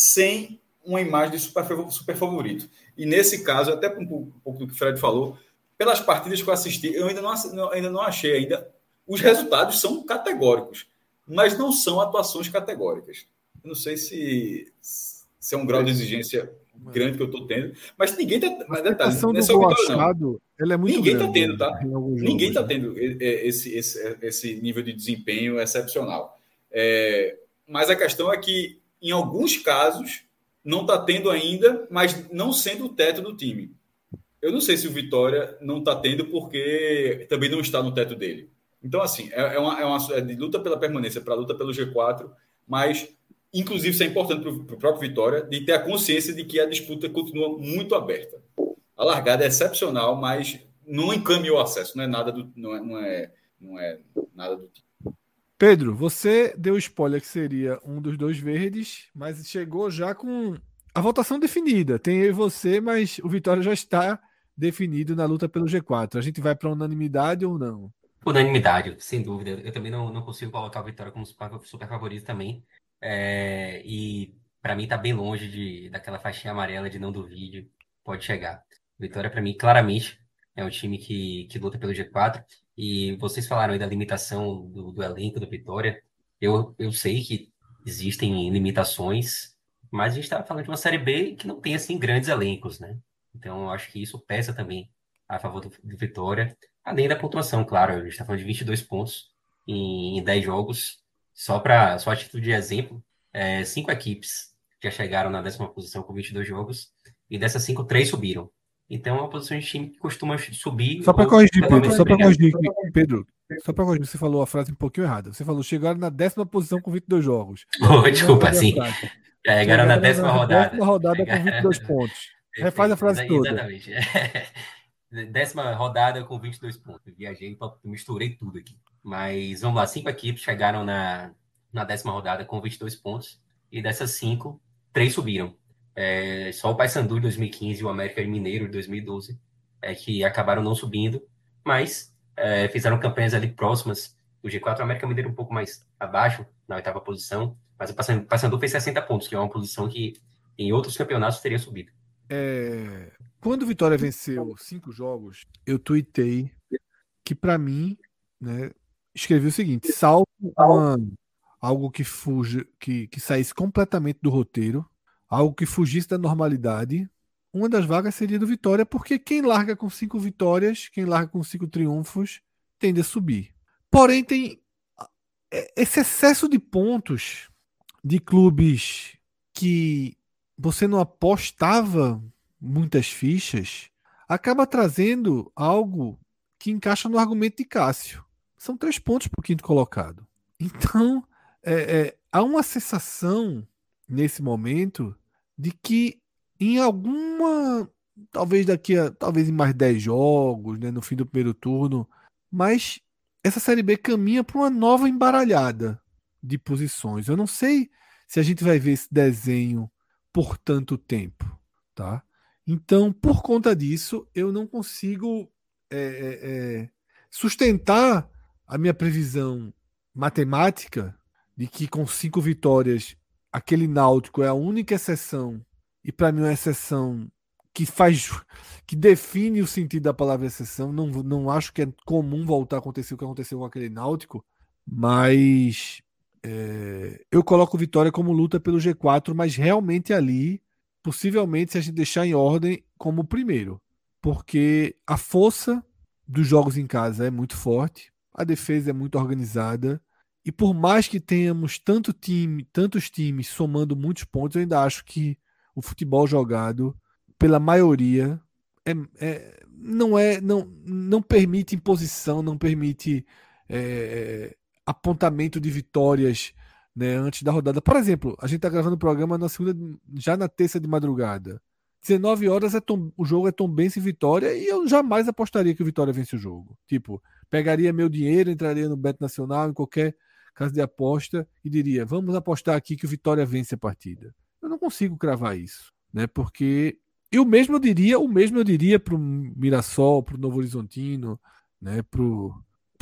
sem uma imagem de super, super favorito. E nesse caso, até um pouco, um pouco do que o Fred falou, pelas partidas que eu assisti, eu ainda não, ainda não achei ainda. Os resultados são categóricos, mas não são atuações categóricas. Eu não sei se, se é um grau de exigência grande que eu estou tendo, mas ninguém está. Mas detalhe, não é só o Vitória, não.
Ela é muito
ninguém
está
tendo, tá? Ninguém está
né?
tendo esse, esse, esse nível de desempenho excepcional. É, mas a questão é que, em alguns casos, não está tendo ainda, mas não sendo o teto do time. Eu não sei se o Vitória não está tendo porque também não está no teto dele. Então, assim, é, é, uma, é uma é de luta pela permanência para luta pelo G quatro, mas, inclusive, isso é importante para o próprio Vitória, de ter a consciência de que a disputa continua muito aberta. A largada é excepcional, mas não encaminhou o acesso, não é nada do, não é, não é, não é nada do tipo.
Pedro, você deu spoiler que seria um dos dois verdes, mas chegou já com a votação definida. Tem eu e você, mas o Vitória já está definido na luta pelo G quatro. A gente vai para unanimidade ou não?
Unanimidade, sem dúvida. Eu também não, não consigo colocar o Vitória como super, super favorito também. É, e para mim tá bem longe de, daquela faixinha amarela de não duvide, pode chegar. Vitória, para mim, claramente é um time que, que luta pelo G quatro. E vocês falaram aí da limitação do, do elenco do Vitória. Eu, eu sei que existem limitações, mas a gente está falando de uma Série B que não tem assim grandes elencos, né? Então eu acho que isso pesa também a favor do, do Vitória. Além da pontuação, claro, a gente está falando de vinte e dois pontos em, em dez jogos. Só para só a título de exemplo, é, cinco equipes já chegaram na décima posição com vinte e dois jogos, e dessas cinco, três subiram. Então é uma posição de time que costuma subir.
Só para
ou
corrigir,
pelo
Pedro,
menos
só para
brigar.
corrigir, Pedro, só para corrigir, você falou a frase um pouquinho errada. Você falou, chegaram na décima posição com vinte e dois jogos.
Oh, desculpa,
Não,
sim.
frase.
Já chegaram na
Chegaram
décima rodada.
décima rodada com
Chegaram-
vinte e dois pontos. Refaz a frase
Perfeito,
toda.
exatamente. Décima rodada com vinte e dois pontos. Viajei, misturei tudo aqui. Mas vamos lá, cinco equipes chegaram na, na décima rodada com vinte e dois pontos. E dessas cinco, três subiram. É, só o Paysandu de dois mil e quinze e o América Mineiro de dois mil e doze é que acabaram não subindo, mas é, fizeram campanhas ali próximas do G quatro. O América Mineiro um pouco mais abaixo, na oitava posição. Mas o Paysandu Paysandu fez sessenta pontos, que é uma posição que em outros campeonatos teria subido.
É, quando o Vitória venceu cinco jogos, eu tuitei que, para mim, né, escrevi o seguinte: salvo uma, algo que fuja, que, que saísse completamente do roteiro, algo que fugisse da normalidade, uma das vagas seria do Vitória, porque quem larga com cinco vitórias, quem larga com cinco triunfos, tende a subir. Porém, tem é, esse excesso de pontos de clubes que você não apostava muitas fichas, acaba trazendo algo que encaixa no argumento de Cássio. São três pontos para o quinto colocado. Então, é, é, há uma sensação nesse momento de que em alguma, talvez daqui a, talvez em mais dez jogos, né, no fim do primeiro turno, mas essa Série B caminha para uma nova embaralhada de posições. Eu não sei se a gente vai ver esse desenho por tanto tempo, tá? Então, por conta disso, eu não consigo é, é, é, sustentar a minha previsão matemática de que com cinco vitórias aquele Náutico é a única exceção, e para mim é uma exceção que faz, que define o sentido da palavra exceção. Não, não acho que é comum voltar a acontecer o que aconteceu com aquele Náutico, mas é, eu coloco o Vitória como luta pelo G quatro, mas realmente ali, possivelmente, se a gente deixar em ordem, como o primeiro, porque a força dos jogos em casa é muito forte, a defesa é muito organizada, e por mais que tenhamos tanto time, tantos times somando muitos pontos, eu ainda acho que o futebol jogado, pela maioria, é, é, não, é, não, não permite imposição, não permite é, apontamento de vitórias, né, antes da rodada. Por exemplo, a gente está gravando o programa na segunda, já na terça de madrugada. dezenove horas é tom, o jogo é Tombense e Vitória, e eu jamais apostaria que o Vitória vence o jogo. Tipo, pegaria meu dinheiro, entraria no Beto Nacional, em qualquer casa de aposta, e diria, vamos apostar aqui que o Vitória vence a partida. Eu não consigo cravar isso, né? Porque eu mesmo eu diria, o mesmo eu diria para o Mirassol, para o Novo Horizontino, né? Para o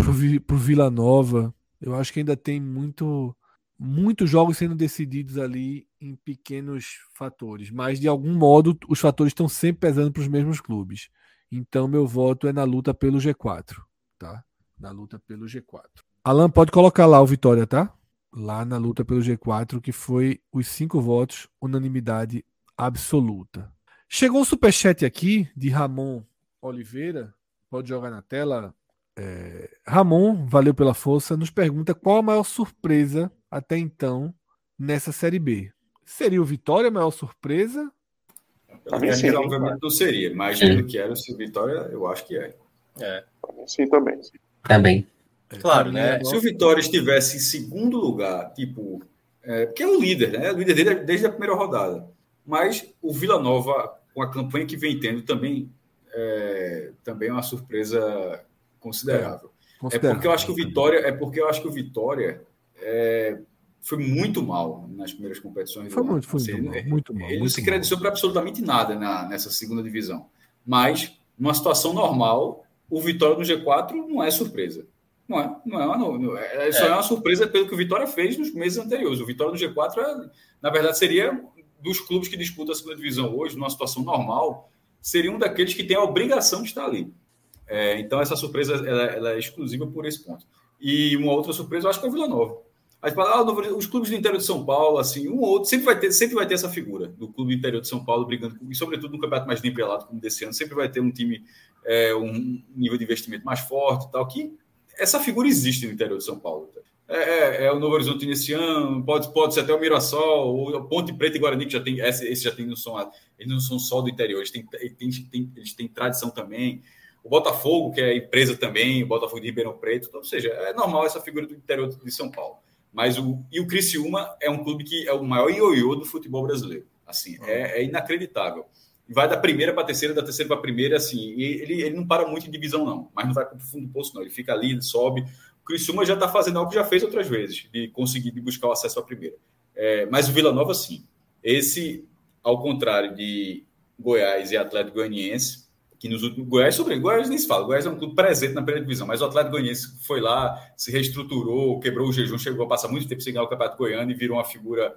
Vila Nova. Eu acho que ainda tem muito, muitos jogos sendo decididos ali em pequenos fatores, mas de algum modo os fatores estão sempre pesando para os mesmos clubes. Então meu voto é na luta pelo G quatro, tá? Na luta pelo G quatro. Alan, pode colocar lá o Vitória, tá? Lá na luta pelo G quatro, que foi os cinco votos, unanimidade absoluta. Chegou um superchat aqui de Ramon Oliveira, pode jogar na tela. É... Ramon, valeu pela força, nos pergunta qual a maior surpresa até então nessa Série B. Seria o Vitória a maior surpresa?
Pra mim,
É,
sim.
obviamente não seria, mas eu quero se Vitória, eu acho que é.
É.
Pra mim, sim, também.
Também.
Claro,
É,
né?
Se o Vitória estivesse em segundo lugar, tipo, é, porque é o líder, né? É o líder dele desde a primeira rodada. Mas o Vila Nova, com a campanha que vem tendo, também é, também é uma surpresa considerável. É, é porque eu acho que o Vitória, é porque eu acho que o Vitória é, foi muito mal nas primeiras competições.
Foi
do
muito,
ano.
foi
Assim,
muito
ele,
mal, muito mal.
Ele
muito
não se
mal.
credenciou para absolutamente nada na, nessa segunda divisão. Mas, numa situação normal, o Vitória no G quatro não é surpresa. Não é, não é, uma, não, é, só é. é uma surpresa pelo que o Vitória fez nos meses anteriores. O Vitória no G quatro, é, na verdade, seria dos clubes que disputam a segunda divisão hoje, numa situação normal, seria um daqueles que tem a obrigação de estar ali. É, então, essa surpresa ela, ela é exclusiva por esse ponto. E uma outra surpresa, eu acho que é o Vila Nova. Aí fala, ah, os clubes do interior de São Paulo, assim, um ou outro, sempre vai ter, sempre vai ter essa figura do clube do interior de São Paulo brigando, e sobretudo no campeonato mais nivelado como desse ano, sempre vai ter um time, é, um nível de investimento mais forte e tal, que essa figura existe no interior de São Paulo. É, é, é o Novo Horizonte nesse ano, pode, pode ser até o Mirassol, ou Ponte Preta e Guarani, que já tem, esse, esse já tem, não são, eles não são só do interior, eles têm, eles têm, eles têm tradição também. O Botafogo, que é empresa também, o Botafogo de Ribeirão Preto, então, ou seja, é normal essa figura do interior de São Paulo. Mas o, e o Criciúma é um clube que é o maior ioiô do futebol brasileiro. Assim, é, é inacreditável. Vai da primeira para a terceira, da terceira para a primeira, assim, e ele, ele não para muito em divisão, não, mas não vai para o fundo do poço, não. Ele fica ali, ele sobe. O Criciúma já está fazendo algo que já fez outras vezes, de conseguir de buscar o acesso à primeira. É, mas o Vila Nova, sim. Esse, ao contrário de Goiás e Atlético Goianiense, que nos últimos... Goiás, sobre Goiás nem se fala. Goiás é um clube presente na primeira divisão, mas o Atlético Goianiense foi lá, se reestruturou, quebrou o jejum, chegou a passar muito tempo sem ganhar o Campeonato Goiano e virou uma figura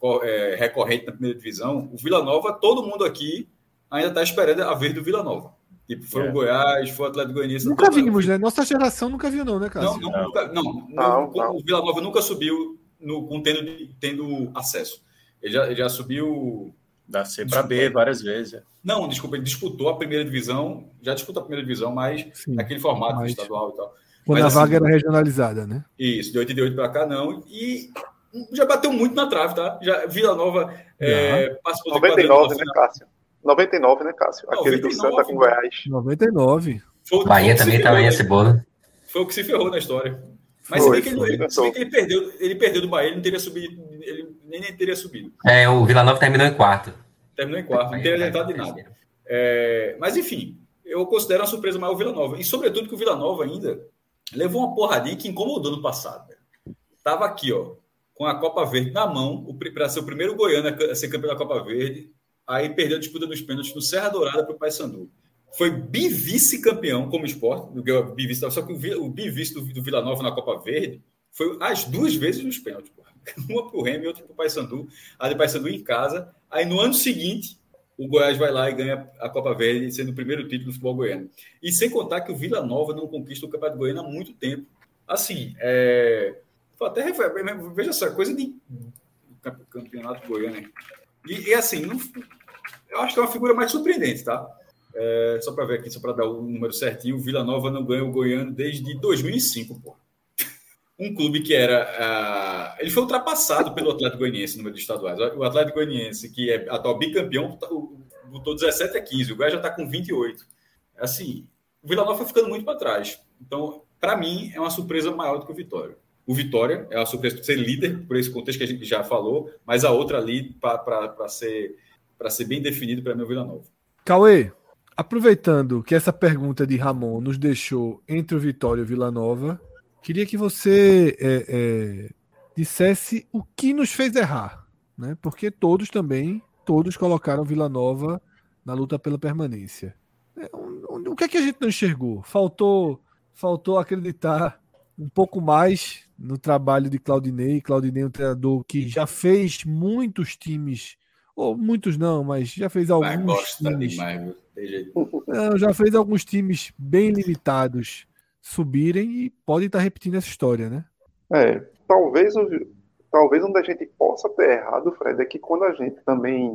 é, recorrente na primeira divisão. O Vila Nova, todo mundo aqui ainda está esperando a vez do Vila Nova. Tipo, foi é. o Goiás, foi o Atlético Goianiense.
Nunca vimos, né? Nossa geração nunca viu, não, né, Cássio?
Não, não, nunca, não, não, não, não. O Vila Nova nunca subiu no, com tendo, tendo acesso. Ele já, ele já subiu...
Da C para B várias vezes. É.
Não, desculpa, ele disputou a primeira divisão, já disputou a primeira divisão, mas Sim, naquele formato mas... estadual e tal.
Quando mas, a vaga assim, era regionalizada, né?
Isso, de oitenta e oito para cá, não. E já bateu muito na trave, tá? Já, Vila Nova é,
participou noventa e nove, né, Cássio? noventa e nove, né, Cássio? Aquele noventa e nove, do Santa com Goiás.
noventa e nove.
Foi, Bahia também estava em cebola.
Foi o que se ferrou na história. Mas foi, se bem que, ele, se bem que ele, perdeu, ele perdeu do Bahia, ele não teria subido, ele nem, nem teria subido.
É, o Vila Nova terminou em quarto.
Terminou em quarto, não teria entrado de nada. É, mas, enfim, eu considero uma surpresa maior o Vila Nova. E, sobretudo, que o Vila Nova ainda levou uma porradinha que incomodou no passado. Velho. Tava aqui, ó, com a Copa Verde na mão, para ser o primeiro goiano a ser campeão da Copa Verde. Aí perdeu a disputa dos pênaltis no Serra Dourada para o Paysandu. Foi bivice-campeão como esporte, bivice, só que o bivice do, do Vila Nova na Copa Verde foi as duas vezes nos pênaltis. Porra. Uma para o Remo e outra para o Paysandu. A de Paysandu em casa. Aí no ano seguinte, o Goiás vai lá e ganha a Copa Verde, sendo o primeiro título do futebol goiano. E sem contar que o Vila Nova não conquista o Campeonato Goiano há muito tempo. Assim, é... até veja essa coisa de campeonato goiano. E, e assim, não... eu acho que é uma figura mais surpreendente, tá? É... Só para ver aqui, só para dar o número certinho, o Vila Nova não ganha o Goiano desde dois mil e cinco, pô. Um clube que era... Uh, ele foi ultrapassado pelo Atlético Goianiense no número de estaduais. O Atlético Goianiense, que é atual bicampeão, botou dezessete a quinze. O Goiás já está com vinte e oito. Assim, o Vila Nova foi ficando muito para trás. Então, para mim, é uma surpresa maior do que o Vitória. O Vitória é uma surpresa por ser líder, por esse contexto que a gente já falou, mas a outra ali, para ser, ser bem definido, para mim, é o Vila Nova.
Cauê, aproveitando que essa pergunta de Ramon nos deixou entre o Vitória e o Vila Nova... Queria que você é, é, dissesse o que nos fez errar, né? Porque todos também, todos colocaram Vila Nova na luta pela permanência. É, o, o que é que a gente não enxergou? Faltou, faltou acreditar um pouco mais no trabalho de Claudinei. Claudinei é um treinador que já fez muitos times, ou muitos não, mas já fez alguns
gosta
times.
Demais,
não, já fez alguns times bem limitados subirem e pode estar repetindo essa história, né?
É, talvez, talvez onde a gente possa ter errado, Fred, é que quando a gente também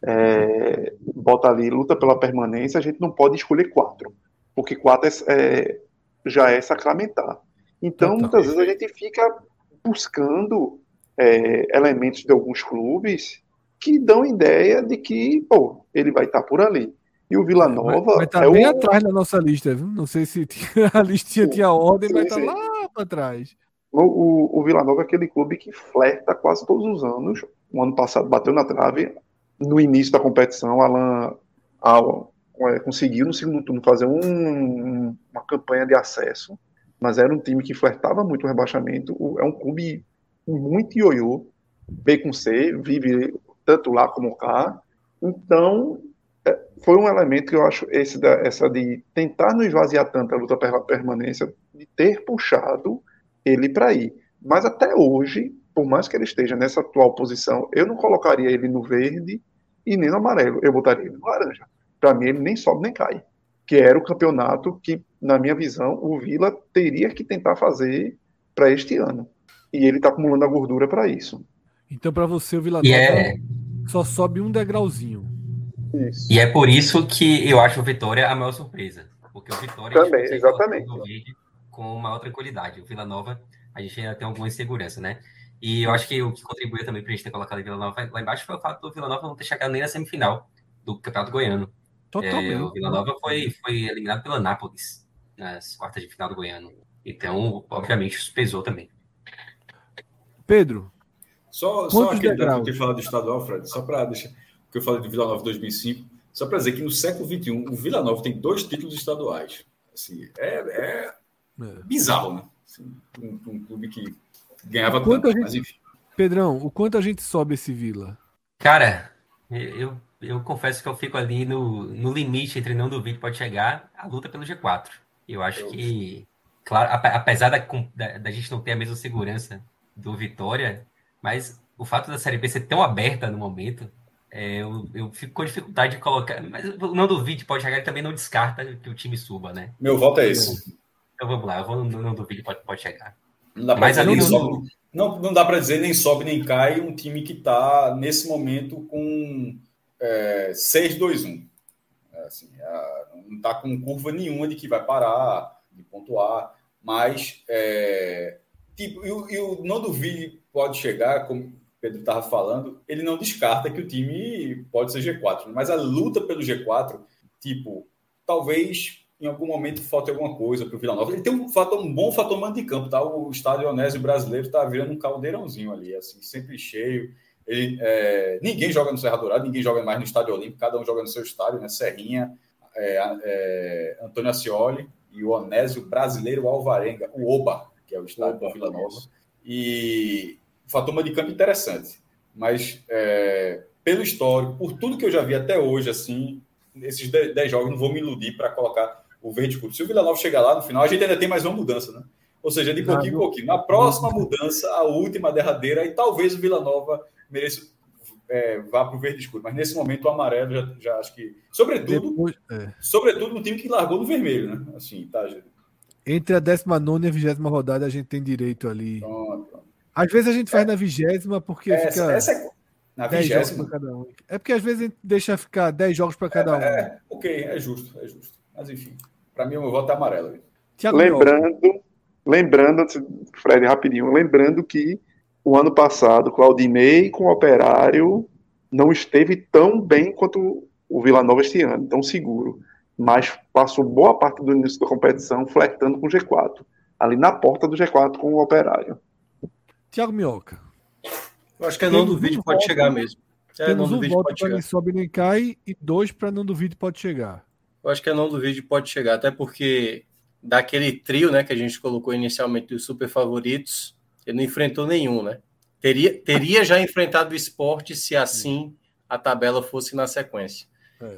é, bota ali luta pela permanência, a gente não pode escolher quatro, porque quatro é, é, já é sacramentar. Então, Total. muitas vezes a gente fica buscando é, elementos de alguns clubes que dão ideia de que, pô, ele vai estar por ali. E o Vila Nova...
Mas tá
é
bem
o...
atrás da nossa lista, viu? Não sei se tinha, a listinha sim, tinha ordem, sim, mas tá sim. lá para trás.
O, o, o Vila Nova é aquele clube que flerta quase todos os anos. O ano passado bateu na trave. No início da competição, Alan Al, é, conseguiu no segundo turno fazer um, uma campanha de acesso, mas era um time que flertava muito o rebaixamento. O, é um clube muito ioiô, B com C, vive tanto lá como cá. Então... foi um elemento que eu acho, esse da, essa de tentar não esvaziar tanto a luta pela permanência, de ter puxado ele para aí. Mas até hoje, por mais que ele esteja nessa atual posição, eu não colocaria ele no verde e nem no amarelo. Eu botaria ele no laranja. Para mim, ele nem sobe nem cai. Que era o campeonato que, na minha visão, o Vila teria que tentar fazer para este ano. E ele está acumulando a gordura para isso.
Então, para você, o Vila Nova
é...
só sobe um degrauzinho.
Isso.
E é por isso que eu acho o Vitória a maior surpresa. Porque o Vitória
também, exatamente,
com maior tranquilidade. O Vila Nova, a gente ainda tem alguma insegurança, né? E eu acho que o que contribuiu também para a gente ter colocado o Vila Nova lá embaixo foi o fato do Vila Nova não ter chegado nem na semifinal do Campeonato Goiano.
Totalmente.
É, o Vila Nova foi, foi eliminado pela Nápoles nas quartas de final do Goiano. Então, obviamente, isso pesou também.
Pedro,
Só, só aquele dado que eu tinha falado do estadual, Fred, só para deixar, que eu falei do Vila Nova dois mil e cinco, só para dizer que no século vinte e um, o Vila Nova tem dois títulos estaduais. Assim, é, é, é bizarro, né? Assim, um, um clube que ganhava
tanto,
tanto,
gente,
mas enfim.
Pedrão, o quanto a gente sobe esse Vila?
Cara, eu, eu confesso que eu fico ali no, no limite entre não duvido pode chegar a luta pelo G quatro. Eu acho eu... que, claro, apesar da, da, da gente não ter a mesma segurança do Vitória, mas o fato da Série B ser tão aberta no momento, é, eu, eu fico com dificuldade de colocar. Mas não duvide pode chegar e também não descarta que o time suba, né?
Meu voto é esse.
Então vamos lá, eu vou não, não duvide pode, pode chegar.
Não dá para dizer, nem sobe, não, não dá para dizer nem sobe nem cai um time que está nesse momento com é, seis dois um. É, assim, é, não está com curva nenhuma de que vai parar, de pontuar, mas é, tipo, e, e o não duvide pode chegar, como o Pedro estava falando, ele não descarta que o time pode ser G quatro, mas a luta pelo G quatro, tipo, talvez em algum momento falte alguma coisa para o Vila Nova. Ele tem um, fator, um bom fator mando de campo, tá? O estádio Onésio brasileiro está virando um caldeirãozinho ali, assim, sempre cheio. Ele, é, ninguém joga no Serra Dourada, ninguém joga mais no Estádio Olímpico, cada um joga no seu estádio, né? Serrinha, é, é, Antônio Ascioli e o Onésio brasileiro Alvarenga, o Oba, que é o estádio Oba, do Vila Nova. E fator mando de campo interessante, mas é, pelo histórico, por tudo que eu já vi até hoje, assim, esses dez jogos, não vou me iludir para colocar o verde escuro. Se o Vila Nova chegar lá no final, a gente ainda tem mais uma mudança, né? Ou seja, de pouquinho em pouquinho. Na próxima mudança, a última, a derradeira, e talvez o Vila Nova mereça, é, vá para o verde escuro. Mas nesse momento, o amarelo já, já acho que... Sobretudo, Depois, é. sobretudo no time que largou no vermelho, né? Assim, tá, gente?
Entre a décima nona e a vigésima rodada, a gente tem direito ali. Pronto, pronto. Às vezes a gente faz é. na vigésima, porque
essa,
fica...
Essa é... Na vigésima.
Cada um. É porque às vezes a gente deixa ficar dez jogos para cada
é,
um.
É, ok, é justo, é justo. Mas enfim, para mim o meu voto é amarelo.
Thiago lembrando, lembrando, Fred, rapidinho, lembrando que o ano passado, Claudinei com o Operário não esteve tão bem quanto o Vila Nova este ano, tão seguro. Mas passou boa parte do início da competição flertando com o G quatro. Ali na porta do G quatro com o Operário.
Thiago Minhoca.
Eu acho que é não duvide um pode voto, chegar mesmo. É,
temos
não
um voto para nem sobe nem cai e dois para não duvide pode chegar.
Eu acho que é não duvide pode chegar, até porque daquele trio, né, que a gente colocou inicialmente dos super favoritos, ele não enfrentou nenhum, né? Teria, teria já enfrentado o Sport se assim a tabela fosse na sequência. É.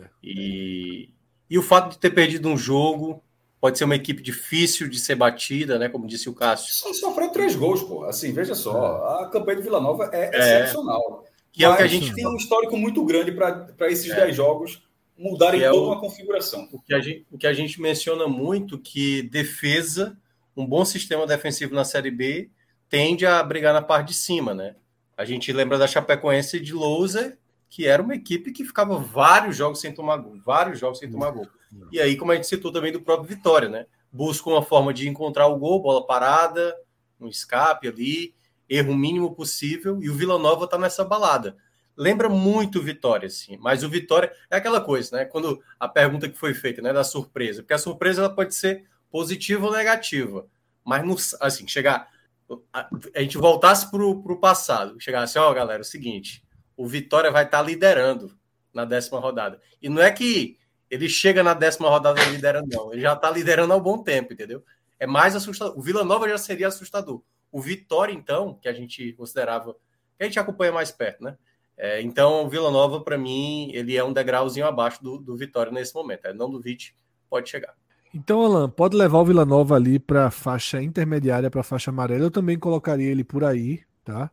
E, e o fato de ter perdido um jogo pode ser uma equipe difícil de ser batida, né? Como disse o Cássio.
Só sofreu três gols, pô. Assim, veja só, a campanha do Vila Nova é, é. excepcional.
Que é o que a gente
tem um histórico muito grande para esses é. dez jogos mudarem é toda o, uma configuração.
O que, a gente, o que a gente menciona muito, que defesa, um bom sistema defensivo na Série B, tende a brigar na parte de cima, né? A gente lembra da Chapecoense de Lousa, que era uma equipe que ficava vários jogos sem tomar gol, vários jogos sem tomar gol. E aí, como a gente citou também do próprio Vitória, né? Busca uma forma de encontrar o gol, bola parada, um escape ali, erro mínimo possível, e o Vila Nova tá nessa balada. Lembra muito o Vitória, assim, mas o Vitória é aquela coisa, né? Quando a pergunta que foi feita, né, da surpresa, porque a surpresa ela pode ser positiva ou negativa, mas não, assim, chegar, a, a gente voltasse pro, pro passado, chegasse, ó, galera, é o seguinte, o Vitória vai estar tá liderando na décima rodada. E não é que ele chega na décima rodada liderando, não. Ele já está liderando há um bom tempo, entendeu? É mais assustador. O Vila Nova já seria assustador. O Vitória, então, que a gente considerava, que a gente acompanha mais perto, né? É, então, o Vila Nova, para mim, ele é um degrauzinho abaixo do, do Vitória nesse momento. É, não duvide, pode chegar.
Então, Alan, pode levar o Vila Nova ali para a faixa intermediária, para a faixa amarela. Eu também colocaria ele por aí, tá?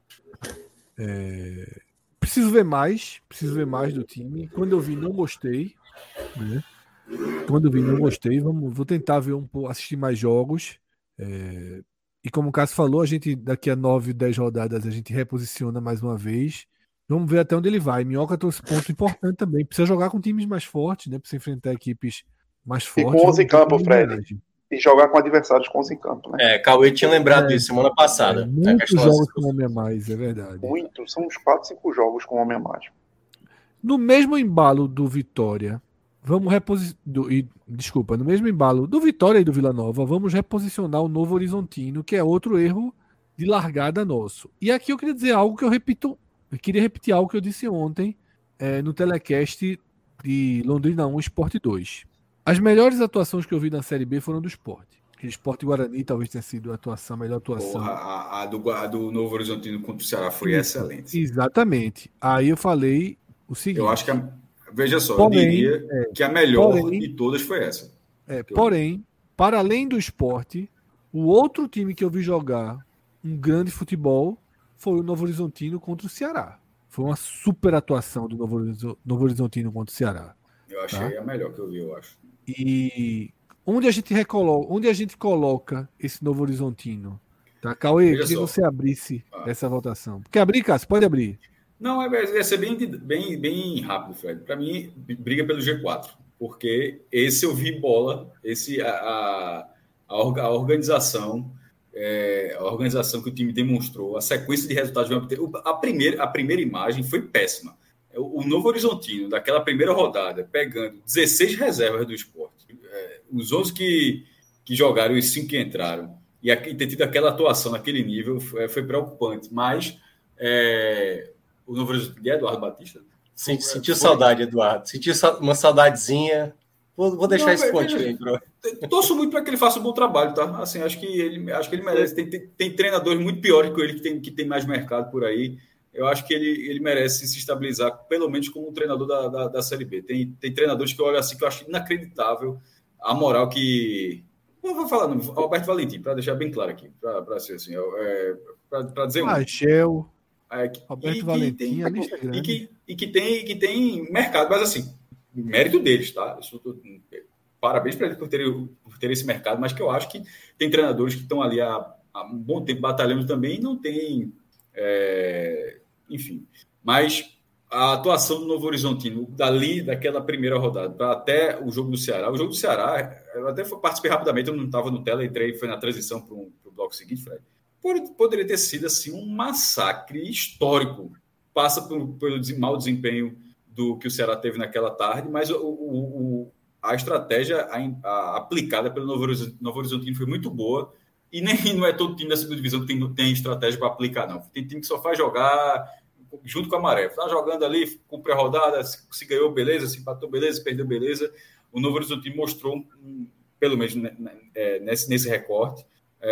É... Preciso ver mais, preciso ver mais do time. Quando eu vi, não gostei, né? Quando eu vi, não gostei. Vamos, vou tentar ver um pouco, assistir mais jogos. É... E como o Cássio falou, a gente daqui a nove, dez rodadas a gente reposiciona mais uma vez. Vamos ver até onde ele vai. Minhoca trouxe ponto importante também. Precisa jogar com times mais fortes, né? Precisa enfrentar equipes mais
E
fortes.
com onze em campo, Fred. E jogar com adversários com onze em campo, né?
É, Cauê tinha lembrado
É,
disso semana passada.
É,
A
muitos
questão
jogos
das-
com homem a mais, é verdade.
Muito, são uns quatro, cinco jogos com homem a mais.
No mesmo embalo do Vitória, vamos reposicionar. Desculpa, no mesmo embalo do Vitória e do Vila Nova, vamos reposicionar o Novo Horizontino, que é outro erro de largada nosso. E aqui eu queria dizer algo que eu repito. Eu queria repetir algo que eu disse ontem é, no telecast de Londrina um Sport dois. As melhores atuações que eu vi na Série B foram do Sport. O Sport Guarani talvez tenha sido a atuação, a melhor atuação.
Porra, a, a, do, a do Novo Horizontino contra o Ceará foi
Isso,
excelente.
Exatamente. Aí eu falei o seguinte.
Eu acho que, a, veja só,
Porém,
eu diria
é,
que a melhor
porém-
de todas foi essa.
É, porém, para além do Sport, o outro time que eu vi jogar um grande futebol foi o Novo Horizontino contra o Ceará. Foi uma super atuação do Novo, Horizo- Novo Horizontino contra o Ceará.
Eu achei a melhor que eu vi, eu acho.
E onde a gente recoloca, onde a gente coloca esse Novo Horizontino? Tá, Cauê,
Veja
queria que
só.
você abrisse
Ah.
essa votação. Quer abrir, Cássio? Pode abrir.
Não, é, vai ser bem, bem, bem rápido, Fred. Para mim, briga pelo G quatro, porque esse eu vi bola, esse a, a, a orga- a organização, é, a organização que o time demonstrou, a sequência de resultados, a primeira, a primeira imagem foi péssima. O, o Novo Horizontino, daquela primeira rodada, pegando dezesseis reservas do Sport, é, os onze que, que jogaram e os cinco que entraram, e, aqui, ter tido aquela atuação naquele nível foi, foi preocupante, mas é, o Novo Horizontino de Eduardo Batista.
Senti-
Foi-
Sentiu
foi-
saudade, Eduardo. Sentiu sa- uma saudadezinha. Vou, vou deixar
Não,
esse
veja-
pontinho aí, bro.
Torço muito para que ele faça um bom trabalho, tá? Assim, acho que ele, acho que ele merece. Tem, tem, tem treinadores muito piores que ele que tem, que tem mais mercado por aí. Eu acho que ele, ele merece se estabilizar, pelo menos como um treinador da, da, da Série B. Tem, tem treinadores que eu olho assim que eu acho inacreditável a moral que. Não vou falar, não. Alberto Valentim, para deixar bem claro aqui, para ser assim, é, para dizer um.
Ah, Gel,
É, que-
Roberto
e que
Valentim,
tem-
a lista é
e
grande.
que, e que tem, que tem mercado, mas assim, mérito deles, tá? Isso, tudo- parabéns para eles por terem, por terem esse mercado, mas que eu acho que tem treinadores que estão ali há, há um bom tempo batalhando também e não tem. É, enfim. Mas a atuação do Novo Horizontino, dali, daquela primeira rodada, para até o jogo do Ceará. O jogo do Ceará, eu até participei rapidamente, eu não estava no tela, entrei, foi na transição para o bloco seguinte, Fred. Poderia ter sido assim um massacre histórico. Passa pelo, pelo mau desempenho do que o Ceará teve naquela tarde, mas o, o, o, a estratégia a, a, aplicada pelo Novo Horizontino, Novo Horizontino foi muito boa. E nem não é todo time da segunda divisão que tem, tem estratégia para aplicar, não. Tem time que só faz jogar junto com a maré. Está jogando ali, com pré-rodada, se, se ganhou, beleza, se empatou, beleza, se perdeu, beleza. O Novo Horizontino mostrou, um, pelo menos é, nesse, nesse recorte,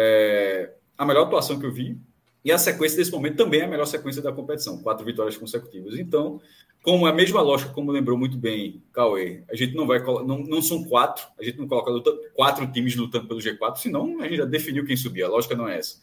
é, a melhor atuação que eu vi. E a sequência desse momento também é a melhor sequência da competição. Quatro vitórias consecutivas. Então, como a mesma lógica, como lembrou muito bem Cauê, a gente não vai não, não são quatro, a gente não coloca lutando, quatro times lutando pelo G quatro, senão a gente já definiu quem subir. A lógica não é essa.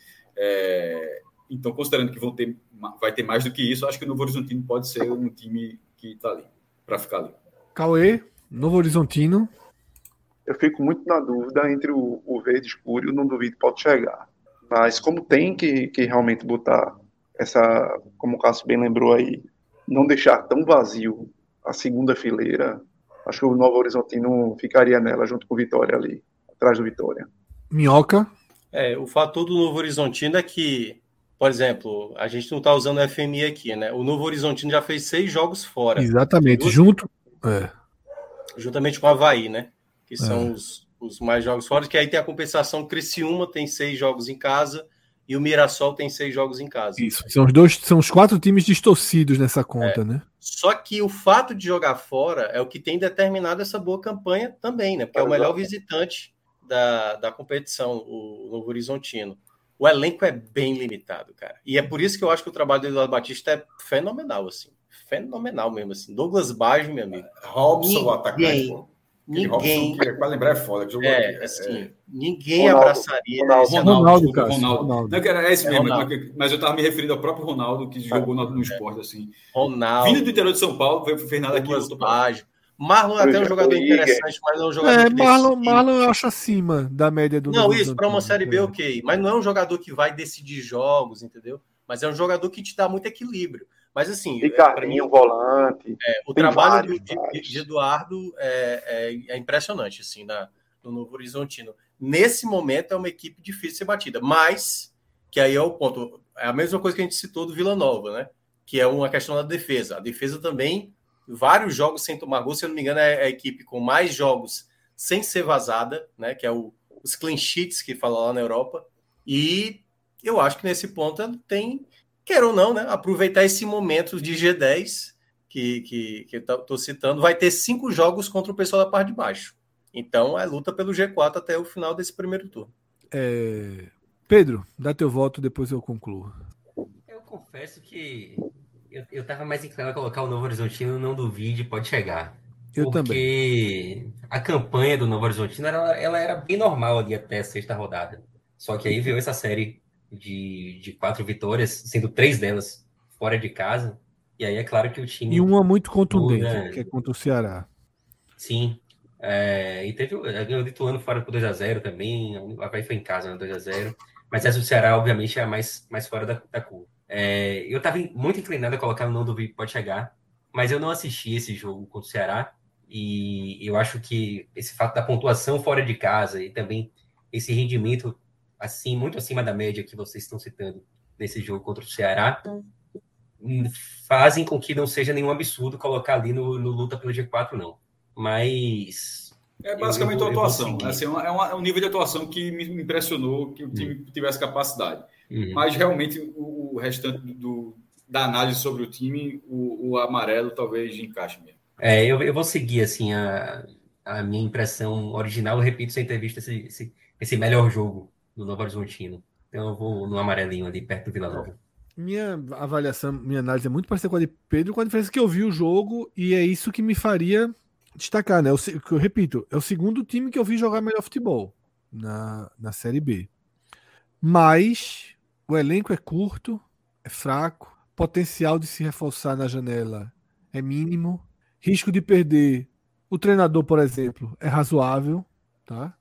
É, então, considerando que vão ter, vai ter mais do que isso, acho que o Novo Horizontino pode ser um time que está ali, para ficar ali.
Cauê, Novo Horizontino.
Eu fico muito na dúvida entre o, o verde escuro e o não duvido pode chegar. Mas como tem que, que realmente botar essa, como o Cássio bem lembrou aí, não deixar tão vazio a segunda fileira, acho que o Novo Horizontino ficaria nela junto com o Vitória ali, atrás do Vitória.
Minhoca.
É, o fator do Novo Horizontino é que, por exemplo, a gente não está usando o F M I aqui, né? O Novo Horizontino já fez seis jogos fora.
Exatamente,
Duas,
junto. É.
Juntamente com o Avaí, né? Que são
É.
os, os mais jogos fora, que aí tem a compensação. Criciúma tem seis jogos em casa e o Mirassol tem seis jogos em casa.
Isso, são os dois, são os quatro times distorcidos nessa conta,
É.
né?
Só que o fato de jogar fora é o que tem determinado essa boa campanha também, né? Porque é o melhor visitante da, da competição, o Novo Horizontino. O elenco é bem limitado, cara. E é por isso que eu acho que o trabalho do Eduardo Batista é fenomenal, assim. fenomenal mesmo, assim. Douglas Baggio, meu amigo.
Robson, o atacante, pô.
Ninguém.
Robson, que é para lembrar, é foda. Que jogou
É,
aqui,
assim,
é...
ninguém
Ronaldo,
abraçaria.
Ronaldo,
esse-
Ronaldo,
Ronaldo, desculpa,
Cássio,
Ronaldo.
Ronaldo.
Não, que era esse
É
mesmo,
Ronaldo.
mas eu tava me referindo ao próprio Ronaldo, que jogou no, no esporte, assim.
Ronaldo.
Vindo do interior de São Paulo, veio pro Fernando aqui.
Douglas
voltou pra lá.
Baggio. Marlon é até um jogador interessante, mas não é um jogador
É,
que
Marlon,
decide.
Marlon eu acho acima da média do
Não,
Novo
isso, para uma
Horizontino.
Série B, ok. Mas não é um jogador que vai decidir jogos, entendeu? Mas é um jogador que te dá muito equilíbrio. Mas assim, para mim,
Ricardinho, volante.
é, o
Tem
trabalho
vários,
do- de,
vários.
de Eduardo é, é- é impressionante, assim, na, no Novo Horizontino. Nesse momento é uma equipe difícil de ser batida, mas, que aí é o ponto, é a mesma coisa que a gente citou do Vila Nova, né? Que é uma questão da defesa. A defesa também, vários jogos sem tomar gol, se eu não me engano, é a equipe com mais jogos sem ser vazada, né? Que é o, os clean sheets que fala lá na Europa. E eu acho que nesse ponto ela tem, quer ou não, né? Aproveitar esse momento de G dez que, que, que eu estou citando, vai ter cinco jogos contra o pessoal da parte de baixo. Então, é luta pelo G quatro até o final desse primeiro turno.
É, Pedro, dá teu voto, depois eu concluo.
Eu confesso que eu, eu tava mais inclinado a colocar o Novo Horizontino, não duvide, pode chegar.
Eu
Porque a campanha do Novo Horizontino ela, ela era bem normal ali até a sexta rodada. Só que aí veio essa série de, de quatro vitórias, sendo três delas fora de casa. E aí é claro que o time.
E uma muito contundente,
muda.
que é contra o Ceará.
Sim. É, e teve o ganhou o Ituano fora por dois a zero também. O Avaí foi em casa, né, dois a zero. Mas essa do Ceará, obviamente, é a mais, mais fora da, da curva. É, eu estava muito inclinado a colocar o Não Duvido Pode Chegar, mas eu não assisti esse jogo contra o Ceará. E eu acho que esse fato da pontuação fora de casa e também esse rendimento assim, muito acima da média que vocês estão citando nesse jogo contra o Ceará fazem com que não seja nenhum absurdo colocar ali no, no luta pelo G quatro, não. Mas
É basicamente
eu, eu,
a atuação.
eu
Assim, é, uma, é um nível de atuação que me impressionou que o time uhum. tivesse capacidade.
Uhum.
Mas realmente o, o restante do, do, da análise sobre o time, o, o amarelo talvez encaixe mesmo.
É, eu, eu vou seguir assim a, a minha impressão original. Eu repito sem ter visto esse, esse, esse melhor jogo do Novo Horizontino. Então eu vou no amarelinho ali perto do Vila Nova.
Minha avaliação, minha análise é muito parecida com a de Pedro, com a diferença que eu vi o jogo e é isso que me faria destacar, né? Eu, eu repito, é o segundo time que eu vi jogar melhor futebol na, na Série B. Mas o elenco é curto, é fraco, potencial de se reforçar na janela é mínimo, risco de perder o treinador, por exemplo, é razoável, tá?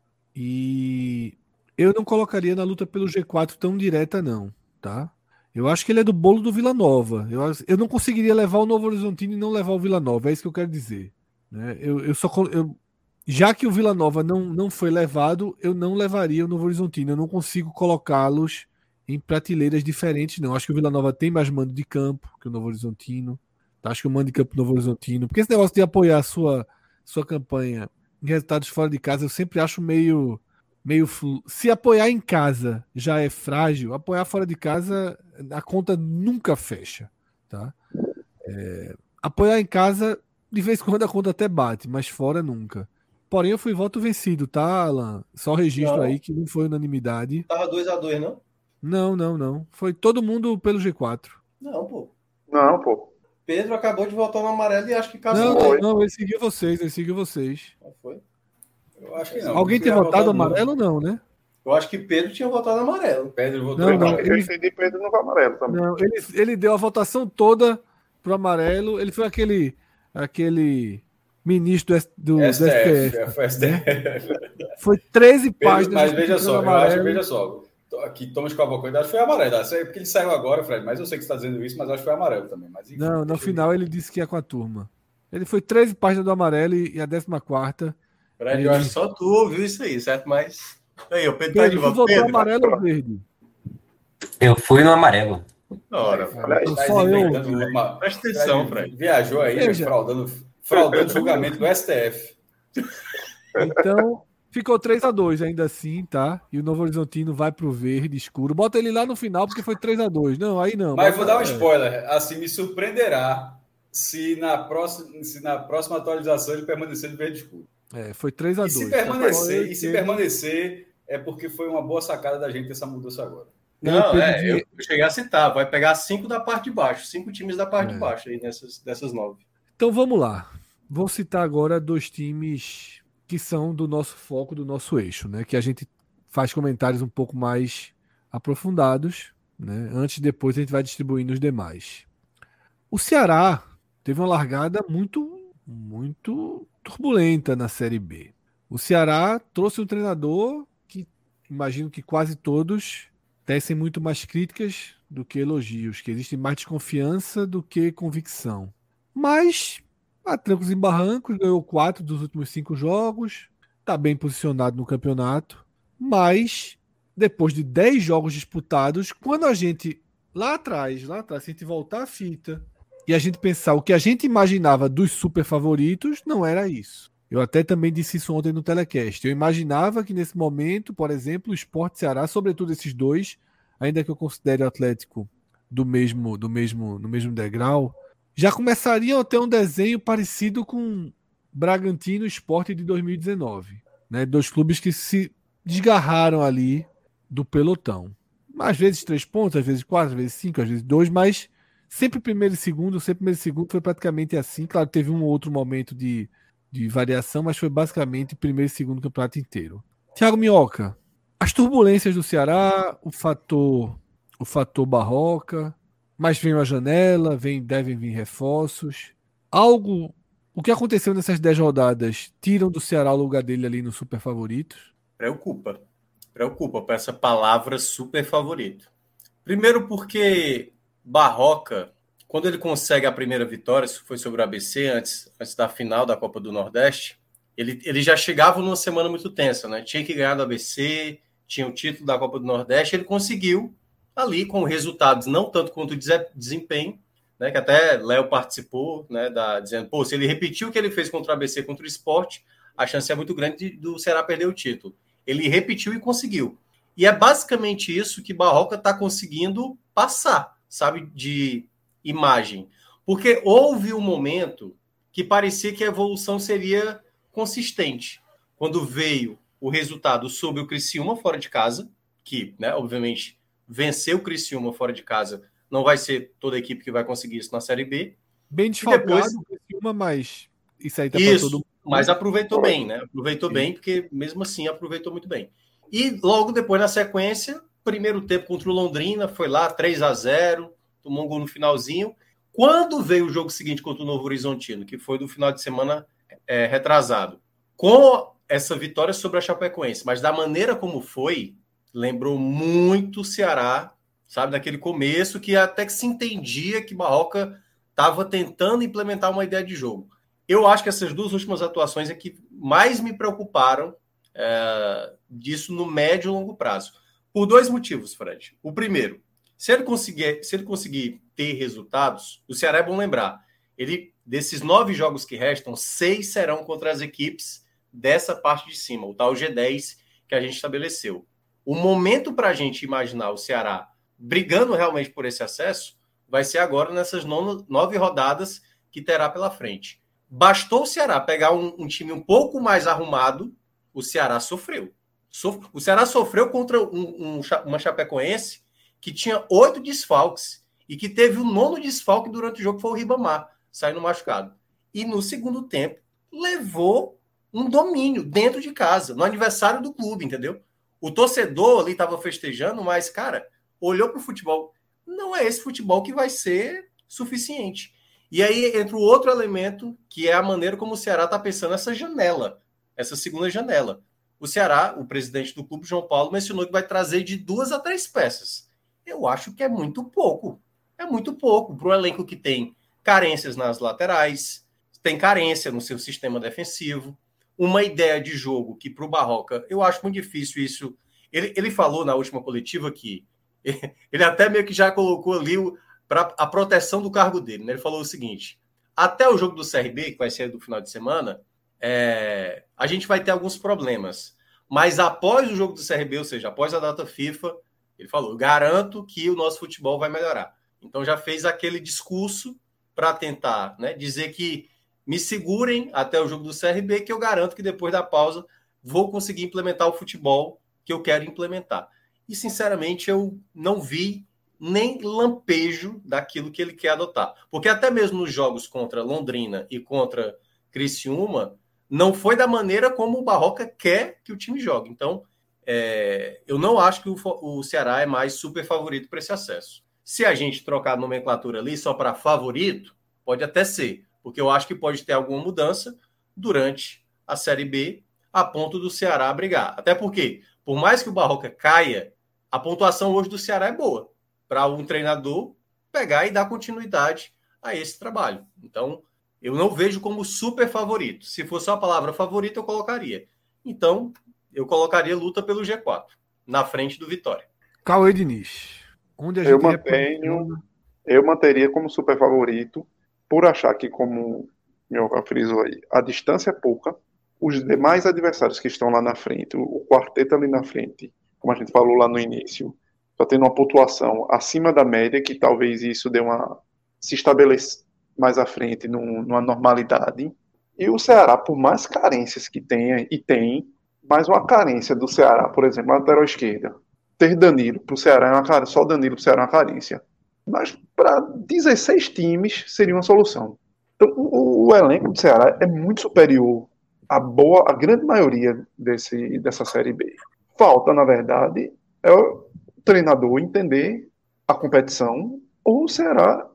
E eu não colocaria na luta pelo G quatro tão direta, não, tá? Eu acho que ele é do bolo do Vila Nova. Eu, eu não conseguiria levar o Novo Horizontino e não levar o Vila Nova. É isso que eu quero dizer. Né? Eu, eu só, eu, já que o Vila Nova não, não foi levado, eu não levaria o Novo Horizontino. Eu não consigo colocá-los em prateleiras diferentes, não. Acho que o Vila Nova tem mais mando de campo que o Novo Horizontino. Acho que o mando de campo do Novo Horizontino. Porque esse negócio de apoiar a sua, sua campanha em resultados fora de casa, eu sempre acho meio... meio flu... Se apoiar em casa já é frágil, apoiar fora de casa a conta nunca fecha, tá? É... Apoiar em casa de vez em quando a conta até bate, mas fora nunca. Porém eu fui voto vencido, tá, Alan? Só registro não. aí que não foi unanimidade.
Tava dois a dois, não?
Não, não, não. Foi todo mundo pelo G quatro.
Não, pô.
Não, pô.
Pedro acabou de votar no amarelo e acho que casou.
Não, não, não, ele seguiu vocês, ele seguiu vocês.
Não foi?
Eu acho que não.
Alguém tem votado amarelo, não, né?
Eu acho que Pedro tinha votado amarelo.
Pedro votou
não, não,
amarelo.
Eu entendi Pedro no amarelo também.
Não, ele, ele deu a votação toda pro amarelo. Ele foi aquele, aquele ministro do, do
S T F.
do S T F.
Foi, S T F.
Foi treze
Pedro,
páginas.
Mas veja só, eu acho, veja só. Aqui Thomas Cavalcante, acho que foi amarelo. É porque ele saiu agora, Fred, mas eu sei que você está dizendo isso, mas acho que foi amarelo também. Mas, enfim,
não, no final ele disse que ia com a turma. Ele foi treze páginas do amarelo e, e a décima quarta.
Fred, ele... eu acho que só tu ouviu isso aí, certo? Mas. Aí, o Pedro,
Pedro
tá de volta.
Pedro, amarelo ou verde?
Eu fui no amarelo.
Ora,
Fred. Só eu.
Uma... Presta atenção, Fred. Fred.
Viajou aí, Veja. fraudando, fraudando julgamento do S T F.
Então, ficou três a dois ainda assim, tá? E o Novo Horizontino vai pro verde escuro. Bota ele lá no final porque foi três a dois. Não, aí não.
Mas vou dar um spoiler. Assim, me surpreenderá se na próxima, se na próxima atualização ele permanecer no verde escuro.
É, foi três a dois.
E se permanecer, e se permanecer é porque foi uma boa sacada da gente essa mudança agora.
Não, é, eu, eu cheguei a citar, vai pegar cinco da parte de baixo, cinco times da parte
É.
de baixo aí nessas, dessas nove.
Então vamos lá. Vou citar agora dois times que são do nosso foco, do nosso eixo, né? Que a gente faz comentários um pouco mais aprofundados, né? Antes e depois a gente vai distribuindo os demais. O Ceará teve uma largada muito, muito turbulenta na Série B. O Ceará trouxe um treinador que imagino que quase todos tecem muito mais críticas do que elogios, que existe mais desconfiança do que convicção. Mas, a trancos e barrancos, ganhou quatro dos últimos cinco jogos, está bem posicionado no campeonato, mas depois de dez jogos disputados, quando a gente, lá atrás, lá atrás, se a gente voltar a fita e a gente pensar o que a gente imaginava dos super favoritos, não era isso. Eu até também disse isso ontem no Telecast. Eu imaginava que nesse momento, por exemplo, o Sport Ceará, sobretudo esses dois, ainda que eu considere o Atlético do mesmo, do mesmo, no mesmo degrau, já começariam a ter um desenho parecido com Bragantino e Sport de dois mil e dezenove. Né? Dois clubes que se desgarraram ali do pelotão. Às vezes três pontos, às vezes quatro, às vezes cinco, às vezes dois, mas sempre primeiro e segundo, sempre primeiro e segundo foi praticamente assim. Claro, teve um ou outro momento de, de variação, mas foi basicamente primeiro e segundo campeonato inteiro. Thiago Minhoca, as turbulências do Ceará, o fator, o fator Barroca, mas vem a janela, vem, devem vir reforços. Algo, o que aconteceu nessas dez rodadas, tiram do Ceará o lugar dele ali no super favoritos?
Preocupa. Preocupa para essa palavra super favorito. Primeiro porque Barroca, quando ele consegue a primeira vitória, isso foi sobre o A B C, antes, antes da final da Copa do Nordeste, ele, ele já chegava numa semana muito tensa, né? Tinha que ganhar do A B C, tinha o título da Copa do Nordeste, ele conseguiu ali com resultados não tanto quanto desempenho, né, que até Léo participou, né, da, dizendo, pô, se ele repetiu o que ele fez contra o A B C, contra o Sport, a chance é muito grande de, do Ceará perder o título. Ele repetiu e conseguiu. E é basicamente isso que Barroca está conseguindo passar, sabe, de imagem. Porque houve um momento que parecia que a evolução seria consistente. Quando veio o resultado sobre o Criciúma fora de casa, que, né, obviamente, vencer o Criciúma fora de casa não vai ser toda a equipe que vai conseguir isso na Série B.
Bem desfalcado
depois...
o Criciúma, mas isso aí tá para todo mundo.
Mas aproveitou bem, né? Aproveitou Sim. bem, porque mesmo assim aproveitou muito bem. E logo depois, na sequência, primeiro tempo contra o Londrina, foi lá três a zero, tomou um gol no finalzinho. Quando veio o jogo seguinte contra o Novo Horizontino, que foi do final de semana é, retrasado, com essa vitória sobre a Chapecoense, mas da maneira como foi, lembrou muito o Ceará, sabe? Naquele começo, que até que se entendia que Barroca estava tentando implementar uma ideia de jogo. Eu acho que essas duas últimas atuações é que mais me preocuparam é, disso no médio e longo prazo. Por dois motivos, Fred. O primeiro, se ele conseguir, se ele conseguir ter resultados, o Ceará é bom lembrar, ele, desses nove jogos que restam, seis serão contra as equipes dessa parte de cima, o tal G dez que a gente estabeleceu. O momento para a gente imaginar o Ceará brigando realmente por esse acesso vai ser agora nessas nono, nove rodadas que terá pela frente. Bastou o Ceará pegar um, um time um pouco mais arrumado, o Ceará sofreu. Sof... O Ceará sofreu contra um, um, uma Chapecoense que tinha oito desfalques e que teve o nono desfalque durante o jogo, que foi o Ribamar, saindo machucado. E no segundo tempo, levou um domínio dentro de casa, no aniversário do clube, entendeu? O torcedor ali estava festejando, mas, cara, olhou para o futebol. Não é esse futebol que vai ser suficiente. E aí entra o outro elemento, que é a maneira como o Ceará está pensando essa janela, essa segunda janela. O Ceará, o presidente do clube, João Paulo, mencionou que vai trazer de duas a três peças. Eu acho que é muito pouco. É muito pouco para um elenco que tem carências nas laterais, tem carência no seu sistema defensivo, uma ideia de jogo que para o Barroca, eu acho muito difícil isso. Ele, ele falou na última coletiva que ele até meio que já colocou ali o para a proteção do cargo dele, né? Ele falou o seguinte, até o jogo do C R B, que vai ser do final de semana, é, a gente vai ter alguns problemas, mas após o jogo do C R B, ou seja, após a data FIFA, ele falou, garanto que o nosso futebol vai melhorar. Então já fez aquele discurso para tentar, né, dizer que me segurem até o jogo do C R B, que eu garanto que depois da pausa vou conseguir implementar o futebol que eu quero implementar. e, sinceramente, eu não vi nem lampejo daquilo que ele quer adotar. Porque até mesmo nos jogos contra Londrina e contra Criciúma, não foi da maneira como o Barroca quer que o time jogue. Então, é, eu não acho que o, o Ceará é mais super favorito para esse acesso. Se a gente trocar a nomenclatura ali só para favorito, pode até ser, porque eu acho que pode ter alguma mudança durante a Série B, a ponto do Ceará brigar. Até porque, por mais que o Barroca caia, a pontuação hoje do Ceará é boa, para um treinador pegar e dar continuidade a esse trabalho. Então, eu não vejo como super favorito. Se fosse só a palavra favorito, eu colocaria. Então, eu colocaria luta pelo G quatro, na frente do Vitória.
Cauê Diniz, onde a gente
eu mantenho, eu manteria como super favorito, por achar que, como meu frisou aí, a distância é pouca, os demais adversários que estão lá na frente, o quarteto ali na frente, como a gente falou lá no início, só tendo uma pontuação acima da média, que talvez isso dê uma se estabeleça mais à frente num, numa normalidade. E o Ceará, por mais carências que tenha, e tem, mais uma carência do Ceará, por exemplo, na lateral esquerda, ter Danilo para o Ceará é uma carência, só Danilo para o Ceará é uma carência. Mas para dezesseis times seria uma solução. Então o, o elenco do Ceará é muito superior à boa, a grande maioria desse, dessa Série B. Falta, na verdade, é o treinador entender a competição, ou o Ceará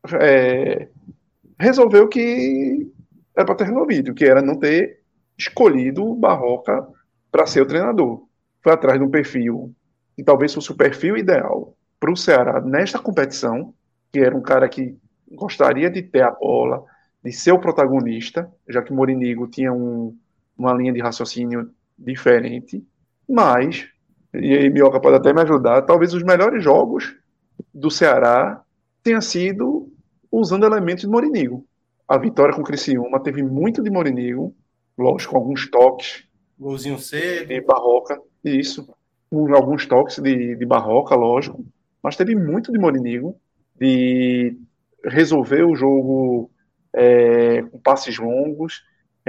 é, resolveu que era para ter resolvido, que era não ter escolhido o Barroca para ser o treinador. Foi atrás de um perfil que talvez fosse o perfil ideal para o Ceará nesta competição, que era um cara que gostaria de ter a bola, de ser o protagonista, já que Morinigo tinha um, uma linha de raciocínio diferente, mas, e aí Mioca pode até me ajudar, talvez os melhores jogos do Ceará tenha sido usando elementos de Morinigo. A vitória com o Criciúma teve muito de Morinigo, lógico, com alguns toques.
Golzinho cedo.
De Barroca, isso. Com alguns toques de, de Barroca, lógico. Mas teve muito de Morinigo, de resolver o jogo é, com passes longos,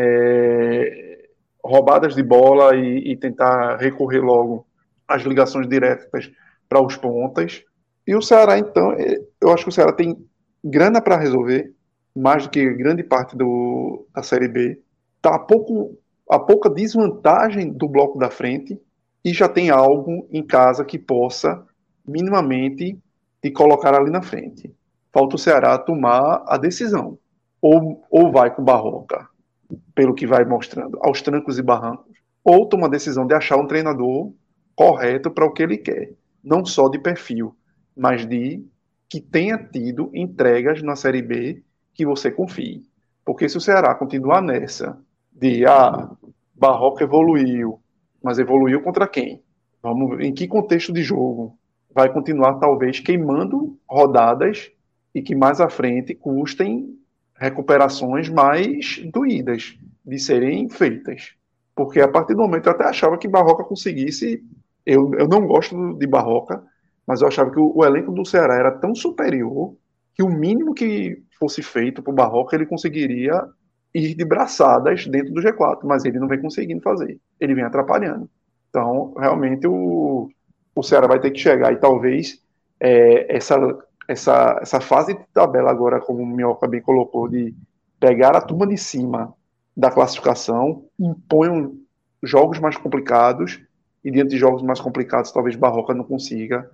é, roubadas de bola e, e tentar recorrer logo às ligações diretas para os pontas. E o Ceará, então, eu acho que o Ceará tem grana para resolver, mais do que grande parte do, da Série B. Está a, pouco, a pouca desvantagem do bloco da frente e já tem algo em casa que possa minimamente te colocar ali na frente. Falta o Ceará tomar a decisão. Ou, ou vai com Barroca, pelo que vai mostrando, aos trancos e barrancos, ou toma a decisão de achar um treinador correto para o que ele quer. Não só de perfil, mas de que tenha tido entregas na Série B que você confie. Porque se o Ceará continuar nessa de, ah, Barroca evoluiu, mas evoluiu contra quem? Vamos, em que contexto de jogo? Vai continuar, talvez, queimando rodadas e que mais à frente custem recuperações mais doídas de serem feitas. Porque a partir do momento eu até achava que Barroca conseguisse... Eu, eu não gosto de Barroca, mas eu achava que o, o elenco do Ceará era tão superior que o mínimo que fosse feito para o Barroca ele conseguiria ir de braçadas dentro do G quatro, mas ele não vem conseguindo fazer. Ele vem atrapalhando. Então, realmente, o, o Ceará vai ter que chegar e talvez é, essa, essa, essa fase de tabela agora, como o Minhoca bem colocou, de pegar a turma de cima da classificação, impõe jogos mais complicados e diante de jogos mais complicados, talvez Barroca não consiga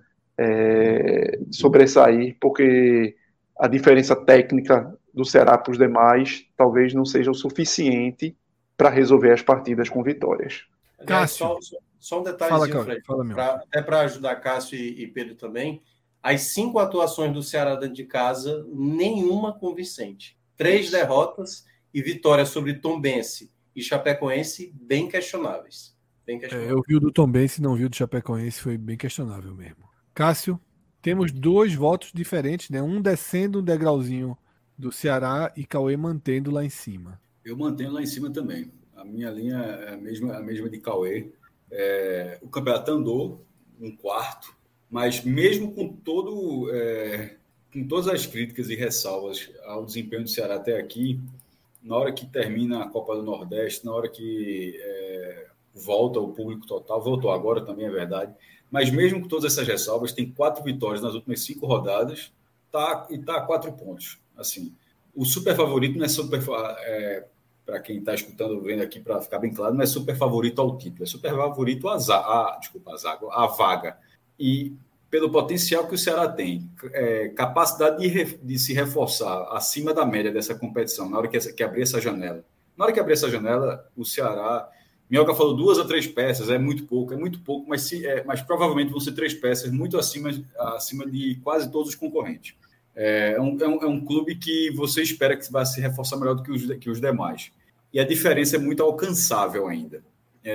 é, sobressair, porque a diferença técnica do Ceará para os demais talvez não seja o suficiente para resolver as partidas com vitórias.
Cássio, só, só, só um detalhezinho,
fala,
Fred,
fala,
pra, até para ajudar Cássio e, e Pedro também. As cinco atuações do Ceará dentro de casa, nenhuma convincente. Três derrotas e vitórias sobre Tombense e Chapecoense bem questionáveis. Bem questionáveis.
É, eu vi o do Tombense e não vi o do Chapecoense, foi bem questionável mesmo. Cássio, temos dois votos diferentes, né? Um descendo um degrauzinho do Ceará e Cauê mantendo lá em cima.
Eu mantenho lá em cima também. A minha linha é a mesma, a mesma de Cauê. É, o campeonato andou um quarto, mas mesmo com todo, é, com todas as críticas e ressalvas ao desempenho do Ceará até aqui, na hora que termina a Copa do Nordeste, na hora que é, volta o público total, voltou agora também, é verdade. Mas mesmo com todas essas ressalvas, tem quatro vitórias nas últimas cinco rodadas, tá, e está a quatro pontos. Assim, o super favorito não é super... É, para quem está escutando, vendo aqui, para ficar bem claro, não é super favorito ao título, é super favorito à zaga, a, desculpa, a zaga, a vaga. E pelo potencial que o Ceará tem, é, capacidade de, re, de se reforçar acima da média dessa competição, na hora que, essa, que abrir essa janela. Na hora que abrir essa janela, o Ceará... Minhoca falou duas ou três peças, é muito pouco, é muito pouco, mas, se, é, mas provavelmente vão ser três peças muito acima, acima de quase todos os concorrentes. É um, é, um, é um clube que você espera que vai se reforçar melhor do que os, que os demais. E a diferença é muito alcançável ainda.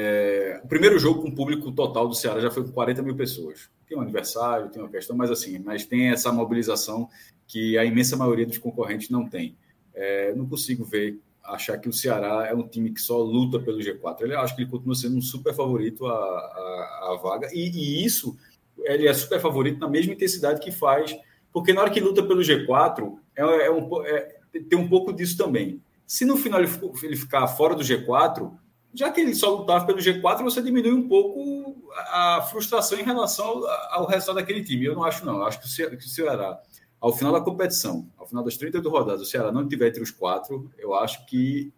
É, o primeiro jogo com o público total do Ceará já foi com quarenta mil pessoas. Tem um aniversário, tem uma questão, mas assim, mas tem essa mobilização que a imensa maioria dos concorrentes não tem. É, não consigo ver, achar que o Ceará é um time que só luta pelo G quatro. Eu acho que ele continua sendo um super favorito à, à, à vaga. E, e isso, ele é super favorito na mesma intensidade que faz... Porque na hora que luta pelo G quatro, é, é um, é, tem um pouco disso também. Se no final ele, ele ficar fora do G quatro, já que ele só lutava pelo G quatro, você diminui um pouco a frustração em relação ao, ao resultado daquele time. Eu não acho, não. Eu acho que o, Ceará, que o Ceará, ao final da competição, ao final das trinta e oito rodadas, o Ceará não estiver entre os quatro, eu acho que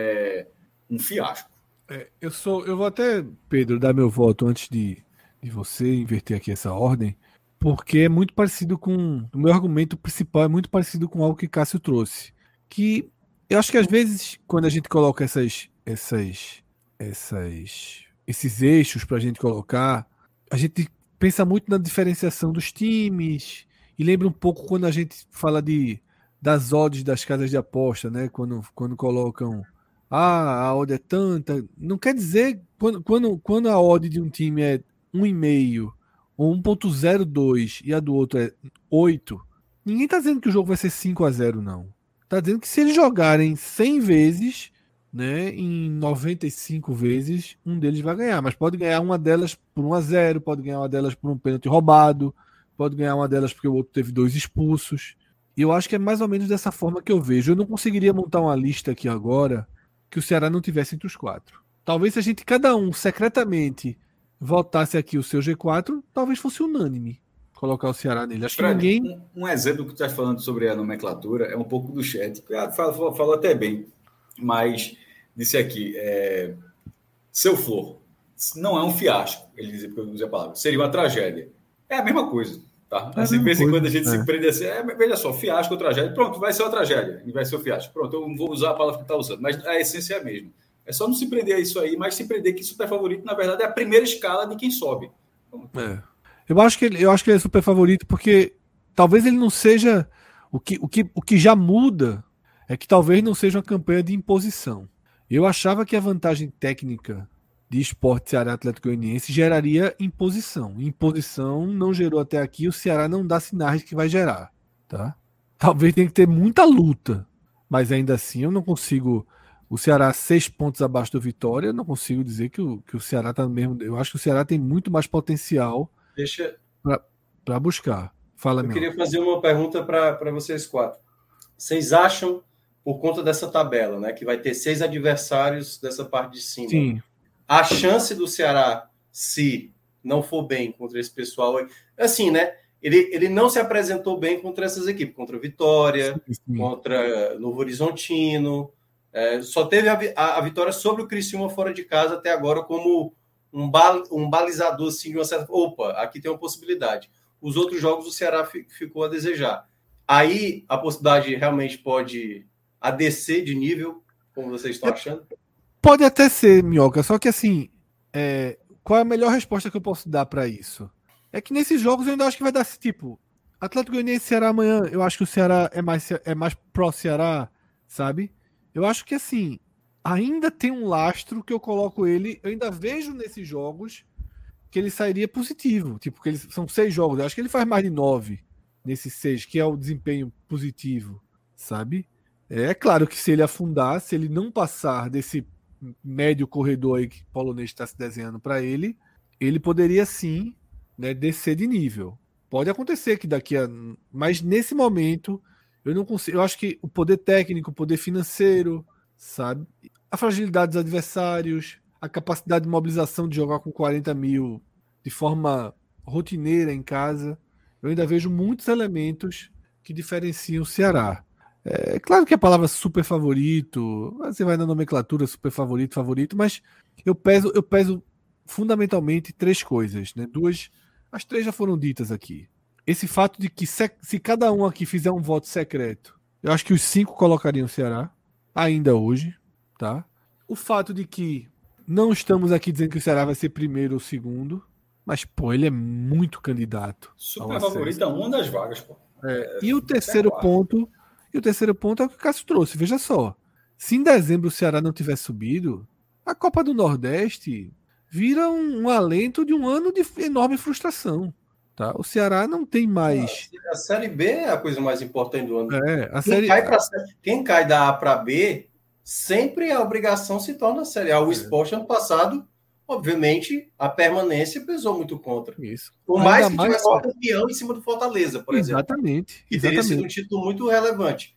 é um fiasco.
É, eu, sou, eu vou até, Pedro, dar meu voto antes de, de você inverter aqui essa ordem. Porque é muito parecido com... O meu argumento principal é muito parecido com algo que Cássio trouxe. Que eu acho que às vezes, quando a gente coloca essas, essas, essas, esses eixos para a gente colocar, a gente pensa muito na diferenciação dos times e lembra um pouco quando a gente fala de, das odds das casas de aposta, né? Quando, quando colocam... Ah, a odd é tanta... Não quer dizer... Quando, quando, quando a odd de um time é um e meio... ou um ponto zero dois e a do outro é oito, ninguém tá dizendo que o jogo vai ser cinco a zero, não. Tá dizendo que se eles jogarem cem vezes, né, em noventa e cinco vezes, um deles vai ganhar. Mas pode ganhar uma delas por um a zero, pode ganhar uma delas por um pênalti roubado, pode ganhar uma delas porque o outro teve dois expulsos. E eu acho que é mais ou menos dessa forma que eu vejo. Eu não conseguiria montar uma lista aqui agora que o Ceará não tivesse entre os quatro. Talvez se a gente, cada um, secretamente... votasse aqui o seu G quatro, talvez fosse unânime colocar o Ceará nele. Acho
Fred,
que ninguém...
Um, um exemplo que tu estás falando sobre a nomenclatura é um pouco do chat. Falou fala até bem, mas disse aqui, é, seu Flor, não é um fiasco, ele dizia, porque eu usei a palavra, seria uma tragédia. É a mesma coisa, tá?
É
assim, de vez em quando a gente
é.
se prende assim, é, veja só, fiasco ou tragédia, pronto, vai ser uma tragédia, e vai ser um fiasco. Pronto, eu não vou usar a palavra que está usando, mas a essência é a mesma. É só não se prender a isso aí, mas se prender que super favorito, na verdade, é a primeira escala de quem sobe.
É. Eu acho que ele, eu acho que ele é super favorito porque talvez ele não seja... O que, o, que, o que já muda é que talvez não seja uma campanha de imposição. Eu achava que a vantagem técnica de Sport Ceará Atlético Goianiense geraria imposição. Imposição não gerou até aqui, o Ceará não dá sinais que vai gerar. Tá? Talvez tenha que ter muita luta, mas ainda assim eu não consigo... O Ceará seis pontos abaixo do Vitória, eu não consigo dizer que o, que o Ceará está no mesmo... Eu acho que o Ceará tem muito mais potencial
Deixa...
para buscar. Fala,
Eu
meu.
queria fazer uma pergunta para vocês quatro. Vocês acham, por conta dessa tabela, né, que vai ter seis adversários dessa parte de cima,
Sim.
a chance do Ceará, se não for bem contra esse pessoal... Assim, né? Ele, ele não se apresentou bem contra essas equipes. Contra o Vitória,
Sim, sim.
contra Novo Horizontino... É, só teve a, a, a vitória sobre o Criciúma fora de casa até agora como um, bal, um balizador assim, de uma certa... Opa, aqui tem uma possibilidade. Os outros jogos o Ceará fi, ficou a desejar. Aí a possibilidade realmente pode a descer de nível, como vocês estão achando?
Pode até ser, Minhoca, só que assim, é, qual é a melhor resposta que eu posso dar para isso? É que nesses jogos eu ainda acho que vai dar esse tipo, Atlético Goianiense e Ceará amanhã, eu acho que o Ceará é mais, é mais pró-Ceará, sabe? Eu acho que assim, ainda tem um lastro que eu coloco ele, eu ainda vejo nesses jogos que ele sairia positivo, tipo, que eles são seis jogos, eu acho que ele faz mais de nove nesses seis, que é o desempenho positivo, sabe? É claro que se ele afundar, se ele não passar desse médio corredor aí que o polonês está se desenhando para ele, ele poderia sim, né, descer de nível. Pode acontecer que daqui a... Mas nesse momento, eu não consigo... Eu acho que o poder técnico, o poder financeiro, sabe? A fragilidade dos adversários, a capacidade de mobilização de jogar com quarenta mil de forma rotineira em casa. Eu ainda vejo muitos elementos que diferenciam o Ceará. É claro que a palavra super favorito, você vai na nomenclatura super favorito, favorito, mas eu peso, eu peso fundamentalmente três coisas, né? Duas, as três já foram ditas aqui. Esse fato de que se, se cada um aqui fizer um voto secreto, eu acho que os cinco colocariam o Ceará, ainda hoje, tá? O fato de que não estamos aqui dizendo que o Ceará vai ser primeiro ou segundo, mas, pô, ele é muito candidato.
Super favorito é uma das vagas, pô.
É, e o terceiro ponto, e o terceiro ponto é o que o Cássio trouxe. Veja só, se em dezembro o Ceará não tiver subido, a Copa do Nordeste vira um, um alento de um ano de enorme frustração. Tá? O Ceará não tem mais.
A Série B é a coisa mais importante do ano.
É, a
quem,
série...
cai pra, quem cai da A para B, sempre a obrigação se torna a Série A. O é. Sport, ano passado, obviamente, a permanência pesou muito contra.
Isso.
Por
Ainda
mais que
mais
tivesse um campeão em cima do Fortaleza, por
exatamente,
exemplo. Que
exatamente.
teria sido um título muito relevante.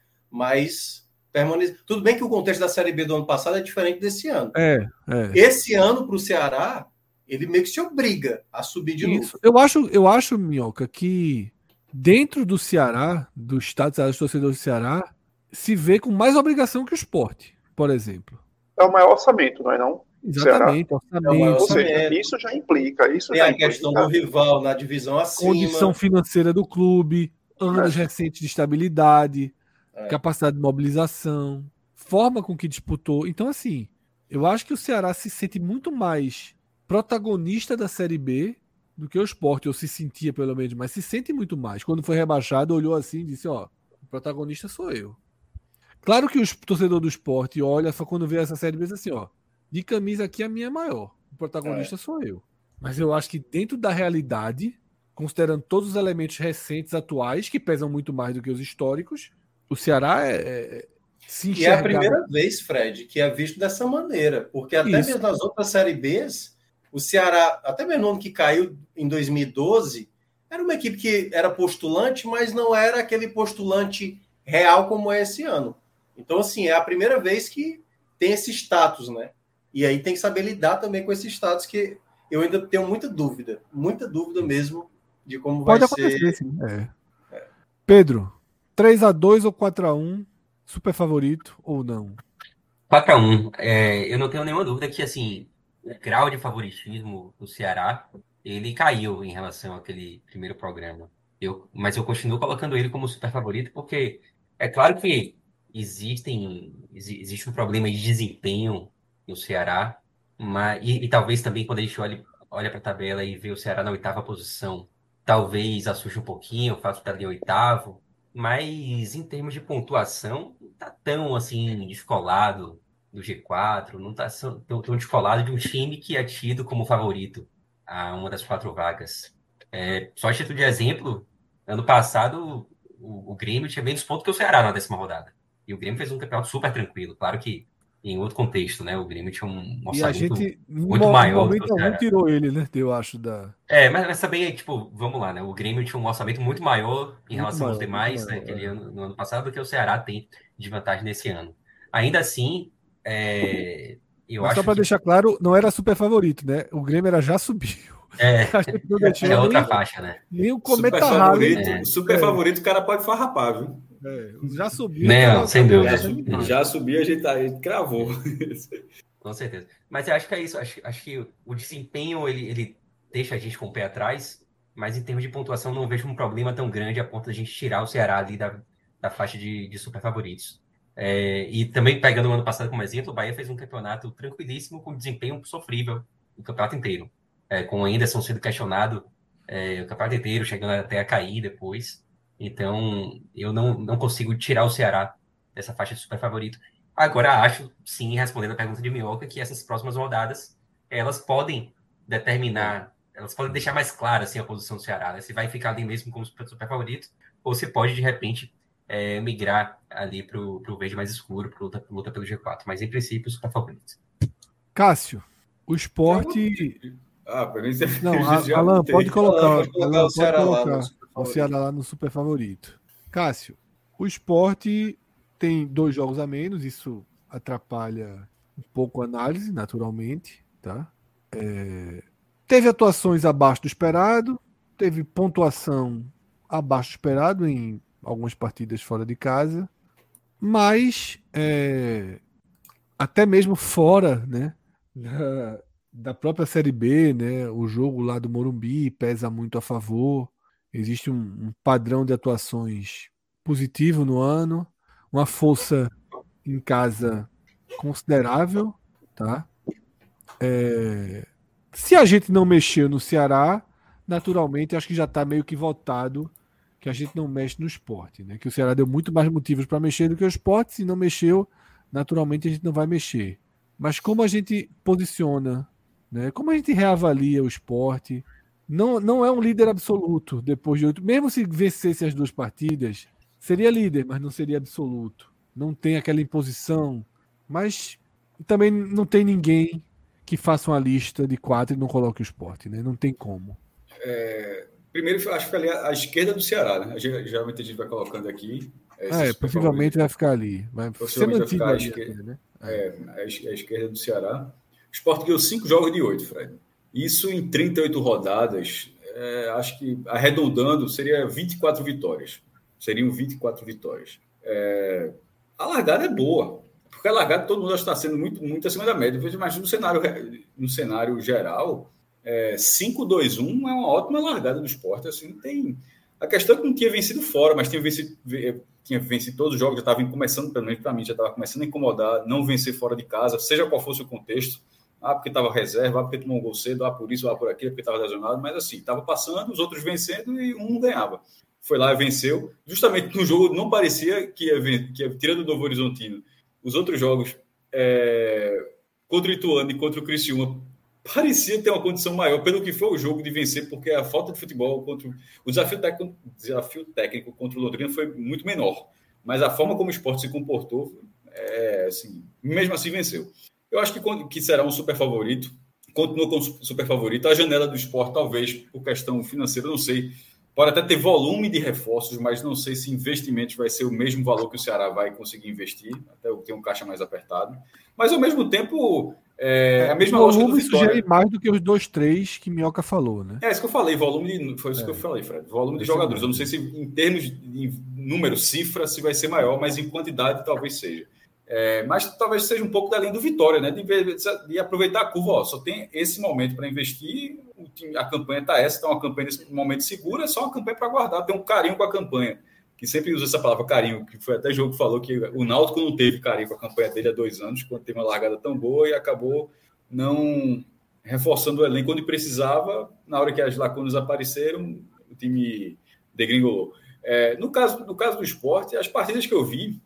Mas permanece. Tudo bem que o contexto da Série B do ano passado é diferente desse ano.
É, é.
Esse ano, para o Ceará, ele meio que se obriga a subir de
Isso.
novo.
Eu acho, eu acho, Minhoca, que dentro do Ceará, do estado dos torcedores do Ceará, se vê com mais obrigação que o Sport, por exemplo.
É o maior orçamento, não é não?
Exatamente,
orçamento. É Ou seja, isso já implica. Isso
Tem
já
a
implica.
questão do rival na divisão acima.
Condição financeira do clube, anos é. recentes de estabilidade, é. capacidade de mobilização, forma com que disputou. Então, assim, eu acho que o Ceará se sente muito mais protagonista da Série B do que o Sport, ou se sentia pelo menos, mas se sente muito mais. Quando foi rebaixado, olhou assim e disse, ó, o protagonista sou eu. Claro que o torcedor do Sport olha só quando vê essa Série B e diz assim, ó, de camisa aqui a minha é maior, o protagonista é. sou eu. Mas eu acho que dentro da realidade, considerando todos os elementos recentes, atuais, que pesam muito mais do que os históricos, o Ceará é, é se
enxergar... E é a primeira vez, Fred, que é visto dessa maneira, porque até Isso. mesmo nas outras Série Bs, o Ceará, até mesmo no ano que caiu em dois mil e doze, era uma equipe que era postulante, mas não era aquele postulante real como é esse ano. Então, assim, é a primeira vez que tem esse status, né? E aí tem que saber lidar também com esse status, que eu ainda tenho muita dúvida, muita dúvida mesmo de como
Pode
vai
acontecer,
ser.
Sim. É. É. Pedro, três a dois ou quatro a um, super favorito ou não?
quatro a um. É, eu não tenho nenhuma dúvida que, assim, o grau de favoritismo do Ceará, ele caiu em relação àquele primeiro programa. Eu, mas eu continuo colocando ele como super favorito, porque é claro que existem, existe um problema de desempenho no Ceará, mas, e, e talvez também quando a gente olha, olha para a tabela e vê o Ceará na oitava posição, talvez assuste um pouquinho, faça o estar em oitavo, mas em termos de pontuação, não está tão assim descolado do G quatro, não está tão, tão descolado de um time que é tido como favorito a uma das quatro vagas. É, só a título de exemplo, ano passado o, o Grêmio tinha menos pontos que o Ceará na décima rodada. E o Grêmio fez um campeonato super tranquilo. Claro que em outro contexto, né? O Grêmio tinha um orçamento
e a gente,
muito
no,
maior
no momento
do que o Ceará.
tirou ele, né? Eu acho da.
É, mas, mas também, tipo, vamos lá, né? O Grêmio tinha um orçamento muito maior em
muito
relação
maior,
aos demais
maior,
naquele
é.
ano, no ano passado do que o Ceará tem de vantagem nesse ano. Ainda assim, é, eu
mas
acho
só para
que...
deixar claro, não era super favorito, né? O Grêmio era já subiu.
É, é outra
nem,
faixa, né?
Nem o cometa
super favorito,
é.
super favorito, o cara pode farrapar, viu?
É, já subiu.
Não,
cara,
sem dúvida.
Já, já subiu, a gente, a gente cravou.
Com certeza. Mas eu acho que é isso. Acho, acho que o desempenho, ele, ele deixa a gente com o pé atrás, mas em termos de pontuação não vejo um problema tão grande a ponto de a gente tirar o Ceará ali da, da faixa de, de super favoritos. É, e também, pegando o ano passado como exemplo, o Bahia fez um campeonato tranquilíssimo com desempenho sofrível o campeonato inteiro. É, com o Anderson sendo questionado é, o campeonato inteiro, chegando até a cair depois. Então, eu não, não consigo tirar o Ceará dessa faixa de super favorito. Agora, acho, sim, respondendo a pergunta de Minhoca, que essas próximas rodadas, elas podem determinar, elas podem deixar mais clara assim, a posição do Ceará, né? Se vai ficar ali mesmo como super, super favorito, ou se pode, de repente, é, migrar ali para o verde mais escuro, para luta, luta pelo G quatro. Mas, em princípio, super favorito.
Cássio, o esporte...
Ah, para mim você
Não, a, Alan, pode colocar, Alan, pode colocar, Alan, o, Ceará pode colocar lá o Ceará lá no super favorito. Cássio, o esporte tem dois jogos a menos, isso atrapalha um pouco a análise, naturalmente. tá? É, teve atuações abaixo do esperado, teve pontuação abaixo do esperado em algumas partidas fora de casa, mas é, até mesmo fora, né, da, da própria Série B, né, o jogo lá do Morumbi pesa muito a favor. Existe um, um padrão de atuações positivo no ano, uma força em casa considerável, tá? É, se a gente não mexeu no Ceará, naturalmente acho que já está meio que votado que a gente não mexe no Sport, né? Que o Ceará deu muito mais motivos para mexer do que o Sport. Se não mexeu, naturalmente a gente não vai mexer. Mas como a gente posiciona, né? Como a gente reavalia o Sport, não, não é um líder absoluto depois de oito. Mesmo se vencesse as duas partidas, seria líder, mas não seria absoluto. Não tem aquela imposição, mas também não tem ninguém que faça uma lista de quatro e não coloque o Sport, né? Não tem como.
É, primeiro, acho que fica ali à esquerda do Ceará, né? Geralmente a gente vai colocando aqui.
É, possivelmente vai ficar ali. Vai ser mantido
vai
ali,
ficar à esquerda,
né?
é, é a esquerda do Ceará. O Sport ganhou cinco jogos de oito, Fred. Isso em trinta e oito rodadas, é, acho que arredondando, seria vinte e quatro vitórias. Seriam vinte e quatro vitórias. É, a largada é boa, porque a largada todo mundo está sendo muito, muito acima da média. Mas no cenário, no cenário geral, é, cinco dois um é uma ótima largada do Sport. Assim, tem... A questão é que não tinha vencido fora, mas tinha vencido, tinha vencido todos os jogos, já estava começando, pelo menos para mim, já estava começando a incomodar, não vencer fora de casa, seja qual fosse o contexto. Ah, porque estava reserva, ah, porque tomou um gol cedo, ah, por isso, ah, por aquilo, porque estava lesionado. Mas assim, estava passando, os outros vencendo e um não ganhava. Foi lá e venceu. Justamente no jogo não parecia que ia, que ia tirando o Novo Horizontino. Os outros jogos, é, contra o Ituano e contra o Criciúma, parecia ter uma condição maior pelo que foi o jogo de vencer, porque a falta de futebol, contra o desafio técnico, desafio técnico contra o Londrina foi muito menor. Mas a forma como o Sport se comportou, é, assim, mesmo assim venceu. Eu acho que, que será um super favorito, continua como super favorito. A janela do Sport, talvez, por questão financeira, não sei. Pode até ter volume de reforços, mas não sei se investimentos vai ser o mesmo valor que o Ceará vai conseguir investir, até ter um caixa mais apertado. Mas, ao mesmo tempo, é a mesma lógica do Vitória.
Sugere mais do que os dois, três que Minhoca falou, né?
É isso que eu falei, volume de, foi isso é. que eu falei, Fred. Volume de jogadores. Eu não sei se, em termos de número, cifra, se vai ser maior, mas em quantidade talvez seja. É, mas talvez seja um pouco da linha do Vitória, né? De, de aproveitar a curva, ó, só tem esse momento para investir, o time, a campanha está essa, está uma campanha nesse momento segura, é só uma campanha para guardar, tem um carinho com a campanha, que sempre usa essa palavra carinho, que foi até o jogo que falou que o Náutico não teve carinho com a campanha dele há dois anos, quando teve uma largada tão boa e acabou não reforçando o elenco onde precisava, na hora que as lacunas apareceram, o time degringolou. É, no, caso, no caso do Sport, as partidas que eu vi,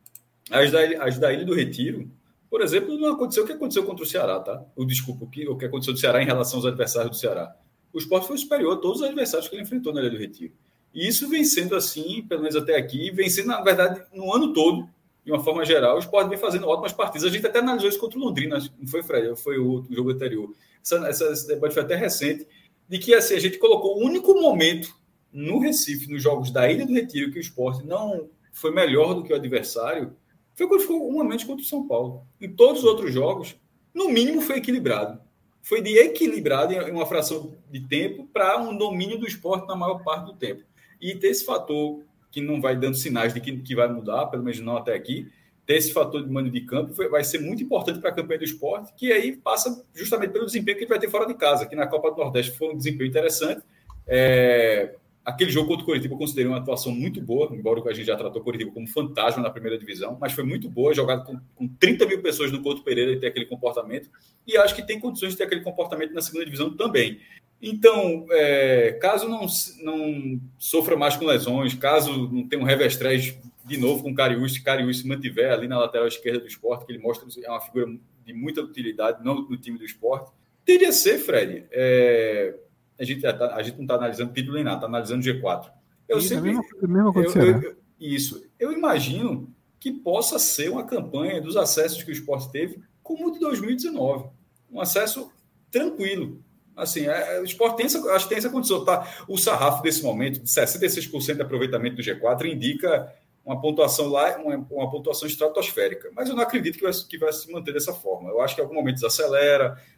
As da, as da Ilha do Retiro, por exemplo, não aconteceu o que aconteceu contra o Ceará, tá? O, desculpa, o que, o que aconteceu do Ceará em relação aos adversários do Ceará. O Sport foi superior a todos os adversários que ele enfrentou na Ilha do Retiro. E isso vem sendo assim, pelo menos até aqui, vem sendo, na verdade, no ano todo, de uma forma geral, o Sport vem fazendo ótimas partidas. A gente até analisou isso contra o Londrina, não foi, Fred? Foi o, o jogo anterior. Essa, essa, esse debate foi até recente, de que assim, a gente colocou o único momento no Recife, nos jogos da Ilha do Retiro, que o Sport não foi melhor do que o adversário, foi quando ficou um momento contra o São Paulo. Em todos os outros jogos, no mínimo foi equilibrado. Foi de equilibrado em uma fração de tempo para um domínio do Sport na maior parte do tempo. E ter esse fator que não vai dando sinais de que, que vai mudar, pelo menos não até aqui, ter esse fator de mando de campo foi, vai ser muito importante para a campanha do Sport, que aí passa justamente pelo desempenho que ele vai ter fora de casa, que na Copa do Nordeste foi um desempenho interessante. É... Aquele jogo contra o Coritiba eu considerei uma atuação muito boa, embora a gente já tratou o Coritiba como fantasma na primeira divisão, mas foi muito boa, jogada com, com trinta mil pessoas no Couto Pereira e ter aquele comportamento, e acho que tem condições de ter aquele comportamento na segunda divisão também. Então, é, caso não, não sofra mais com lesões, caso não tenha um revestrez de novo com o Cariús, se Cariús se mantiver ali na lateral esquerda do Sport, que ele mostra é uma figura de muita utilidade no, no time do Sport, teria ser, Fred, é... A gente, a gente não está analisando título nem nada, está analisando G quatro. Eu
isso,
sempre,
mesmo, mesmo
eu, eu, eu, isso. Eu imagino que possa ser uma campanha dos acessos que o Sport teve, como o de dois mil e dezenove. Um acesso tranquilo. Assim, é, o Sport tem essa, acho que tem essa condição. Tá? O sarrafo desse momento, de sessenta e seis por cento de aproveitamento do G quatro, indica uma pontuação lá, uma, uma pontuação estratosférica. Mas eu não acredito que vai, que vai se manter dessa forma. Eu acho que em algum momento desacelera,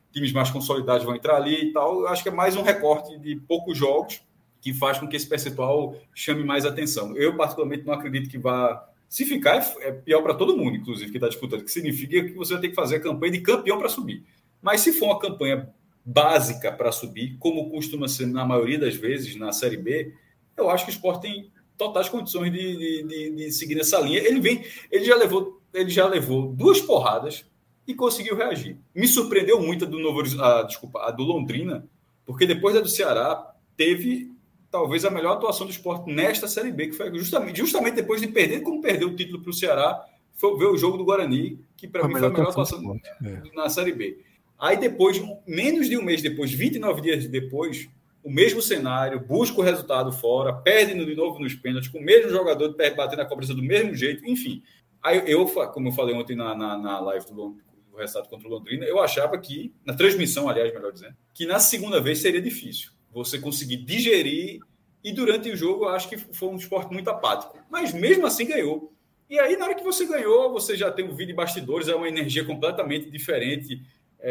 times mais consolidados vão entrar ali e tal. Eu acho que é mais um recorte de poucos jogos que faz com que esse percentual chame mais atenção. Eu, particularmente, não acredito que vá... Se ficar, é pior para todo mundo, inclusive, que está disputando, que significa que você vai ter que fazer a campanha de campeão para subir. Mas se for uma campanha básica para subir, como costuma ser na maioria das vezes na Série B, eu acho que o Sport tem totais condições de, de, de, de seguir nessa linha. Ele vem, ele já levou, ele já levou duas porradas e conseguiu reagir. Me surpreendeu muito a do Novo, a, desculpa, a do Londrina, porque depois da do Ceará teve talvez a melhor atuação do Sport nesta Série B, que foi justamente, justamente depois de perder, como perdeu o título para o Ceará, foi ver o jogo do Guarani, que para mim foi a melhor atuação é. na Série B. Aí depois, menos de um mês depois, vinte e nove dias depois, o mesmo cenário, busca o resultado fora, perde de novo nos pênaltis, com o mesmo jogador batendo a cobrança do mesmo jeito, enfim. Aí eu, como eu falei ontem na, na, na live do, do resultado contra o Londrina, eu achava que, na transmissão, aliás, melhor dizendo, que na segunda vez seria difícil você conseguir digerir, e durante o jogo eu acho que foi um esporte muito apático. Mas mesmo assim ganhou. E aí, na hora que você ganhou, você já tem um vídeo de bastidores, é uma energia completamente diferente,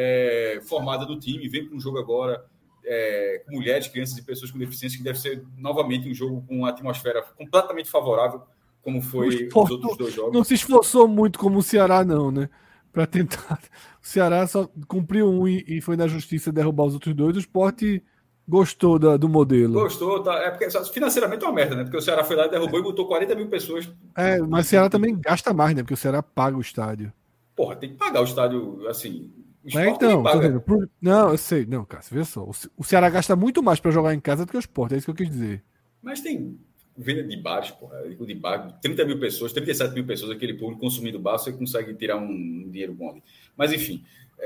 é, formada do time, vem para um jogo agora é, com mulheres, crianças e pessoas com deficiência, que deve ser novamente um jogo com uma atmosfera completamente favorável, como foi os outros dois jogos.
Não se esforçou muito como o Ceará, não, né? Para tentar. O Ceará só cumpriu um e, e foi na justiça derrubar os outros dois. O Sport gostou da, do modelo.
Gostou, tá? É porque financeiramente é uma merda, né? Porque o Ceará foi lá e derrubou e botou quarenta mil pessoas.
É, mas o Ceará também gasta mais, né? Porque o Ceará paga o estádio.
Porra, tem que pagar o estádio, assim. O
é, então, paga. Dizendo, por... não, eu sei. Não, Cássio, vê só. O Ceará gasta muito mais para jogar em casa do que o Sport, é isso que eu quis dizer.
Mas tem venda de bares, porra. De bar, trinta mil pessoas, trinta e sete mil pessoas, aquele público consumindo bar, você consegue tirar um, um dinheiro bom ali. Mas, enfim,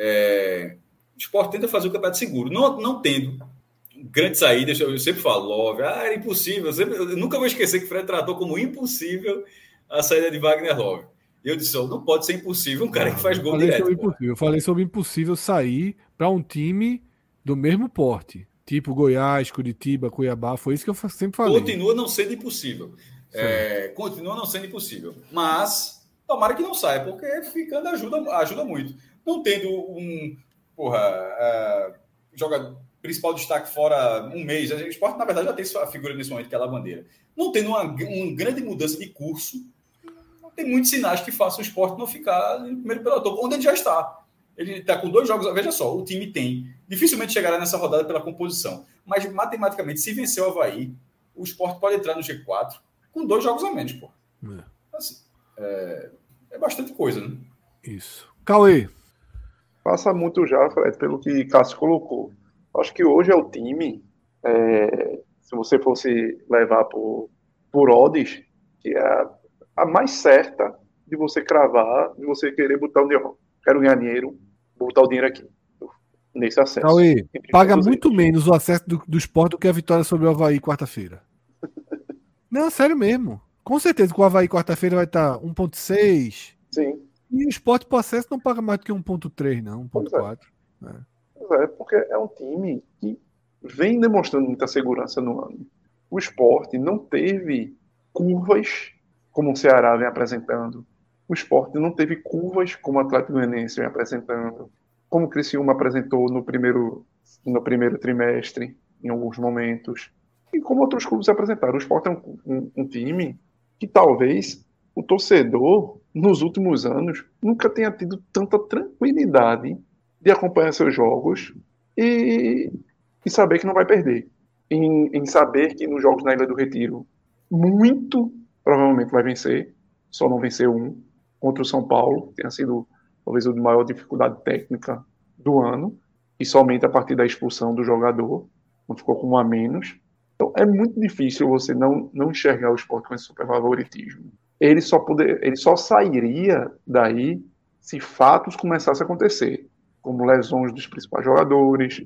é... o Sport tenta fazer o campeonato seguro. Não, não tendo grandes saídas, eu sempre falo, Love, ah, era impossível. Eu, sempre, eu nunca vou esquecer que o Fred tratou como impossível a saída de Wagner Love. E eu disse, oh, não pode ser impossível um cara não, que faz gol direto.
Eu falei sobre impossível sair para um time do mesmo porte. Tipo Goiás, Curitiba, Cuiabá. Foi isso que eu sempre falei.
Continua não sendo impossível. É, continua não sendo impossível. Mas, tomara que não saia, porque ficando ajuda, ajuda muito. Não tendo um porra, uh, jogador principal destaque fora um mês. O Sport, na verdade, já tem sua figura nesse momento, que é a Lavandeira. Não tendo uma, uma grande mudança de curso, não tem muitos sinais que façam o Sport não ficar em primeiro pelotão, onde ele já está. Ele está com dois jogos, veja só, o time tem. Dificilmente chegará nessa rodada pela composição. Mas, matematicamente, se vencer o Avaí, o Sport pode entrar no G quatro com dois jogos a menos, pô. É. Assim, é, é bastante coisa, né?
Isso. Cauê.
Passa muito já, Fred, pelo que Cássio colocou. Acho que hoje é o time, é, se você fosse levar por, por odds, que é a, a mais certa de você cravar, de você querer botar o dinheiro. Quero ganhar dinheiro, vou botar o dinheiro aqui, nesse acesso.
Cauê, paga muito eles. menos o acesso do, do Sport do que a vitória sobre o Avaí quarta-feira. Não, sério mesmo. Com certeza que o Avaí quarta-feira vai estar um ponto seis.
Sim.
E o Sport por acesso não paga mais do que um ponto três, não, um ponto quatro.
É. É, porque é um time que vem demonstrando muita segurança no ano. O Sport não teve curvas como o Ceará vem apresentando. O Sport não teve curvas como o Atlético Goianiense vem apresentando. Como o Criciúma apresentou no primeiro, no primeiro trimestre, em alguns momentos. E como outros clubes apresentaram. O Sport é um, um, um time que talvez o torcedor, nos últimos anos, nunca tenha tido tanta tranquilidade de acompanhar seus jogos e, e saber que não vai perder. Em, em saber que nos jogos na Ilha do Retiro, muito provavelmente vai vencer, só não venceu um, contra o São Paulo, que tenha sido talvez o de maior dificuldade técnica do ano, e somente a partir da expulsão do jogador, quando ficou com um a menos. Então é muito difícil você não, não enxergar o Sport com esse superfavoritismo. Ele só, poder, ele só sairia daí se fatos começassem a acontecer, como lesões dos principais jogadores,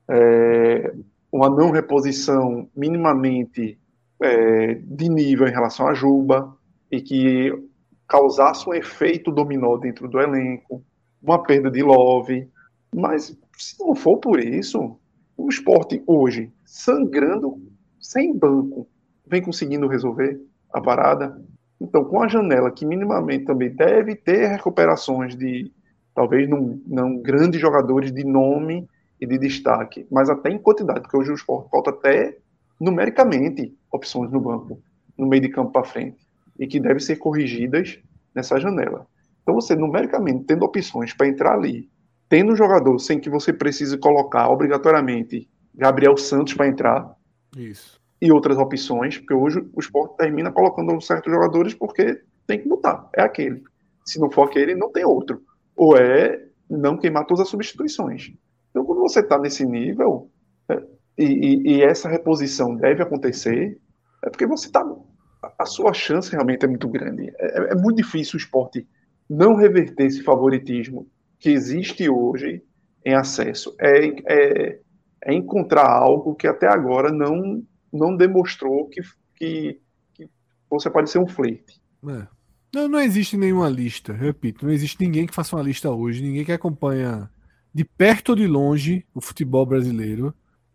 é, uma não reposição minimamente é, de nível em relação à Juba, e que causasse um efeito dominó dentro do elenco, uma perda de Love. Mas, se não for por isso, o Sport hoje, sangrando, sem banco, vem conseguindo resolver a parada. Então, com a janela que minimamente também deve ter recuperações de Talvez não, não grandes jogadores de nome e de destaque, mas até em quantidade, porque hoje o Sport falta até numericamente opções no banco, no meio de campo para frente, e que devem ser corrigidas nessa janela. Então você, numericamente, tendo opções para entrar ali, tendo um jogador sem que você precise colocar obrigatoriamente Gabriel Santos para entrar,
Isso.
e outras opções, porque hoje o Sport termina colocando certos jogadores porque tem que botar, é aquele. Se não for aquele, não tem outro. Ou é não queimar todas as substituições. Então, quando você está nesse nível, é, e, e, e essa reposição deve acontecer, é porque você está... A sua chance realmente é muito grande. É, é muito difícil o Sport não reverter esse favoritismo que existe hoje em acesso. É, é, é encontrar algo que até agora não, não demonstrou que, que, que você pode ser um flerte.
É. Não, não existe nenhuma lista, repito, não existe ninguém que faça uma lista hoje, ninguém que acompanha de perto ou de longe o futebol brasileiro.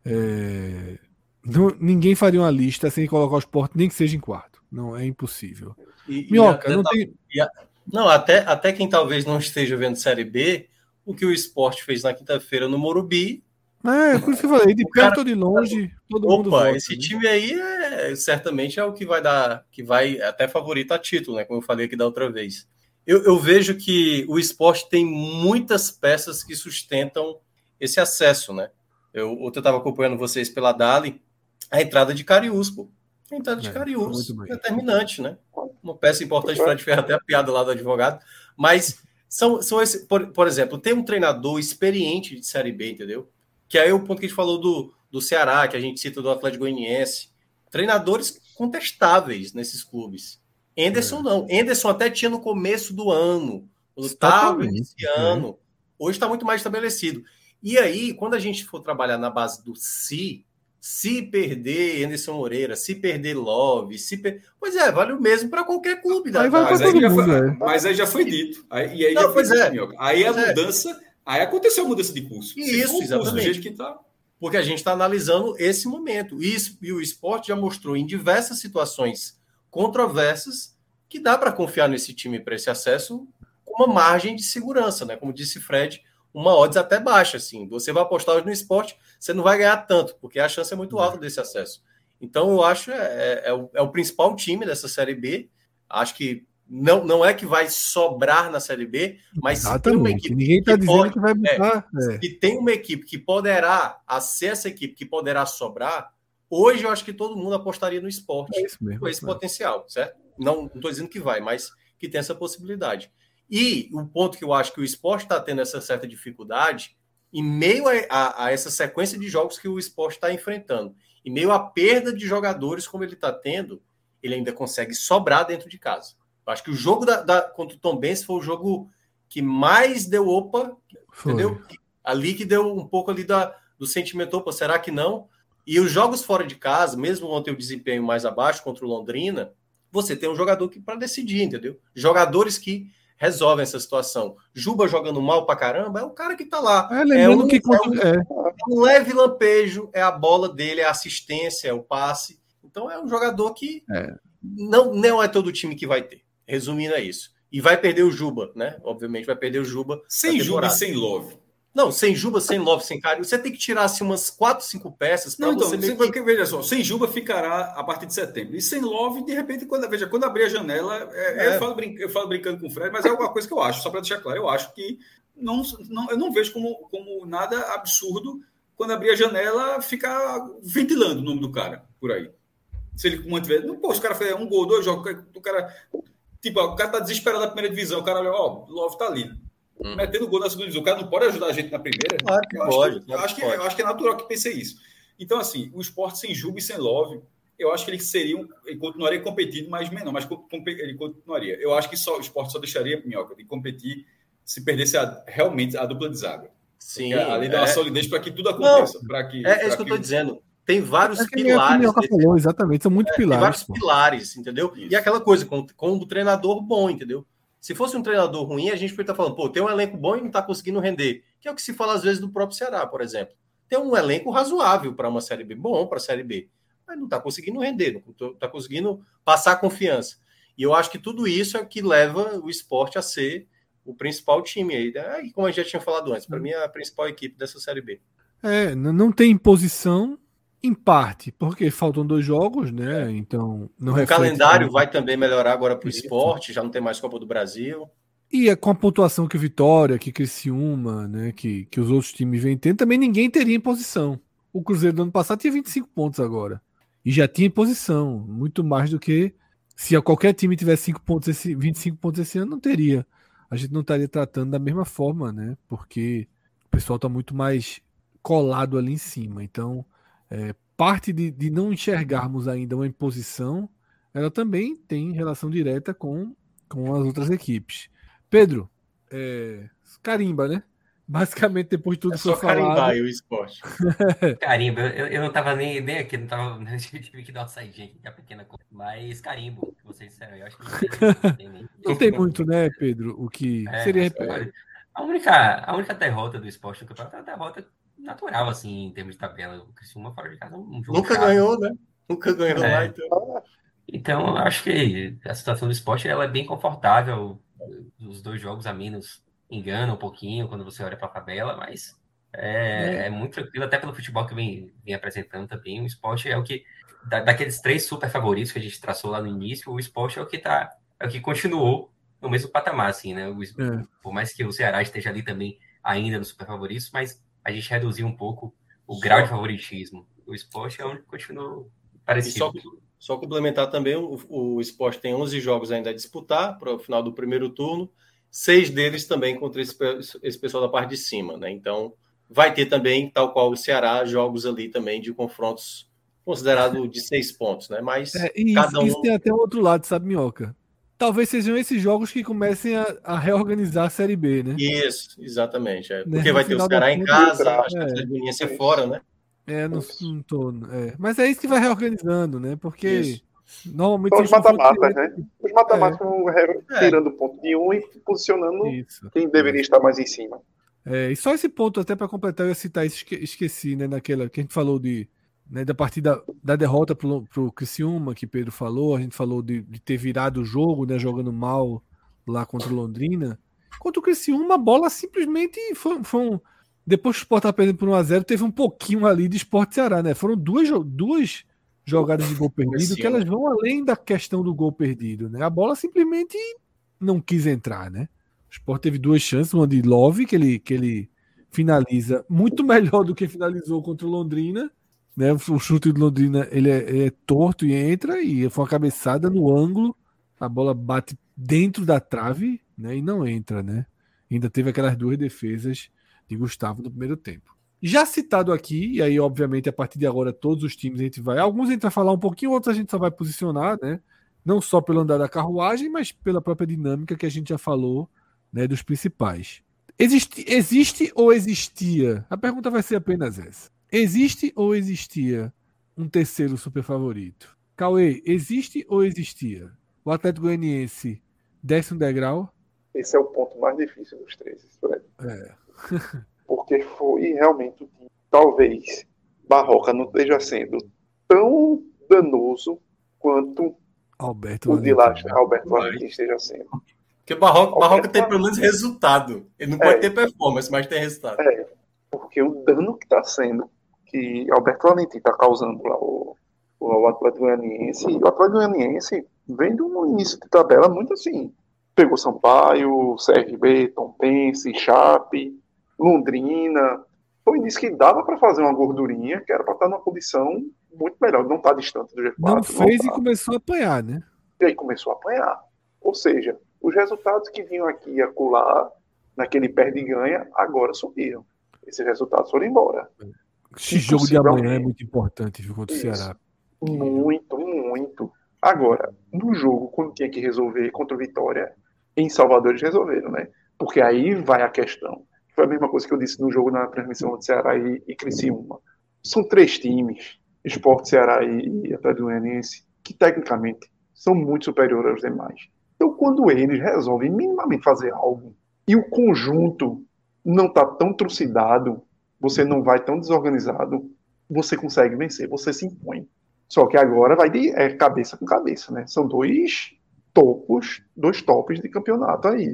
É... Não, ninguém faria uma lista sem colocar o Sport, nem que seja em quarto. Não, é impossível.
E,
Minhoca,
e a,
não
a,
tem...
a, não, até, até quem talvez não esteja vendo Série B, o que o Sport fez na quinta-feira no Morumbi.
É, por isso que eu falei, de
O
perto
cara-
ou de longe, todo
Opa,
mundo vota.
esse
né?
time aí é, certamente é o que vai dar, que vai até favorito a título, né? Como eu falei aqui da outra vez. Eu, eu vejo que o Sport tem muitas peças que sustentam esse acesso, né? Eu, ontem eu estava acompanhando vocês pela Dali, a entrada de Cariús, pô. A entrada de
É,
Cariús,
muito bem.
determinante, né? Uma peça importante, Fred fez até a piada lá do advogado, mas são, são esse, por, por exemplo, tem um treinador experiente de Série B, entendeu? Que aí é o ponto que a gente falou do, do Ceará, que a gente cita do Atlético Goianiense. Treinadores contestáveis nesses clubes. Enderson
É.
não. Enderson até tinha no começo do ano. Quando estava
Totalmente,
iniciando. Hoje está muito mais estabelecido. E aí, quando a gente for trabalhar na base do se, se perder Anderson Moreira, se perder Love, se per... pois é, vale o mesmo para qualquer clube. Da,
Aí vai
da-
Mas
pra
aí,
todo
já
mundo,
foi,
é.
mas aí já foi dito. Aí, e aí
Não,
já foi
pois
dito,
é.
Minhoca. Aí a
Pois é.
mudança, aí aconteceu a mudança de curso.
Isso,
Se for o curso do
exatamente.
jeito que tá.
Porque a gente está analisando esse momento. E, isso- e o esporte já mostrou em diversas situações controversas que dá para confiar nesse time para esse acesso com uma margem de segurança, né? Como disse Fred, uma odds até baixa. Assim. Você vai apostar hoje no esporte, você não vai ganhar tanto, porque a chance é muito alta desse acesso. Então, eu acho que é, é, o, é o principal time dessa Série B. Acho que não, não é que vai sobrar na Série B, mas se tem uma
Exatamente.
equipe
Ninguém está
que
dizendo
pode-
que vai botar. É.
e tem uma equipe que poderá a ser essa equipe que poderá sobrar, hoje eu acho que todo mundo apostaria no esporte
É isso mesmo.
com esse
é.
potencial, certo? Não estou dizendo que vai, mas que tem essa possibilidade. E o ponto que eu acho que o esporte está tendo essa certa dificuldade, em meio a, a, a essa sequência de jogos que o esporte está enfrentando, em meio à perda de jogadores como ele está tendo, ele ainda consegue sobrar dentro de casa. Eu acho que o jogo da, da, contra o Tombense foi o jogo que mais deu opa,
Foi.
entendeu? Ali que deu um pouco ali da, do sentimento, opa, será que não? E os jogos fora de casa, mesmo ontem o desempenho mais abaixo contra o Londrina, você tem um jogador que para decidir, entendeu? Jogadores que resolvem essa situação. Juba jogando mal pra caramba, é o cara que tá lá.
É, lembrando
é um,
que
é
contra-
um,
é,
um leve lampejo, é a bola dele, é a assistência, é o passe. Então é um jogador que
É.
não, não é todo time que vai ter. Resumindo, é isso. E vai perder o Juba, né? Obviamente vai perder o Juba.
Sem
na
Juba e
temporada.
sem Love.
Não, sem Juba, sem Love, sem Caio. Você tem que tirar assim, umas quatro, cinco peças para
Não, então,
você
você,
meio que...
porque, veja só, sem Juba ficará a partir de setembro. E sem Love, de repente, quando, veja, quando abrir a janela, é,
É.
Eu, falo brin- eu falo brincando com o Fred, mas é alguma coisa que eu acho, só para deixar claro, eu acho que não, não, eu não vejo como, como nada absurdo quando abrir a janela ficar ventilando o nome do cara por aí. Se ele mantiver. Não, pô, os caras fazem um gol, dois jogos, o cara. Tipo, o cara tá desesperado na primeira divisão, o cara olha, ó, o Love tá ali.
Hum.
Metendo gol na segunda divisão. O cara não pode ajudar a gente na primeira.
Claro que
eu
pode,
Acho que,
claro
eu, acho
que
que,
pode.
eu acho que é natural que pense isso. Então, assim, o esporte sem Juba e sem Love, eu acho que ele seria. Um, ele continuaria competindo, mas menor, mas com- com- ele continuaria. Eu acho que só, o esporte só deixaria Minhoca de competir se perdesse a- realmente a dupla de zaga.
Sim,
Porque ali dá uma
é,
solidez para que tudo aconteça. Pra que,
é, é
pra
isso que eu estou
que-
dizendo. Tem vários
É que nem o
pilares.
Minhoca
desse-
falou, exatamente. São muitos
Tem
pilares.
vários
pô.
pilares, entendeu?
Isso.
E aquela coisa, com, com um treinador bom, entendeu? Se fosse um treinador ruim, a gente poderia estar falando, pô, tem um elenco bom e não está conseguindo render. Que é o que se fala às vezes do próprio Ceará, por exemplo. Tem um elenco razoável para uma Série B, bom para a Série B, mas não está conseguindo render, não está conseguindo passar confiança. E eu acho que tudo isso é o que leva o esporte a ser o principal time aí, né? E como a gente já tinha falado antes, para mim é a principal equipe dessa Série B.
É, não tem imposição, em parte, porque faltam dois jogos, né?
É.
Então, não
o
reflete
calendário
muito.
vai também melhorar agora para o esporte, já não tem mais Copa do Brasil.
E é com a pontuação que o Vitória, que Criciúma, né, que, que os outros times vêm tendo, também ninguém teria imposição. O Cruzeiro do ano passado tinha vinte e cinco pontos agora. E já tinha imposição, muito mais do que se qualquer time tivesse cinco pontos esse, vinte e cinco pontos esse ano, não teria. A gente não estaria tratando da mesma forma, né? Porque o pessoal está muito mais colado ali em cima. Então, é, parte de, de não enxergarmos ainda uma imposição, ela também tem relação direta com, com as outras equipes. Pedro, é, carimba, né? Basicamente, depois de tudo
É
foi
só
falado...
carimbar aí o esporte.
Carimbo, eu, eu não tava nem, nem aqui, não tava. Eu tive que dar uma saidinha aqui, que é pequena coisa. Mas carimbo, que vocês disseram, eu acho que não tem, não tem nem.
Não tem muito, né, Pedro? O que
É,
seria...
mas, a, única, a única derrota do esporte no campeonato é uma derrota natural, assim, em termos de tabela. O Criciúma fora de casa um jogo
Nunca
chato.
ganhou, né? Nunca ganhou
É.
lá, então.
Então, eu acho que a situação do esporte ela é bem confortável. Os dois jogos a menos enganam um pouquinho quando você olha para a tabela, mas é, é. é muito tranquilo, até pelo futebol que vem, vem apresentando também. O esporte é o que, da, daqueles três super favoritos que a gente traçou lá no início, o esporte é o que tá, é o que continuou no mesmo patamar, assim, né? O,
É.
Por mais que o Ceará esteja ali também ainda nos super favoritos, mas a gente reduziu um pouco o grau de favoritismo. O esporte é onde continua parecido.
E só, só complementar também, o, o esporte tem onze jogos ainda a disputar para o final do primeiro turno, seis deles também contra esse, esse pessoal da parte de cima, né? Então, vai ter também, tal qual o Ceará, jogos ali também de confrontos considerados de seis pontos, né? Mas
É, e
cada
isso,
um...
isso tem até um outro lado, sabe, Minhoca? Talvez sejam esses jogos que comecem a, a reorganizar a Série B, né?
Isso, exatamente. É. Porque
Né?
vai
No
ter o
final
Ceará
da
em
conta,
casa,
é.
acho que a Atlético ser fora, né?
É, não, não tô. É. Mas é isso que vai reorganizando, né? Porque
Isso.
normalmente
São os
são
mata-matas, né? Os mata-matas vão
É.
tirando o ponto de um e posicionando
Isso.
quem deveria estar mais em cima.
É, e só esse ponto, até para completar, eu ia citar isso, esque- esqueci, né? Naquela que a gente falou de, né, da partida da derrota pro, pro Criciúma, que Pedro falou, a gente falou de, de ter virado o jogo, né? Jogando mal lá contra o Londrina. Contra o Criciúma, a bola simplesmente foi, foi um. Depois que o Sport estava perdendo por um a zero, teve um pouquinho ali de Sport Ceará, né? Foram duas, duas jogadas de gol perdido que elas vão além da questão do gol perdido, né? A bola simplesmente não quis entrar, né? O Sport teve duas chances, uma de Love, que ele, que ele finaliza muito melhor do que finalizou contra o Londrina, né? O chute do Londrina ele é, ele é torto e entra, e foi uma cabeçada no ângulo, a bola bate dentro da trave, né? E não entra, né? Ainda teve aquelas duas defesas de Gustavo no primeiro tempo. Já citado aqui, e aí obviamente a partir de agora todos os times a gente vai, alguns a gente vai falar um pouquinho, outros a gente só vai posicionar, né? Não só pelo andar da carruagem, mas pela própria dinâmica que a gente já falou, né, dos principais. Existe, existe ou existia? A pergunta vai ser apenas essa. Existe ou existia um terceiro super favorito? Cauê, existe ou existia? O Atlético Goianiense desce um degrau?
Esse é o ponto mais difícil dos três, Fred.
É.
Porque foi realmente, talvez, Barroca não esteja sendo tão danoso quanto
Alberto
o de lá,
Valentim.
Alberto Valentim esteja sendo.
Porque o Barroca, Barroca
Alberto
tem pelo menos resultado. Ele não pode
É.
ter performance, mas tem resultado.
É, porque o dano que está sendo, que Alberto Valentim está causando lá o, o Atlético Goianiense, e o Atlético Goianiense vem de um início de tabela muito assim. Pegou Sampaio, C R B, Tombense, Chape, Londrina. Foi disse que dava para fazer uma gordurinha, que era para estar numa condição muito melhor, não está distante do G quatro.
Não fez
tá.
E começou a apanhar, né?
E aí começou a apanhar. Ou seja, os resultados que vinham aqui e acolá, naquele perde e ganha, agora subiram. Esses resultados foram embora.
Esse jogo de amanhã é muito importante, viu, contra o
Isso.
Ceará.
Muito, muito. Agora, no jogo, quando tinha que resolver contra o Vitória, em Salvador eles resolveram, né? Porque aí vai a questão. Foi a mesma coisa que eu disse no jogo na transmissão de Ceará e, e Criciúma. São três times, Sport, Ceará e, e Atlético Goianiense, que tecnicamente são muito superiores aos demais. Então, quando eles resolvem minimamente fazer algo e o conjunto não está tão trucidado, você não vai tão desorganizado, você consegue vencer, você se impõe. Só que agora vai de é, cabeça com cabeça, né? São dois topos, dois tops de campeonato aí.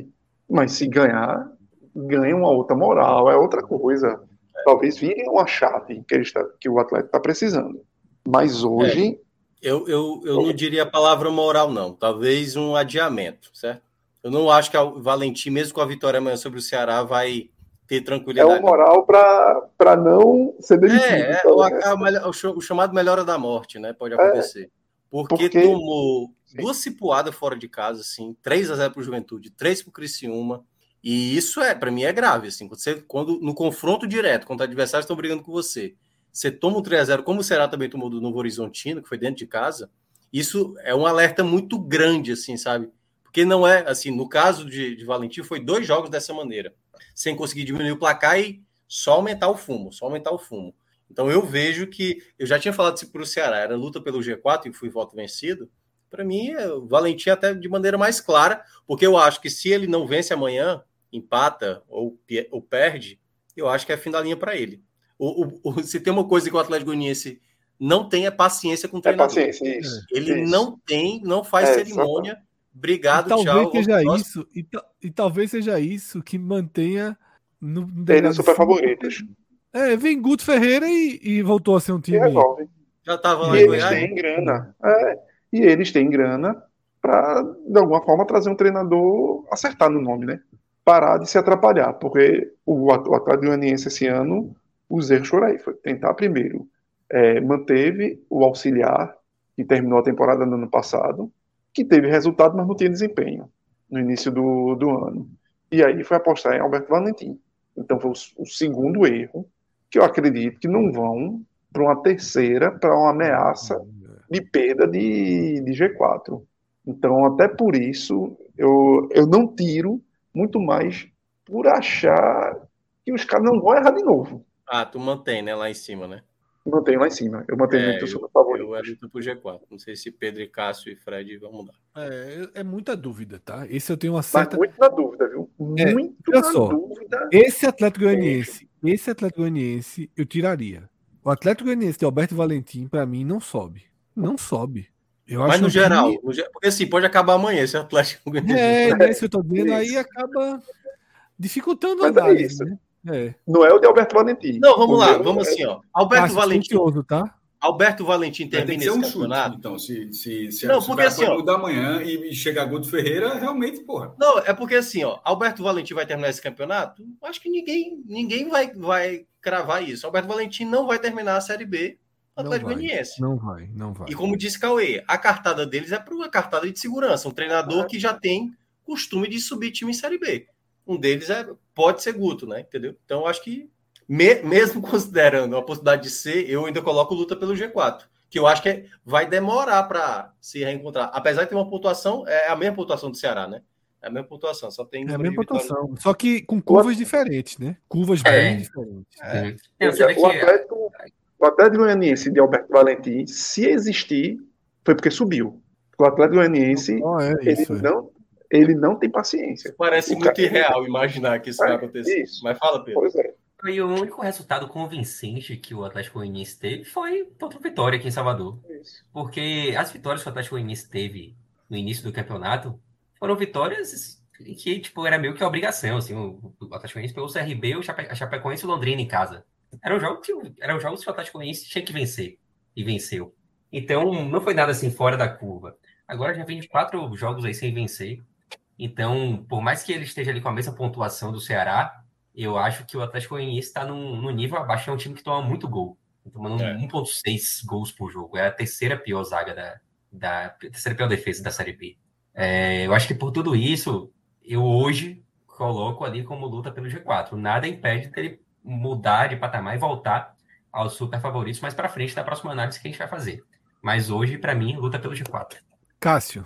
Mas se ganhar, ganha uma outra moral, é outra coisa. Talvez vire uma chave que, ele está, que o Atlético está precisando. Mas hoje...
É, eu, eu, eu não diria a palavra moral, não. Talvez um adiamento, certo? Eu não acho que o Valentim, mesmo com a vitória amanhã sobre o Ceará, vai ter tranquilidade.
É uma moral para não ser demitido.
É, é
então,
o,
né?
a, o chamado melhora da morte, né? Pode acontecer. É, porque, porque tomou sim. duas cipuadas fora de casa, assim, três a zero para o Juventude, três para o Criciúma. E isso, é para mim, é grave. Assim, quando, você, quando no confronto direto, quando os adversários estão brigando com você, você toma um três a zero, como o Ceará também tomou do Novo Horizontino, que foi dentro de casa, isso é um alerta muito grande, assim, sabe? Porque não é, assim, no caso de, de Valentim, foi dois jogos dessa maneira, sem conseguir diminuir o placar e só aumentar o fumo, só aumentar o fumo. Então eu vejo que, eu já tinha falado isso para o Ceará, era luta pelo G quatro e fui voto vencido. Para mim, o Valentim até de maneira mais clara, porque eu acho que se ele não vence amanhã, empata ou, ou perde, eu acho que é fim da linha para ele. O, o, o, se tem uma coisa que o Atlético Goianiense não tem, é paciência com o treinador.
É paciência, isso.
Ele
isso.
não tem, não faz
é,
cerimônia. Só... Obrigado,
e talvez
tchau.
Seja isso, e, e talvez seja isso que mantenha no, no
ele super favoritos.
É, vem Guto Ferreira e, e voltou a ser um time.
E resolve.
Já estava lá
e
em
eles
Goiás.
têm grana. É, e eles têm grana para, de alguma forma, trazer um treinador, acertar no nome, né? Parar de se atrapalhar, porque o, o Atlético Goianiense esse ano, os erros foram aí. Foi tentar primeiro, é, manteve o auxiliar, que terminou a temporada no ano passado, que teve resultado, mas não tinha desempenho no início do, do ano. E aí foi apostar em Alberto Valentim. Então foi o, o segundo erro, que eu acredito que não vão para uma terceira, para uma ameaça de perda de, de G quatro. Então, até por isso, eu, eu não tiro, muito mais por achar que os caras não vão errar de novo.
Ah, tu mantém, né, lá em cima, né?
Mantenho lá em cima. Eu mantenho
é,
muito o
eu,
super favorito.
Eu era pro G quatro. Não sei se Pedro, e Cássio e Fred vão mudar.
É, é muita dúvida, tá? Esse eu tenho uma certa...
Mas muito na dúvida, viu?
É,
muito
olha
na
só,
dúvida.
Esse Atlético Goianiense, esse Atlético Goianiense eu tiraria. O Atlético Goianiense de Alberto Valentim, pra mim, não sobe. Não sobe. Eu
Mas
acho
no geral,
que...
no, porque assim, pode acabar amanhã esse Atlético Goianiense.
É, né, se eu tô dizendo, aí acaba dificultando a análise, né? É.
Não é o de Alberto Valentim.
Não, vamos lá, vamos assim, ó. Alberto
Cássio,
Valentim.
Curioso, tá?
Alberto Valentim termina esse
um
campeonato.
Chute, então, se, se, se,
não,
se
porque
o cara
assim,
pode
ó,
mudar amanhã e chegar Guto Ferreira, realmente, porra.
Não, é porque assim, ó, Alberto Valentim vai terminar esse campeonato? Acho que ninguém, ninguém vai, vai cravar isso. Alberto Valentim não vai terminar a Série B do Atlético Goianiense.
Não vai, não vai.
E como disse Cauê, a cartada deles é para uma cartada de segurança, um treinador que já tem costume de subir time em Série B. Um deles é, pode ser Guto, né? Entendeu? Então, acho que, me, mesmo considerando a possibilidade de ser, eu ainda coloco luta pelo G quatro. Que eu acho que é, vai demorar para se reencontrar. Apesar de ter uma pontuação, é a mesma pontuação do Ceará, né? É a mesma pontuação, só tem...
É a mesma pontuação, só que com curvas diferentes, né? Curvas
é.
bem diferentes.
É.
É. O Atlético, o Atlético Goianiense de Alberto Valentim, se existir, foi porque subiu. O Atlético Goianiense,
oh, é
ele,
isso,
não, ele não tem paciência.
Parece
o
muito
cara...
irreal imaginar que isso é, vai acontecer. Isso. Mas fala, Pedro.
Pois é.
E o único resultado convincente que o Atlético Goianiense teve foi contra o Vitória aqui em Salvador. Isso. Porque as vitórias que o Atlético Goianiense teve no início do campeonato foram vitórias que, tipo, era meio que obrigação, assim. O Atlético Goianiense pegou o C R B, o Chape... a Chapecoense e o Londrina em casa. Eram jogos que, eram jogos que o Atlético Goianiense tinha que vencer. E venceu. Então, não foi nada assim fora da curva. Agora já vem de quatro jogos aí sem vencer. Então, por mais que ele esteja ali com a mesma pontuação do Ceará, eu acho que o Atlético Goianiense está num, num nível abaixo, é um time que toma muito gol. Tomando é. um vírgula seis gols por jogo. É a terceira pior zaga da, da a terceira pior defesa da Série B. É, eu acho que por tudo isso, eu hoje coloco ali como luta pelo G quatro. Nada impede dele mudar de patamar e voltar aos super favoritos mais para frente da próxima análise que a gente vai fazer. Mas hoje, para mim, luta pelo G quatro.
Cássio.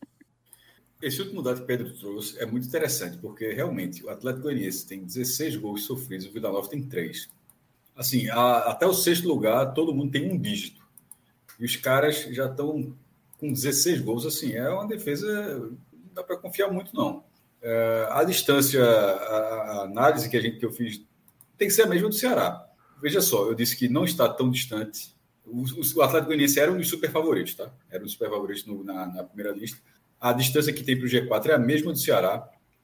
Esse último dado que Pedro trouxe é muito interessante, porque realmente o Atlético Goianiense tem dezesseis gols sofridos, o Vila Nova tem três. Assim, a, até o sexto lugar, todo mundo tem um dígito. E os caras já estão com dezesseis gols, assim, é uma defesa, não dá para confiar muito, não. É, a distância, a, a análise que, a gente, que eu fiz tem que ser a mesma do Ceará. Veja só, eu disse que não está tão distante. O, o Atlético Goianiense era um dos super favoritos, tá? Era um dos super favoritos no, na, na primeira lista. A distância que tem para o G quatro é a mesma do Ceará.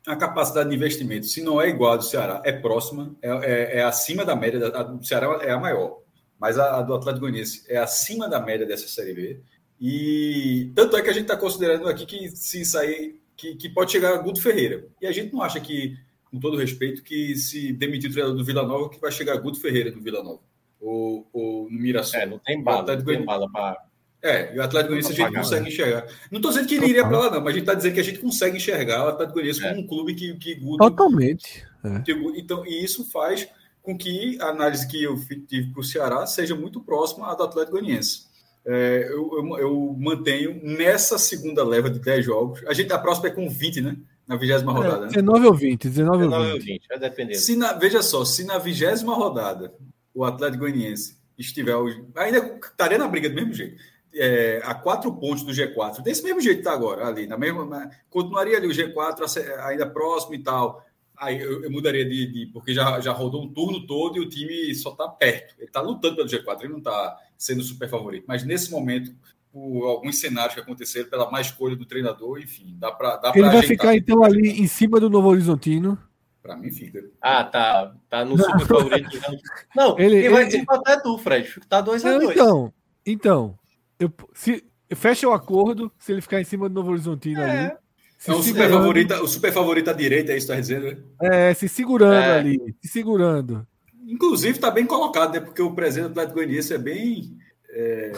a capacidade de investimento, se não é igual a do Ceará, é próxima, é, é, é acima da média. A do Ceará é a maior, mas a, a do Atlético Goianiense é acima da média dessa Série B. E tanto é que a gente está considerando aqui que se sair, que, que pode chegar a Guto Ferreira. E a gente não acha que, com todo respeito, que se demitir o treinador do Vila Nova, que vai chegar Guto Ferreira do Vila Nova. Ou, ou no Mirassol.
É, não tem bala, não tem bala para...
É, e o Atlético Goianiense a gente pagar, consegue né? enxergar. Não estou dizendo que ele iria para lá, não, mas a gente está dizendo que a gente consegue enxergar o Atlético Goianiense é. como um clube que, que Guto...
Totalmente. É.
Que, então, e isso faz com que a análise que eu tive para o Ceará seja muito próxima à do Atlético Goianiense. É, eu, eu, eu mantenho nessa segunda leva de dez jogos. A gente a próxima é com vinte, né? Na vigésima rodada.
É, dezenove ou vinte, dezenove ou vinte.
Vai depender.
Se na, veja só, se na vigésima rodada o Atlético Goianiense estiver... Ainda estaria na briga do mesmo jeito. É, a quatro pontos do G quatro, desse mesmo jeito que está agora, ali, na mesma, continuaria ali o G quatro ainda próximo e tal. Aí eu, eu mudaria de, de. Porque já, já rodou um turno todo e o time só está perto. Ele está lutando pelo G quatro, ele não está sendo super favorito. Mas nesse momento, por alguns cenários que aconteceram, pela má escolha do treinador, enfim, dá para. Dá
ele vai ficar então ali em cima do Novo Horizontino.
Para mim, fica.
Ah, tá. Tá no super favorito. Não, ele, quem vai ele... desempatar é tu, Fred. Tá dois a dois.
Então, então. Eu, se, fecha o acordo se ele ficar em cima do Novo Horizontino é. ali.
É o super, favorito, o super favorito à direita, é isso que está dizendo, né?
É, se segurando é. ali, se segurando.
Inclusive, está bem colocado, né? Porque o presidente do Atlético Goianiense é bem... É,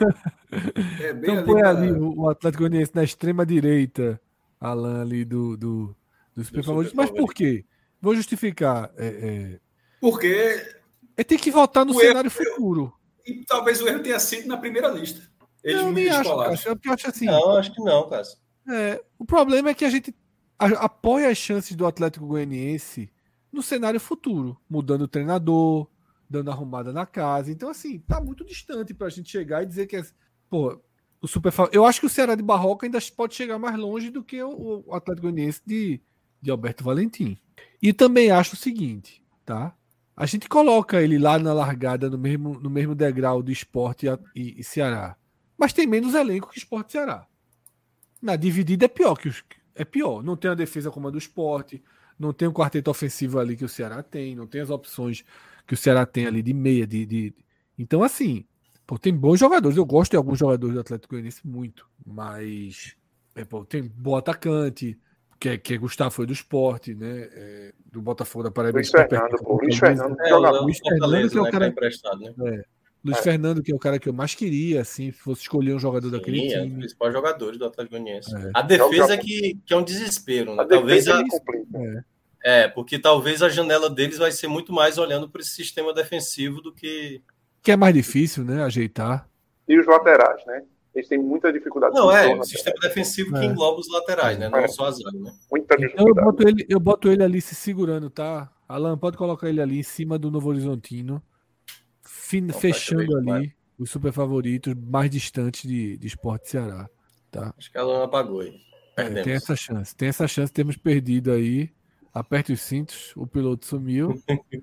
é bem então ali põe pra... ali o, o Atlético Goianiense na extrema direita, Alan, ali do, do, do super do favorito. Super Mas favorito. Por quê? Vou justificar. É, é...
Porque...
Ele tem que voltar no o cenário erro, futuro.
E talvez o erro tenha sido na primeira lista.
Eles não, nem acho, Cássio, eu acho assim.
Não, acho que não, Cássio.
É, o problema é que a gente apoia as chances do Atlético Goianiense no cenário futuro, mudando o treinador, dando arrumada na casa. Então, assim, tá muito distante pra gente chegar e dizer que é, pô, o super eu acho que o Ceará de Barroca ainda pode chegar mais longe do que o, o Atlético Goianiense de, de Alberto Valentim. E também acho o seguinte, tá? A gente coloca ele lá na largada no mesmo, no mesmo degrau do Sport e, e, e Ceará. Mas tem menos elenco que o Sport e Ceará. Na dividida é pior que os, é pior. Não tem a defesa como a do Sport, não tem o quarteto ofensivo ali que o Ceará tem, não tem as opções que o Ceará tem ali de meia. De, de... Então, assim, pô, tem bons jogadores. Eu gosto de alguns jogadores do Atlético Goianiense muito, mas é, pô, tem bom atacante, que é, que é Gustavo, foi do Sport, né? É, do Botafogo da Paraíba.
Luiz Fernando, pô, Luiz Fernando,
é, joga Luiz Fernando, que é o cara emprestado, né?
É. Luiz é. Fernando, que é o cara que eu mais queria, assim, se fosse escolher um jogador Sim, daquele time. É um dos
principais jogadores do Atlético Goianiense. É. A defesa é que, que é um desespero, né? A talvez a...
é.
é, porque talvez a janela deles vai ser muito mais olhando para esse sistema defensivo do que...
Que é mais difícil, né? Ajeitar.
E os laterais, né? Eles têm muita dificuldade.
Não, é, o sistema defensivo é. que engloba os laterais, né? Não é. só a zaga, né?
Muita
dificuldade. Eu boto, ele, eu boto ele ali se segurando, tá? Alan, pode colocar ele ali em cima do Novo Horizontino, fin... Não, fechando ali mais. Os super favoritos mais distantes de, de Sport Ceará, tá?
Acho que a Alan apagou aí.
É, tem essa chance, tem essa chance, temos perdido aí. Aperte os cintos, o piloto sumiu.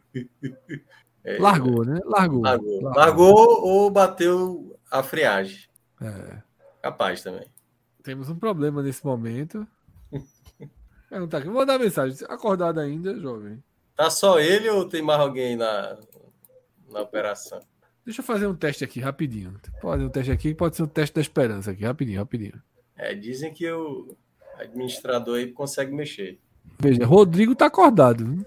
é, Largou, né? Largou.
Largou. Largou. Largou ou bateu a friagem.
É.
Capaz também.
Temos um problema nesse momento. Perguntar aqui. Vou dar mensagem. Acordado ainda, jovem?
Tá só ele ou tem mais alguém na, na operação?
Deixa eu fazer um teste aqui, rapidinho. Pode fazer um teste aqui, pode ser um teste da esperança aqui, rapidinho, rapidinho.
É, dizem que o administrador aí consegue mexer.
Veja, Rodrigo tá acordado.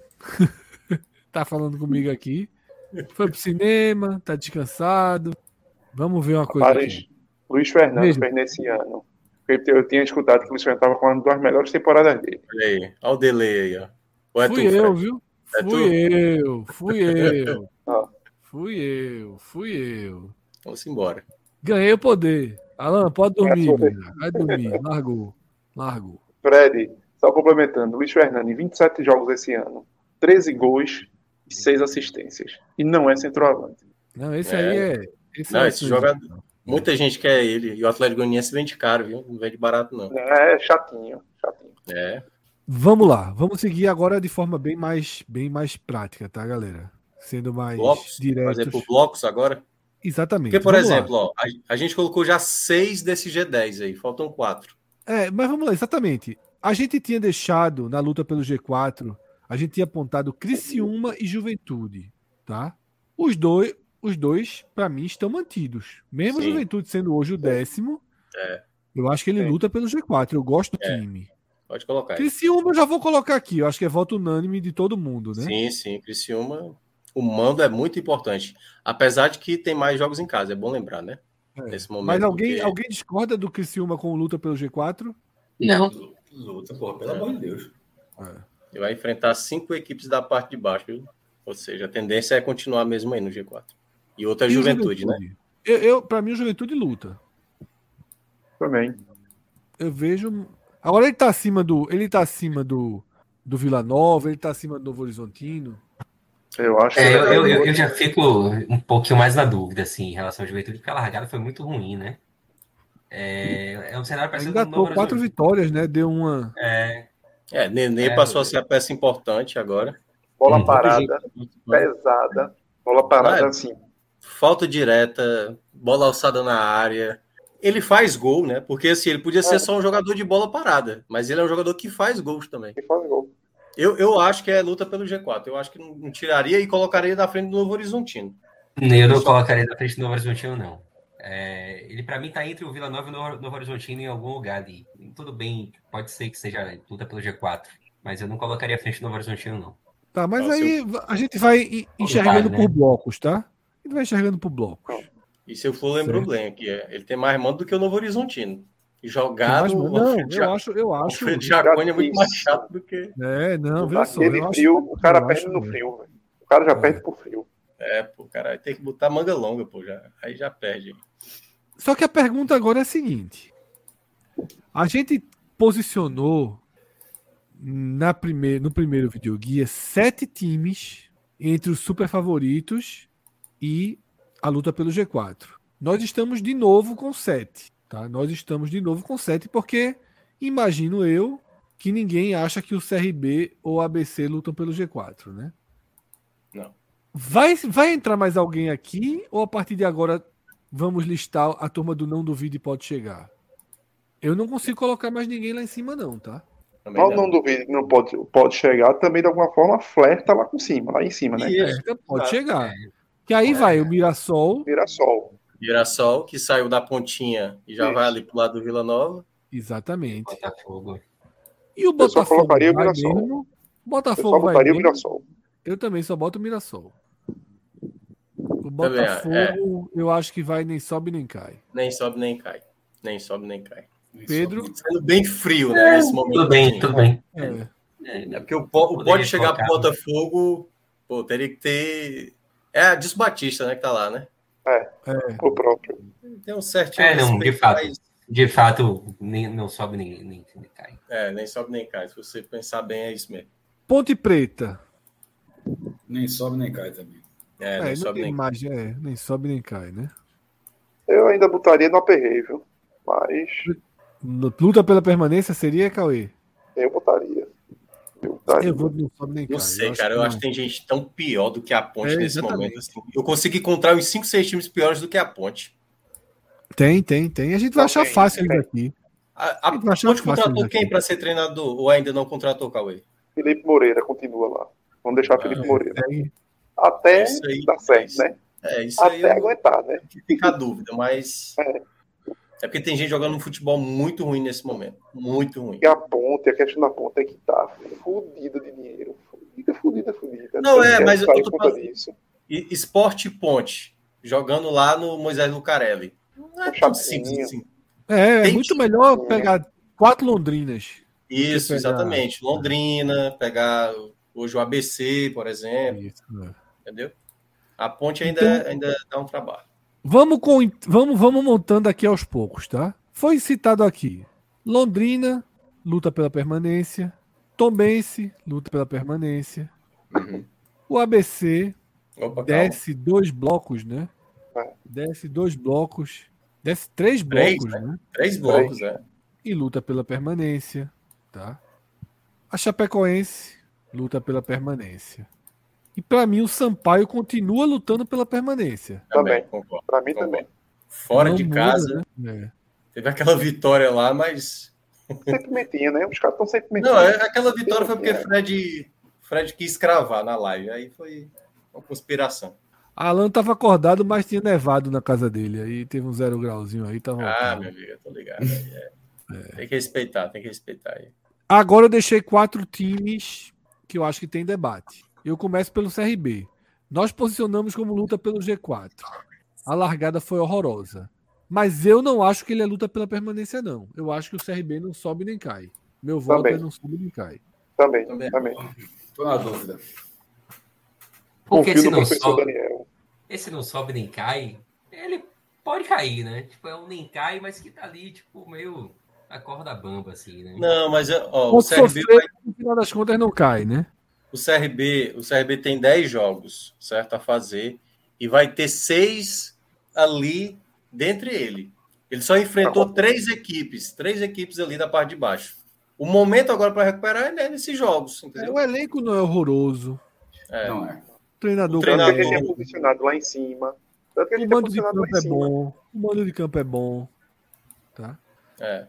Tá falando comigo aqui. Foi pro cinema, tá descansado. Vamos ver uma coisa
Paris.
aqui.
Luiz Fernando Veja. fez nesse ano. Eu tinha escutado que o Luiz Fernando estava com uma das melhores temporadas dele.
Olha aí, olha o delay aí, ó. Ou é
fui
tu,
eu,
Fred?
viu?
É
fui
tu?
eu, fui eu.
ah.
Fui eu, fui eu.
Vamos embora.
Ganhei o poder. Alan, pode dormir, vai dormir. Largou, largou.
Fred, só complementando. Luiz Fernando, em vinte e sete jogos esse ano, treze gols e seis assistências. E não é centroavante.
Não, esse é. aí é... Esse
não,
é
esse jogador... Muita gente quer ele. E o Atlético Goianiense vende caro, viu? Não vende barato, não.
É, chatinho. chatinho.
É.
Vamos lá. Vamos seguir agora de forma bem mais, bem mais prática, tá, galera? Sendo mais
blocos?
diretos.
Fazer por blocos agora?
Exatamente.
Porque, por
vamos
exemplo,
lá.
ó, a, a gente colocou já seis desse G dez aí. Faltam quatro.
É, mas vamos lá. Exatamente. a gente tinha deixado na luta pelo G quatro, a gente tinha apontado Criciúma e Juventude, tá? Os dois, os dois para mim, estão mantidos. Mesmo
Sim.
Juventude sendo hoje o décimo,
É.
eu acho que ele
Sim.
luta pelo G quatro. Eu gosto do
É.
time.
Pode colocar aí.
Criciúma eu já vou colocar aqui. Eu acho que é voto unânime de todo mundo, né?
Sim, sim. Criciúma, o mando é muito importante. Apesar de que tem mais jogos em casa, é bom lembrar, né?
É.
Nesse momento.
Mas alguém,
porque-
alguém discorda do Criciúma com luta pelo G quatro?
Não.
Luta, porra, pelo amor de Deus.
Ele vai enfrentar cinco equipes da parte de baixo, viu? Ou seja, a tendência é continuar mesmo aí no G quatro. E outra é
E o
Juventude, né?
Eu, eu, pra mim, o Juventude luta.
Também.
Eu vejo. Agora ele tá acima do. Ele tá acima do, do Vila Nova, ele tá acima do Novo Horizontino.
Eu acho
É,
que
eu, eu, eu- eu já fico um pouquinho mais na dúvida, assim, em relação à Juventude, porque a largada foi muito ruim, né? É, é um cenário parecido
Ainda
com o Novo
tô quatro
Horizonte.
vitórias, né? Deu uma.
É,
É, Nenê
É,
passou a ser a peça importante agora.
bola
Hum.
parada, pesada, bola parada
Ah,
assim.
Falta direta, bola alçada na área. Ele faz gol, né? Porque assim, ele podia ser
É.
só um jogador de bola parada, mas ele é um jogador que faz gols também.
E faz gol.
Eu, eu acho que é luta pelo G quatro. Eu acho que não, não tiraria e colocaria na frente do Novo Horizontino.
eu não
Só-
colocaria na frente do Novo Horizontino, não. É, ele, pra mim, tá entre o Vila Nova e o Novo Novo Horizontino em algum lugar ali. Tudo bem, pode ser que seja luta pelo G quatro, mas eu não colocaria à frente do Novo Horizontino, não.
Tá, mas
Não,
aí a gente vai en- enxergando
né?
por blocos, tá? A gente vai enxergando por blocos.
E se eu for lembrar o Blen, que é, ele tem mais mando do que o Novo Horizontino. E jogar
Mas,
no
mano, não,
Alfredo
eu
Ja-
acho, eu acho.
Alfredo Jaconi é muito
Isso.
mais chato do que.
É, não, veja só.
Aquele
Eu acho,
frio, o cara
eu
perde
acho
no
mesmo.
frio, velho. O cara já
É.
perde por frio.
É, pô, cara, aí tem que botar manga longa, pô. Já, aí já perde.
Só que a pergunta agora é a seguinte: a gente posicionou na primeir, no primeiro videoguia sete times entre os super favoritos e a luta pelo G quatro. Nós estamos de novo com sete, tá? Nós estamos de novo com sete porque imagino eu que ninguém acha que o C R B ou o A B C lutam pelo G quatro, né?
Não.
Vai, vai entrar mais alguém aqui ou a partir de agora vamos listar a turma do Não Duvide Pode Chegar? Eu não consigo colocar mais ninguém lá em cima não, tá?
Também
Mas não duvido que não pode, pode chegar também de alguma forma, flerta lá com cima, lá em cima, né?
Isso.
É, pode
Exato.
chegar. Que aí vai o Mirassol,
Mirassol.
Mirassol, que saiu da pontinha e já
Isso.
vai ali pro lado do Vila Nova.
exatamente.
Botafogo.
E o
Eu só
Botafogo
colocaria o
vai
Mirassol.
mesmo.
Eu
Botafogo
só
vai
botaria o
mesmo.
Mirassol.
Eu também só boto o Mirassol. O
Também,
Botafogo, eu acho que vai nem sobe nem cai.
Nem sobe nem cai. Nem sobe nem cai.
Pedro?
Sendo bem frio, né? Nesse momento.
Tudo bem,
assim.
tudo bem.
É.
É porque o, po- o
Poderia
pode chegar pro
colocar.
Botafogo, pô, teria que ter. É a Disso Batista, né, que tá lá, né?
O próprio.
Tem um certinho.
É, não, de
respeito,
fato.
mas-
De fato, nem, não sobe nem, nem, nem cai.
É, nem sobe nem cai. Se você pensar bem, é isso mesmo.
Ponte Preta.
Nem sobe nem cai também.
É,
É,
nem
não
sobe
tem
nem cai.
mais, é, nem sobe nem cai, né?
Eu ainda botaria no aperreio, viu? Mas
No- Luta pela permanência seria, Cauê?
eu botaria. Eu botaria.
Eu vou não sobe nem cai.
Não sei,
acho
cara.
que
Eu
não.
acho que tem gente tão pior do que a Ponte
É,
nesse
exatamente.
momento. Assim. Eu consigo encontrar uns cinco, seis times piores do que a Ponte.
Tem, tem, tem. A gente vai
Não,
achar
tem,
fácil eles
tem.
aqui.
A, a
Ele vai achar
Ponte
fácil
contratou
isso
quem
aqui.
para ser treinador? Ou ainda não contratou o Cauê?
Felipe Moreira continua lá. Vamos deixar Felipe
Ah,
Moreira.
Tem.
Até
Isso aí,
dar certo,
isso.
né?
É, isso aí
Até
eu-
aguentar, né?
fica a dúvida, mas.
É.
É porque tem gente jogando um futebol muito ruim nesse momento. Muito ruim.
E a ponte, a questão da ponte é que tá fudida de dinheiro. Fudida, fudida, fudida.
Não, é,
quero
mas eu
sair
tô
por conta
falando-
disso.
E Esporte Ponte, jogando lá no Moisés Lucarelli. Não é tão
Chatinho.
simples assim.
É, é
Tem
muito
que-
melhor pegar quatro Londrinas.
Isso,
pegar-
exatamente. Londrina, pegar hoje o A B C, por exemplo,
Isso, né?
entendeu? A Ponte ainda,
Então-
ainda dá um trabalho.
Vamos, com, vamos, vamos montando aqui aos poucos, tá? Foi citado aqui. Londrina, luta pela permanência. Tombense, luta pela permanência.
Uhum.
O A B C
Opa, calma.
desce dois blocos, né?
É.
Desce dois blocos. Desce três
Três,
blocos, né?
Três blocos, é.
E luta pela permanência, tá? A Chapecoense luta pela permanência. E pra mim o Sampaio continua lutando pela permanência.
Também,
Também.
concordo.
Pra mim
concordo.
também.
Fora
Não
de
muda,
casa,
né? É.
teve aquela vitória lá, mas
Sempre mentia, né? Os caras estão sempre mentindo.
Não, é, aquela vitória foi porque Fred, Fred quis cravar na live. Aí foi uma conspiração.
Alan tava acordado, mas tinha nevado na casa dele. Aí teve um zero grauzinho aí, tava.
Ah, meu amigo, eu tô ligado. Aí, é. É. Tem que respeitar, tem que respeitar aí.
Agora eu deixei quatro times que eu acho que tem debate. Eu começo pelo C R B. Nós posicionamos como luta pelo G quatro. A largada foi horrorosa. Mas eu não acho que ele é luta pela permanência, não. Eu acho que o C R B não sobe nem cai. Meu voto
Também.
é não sobe nem cai.
Também,
Também.
também.
Tô na dúvida.
Porque
Confio
esse
no
não,
professor
sobe,
Daniel.
esse não sobe nem cai, ele pode cair, né? Tipo, é um nem cai, mas que tá ali, tipo, meio a corda bamba, assim, né?
Não, mas ó, o
Pode
C R B,
sofrer, no final das contas não cai, né?
o C R B, o C R B tem dez jogos, certo, a fazer, e vai ter seis ali dentre ele. Ele só enfrentou três equipes, três equipes ali da parte de baixo. O momento agora para recuperar é nesses jogos, entendeu?
O elenco não é horroroso.
É.
Não é.
O treinador,
O
Tanto que
treinador-
a gente é posicionado lá em cima. Tanto que a
o
gente é
mando de
posicionado lá
campo
em
é
cima.
bom. O mando de campo é bom. Tá?
É.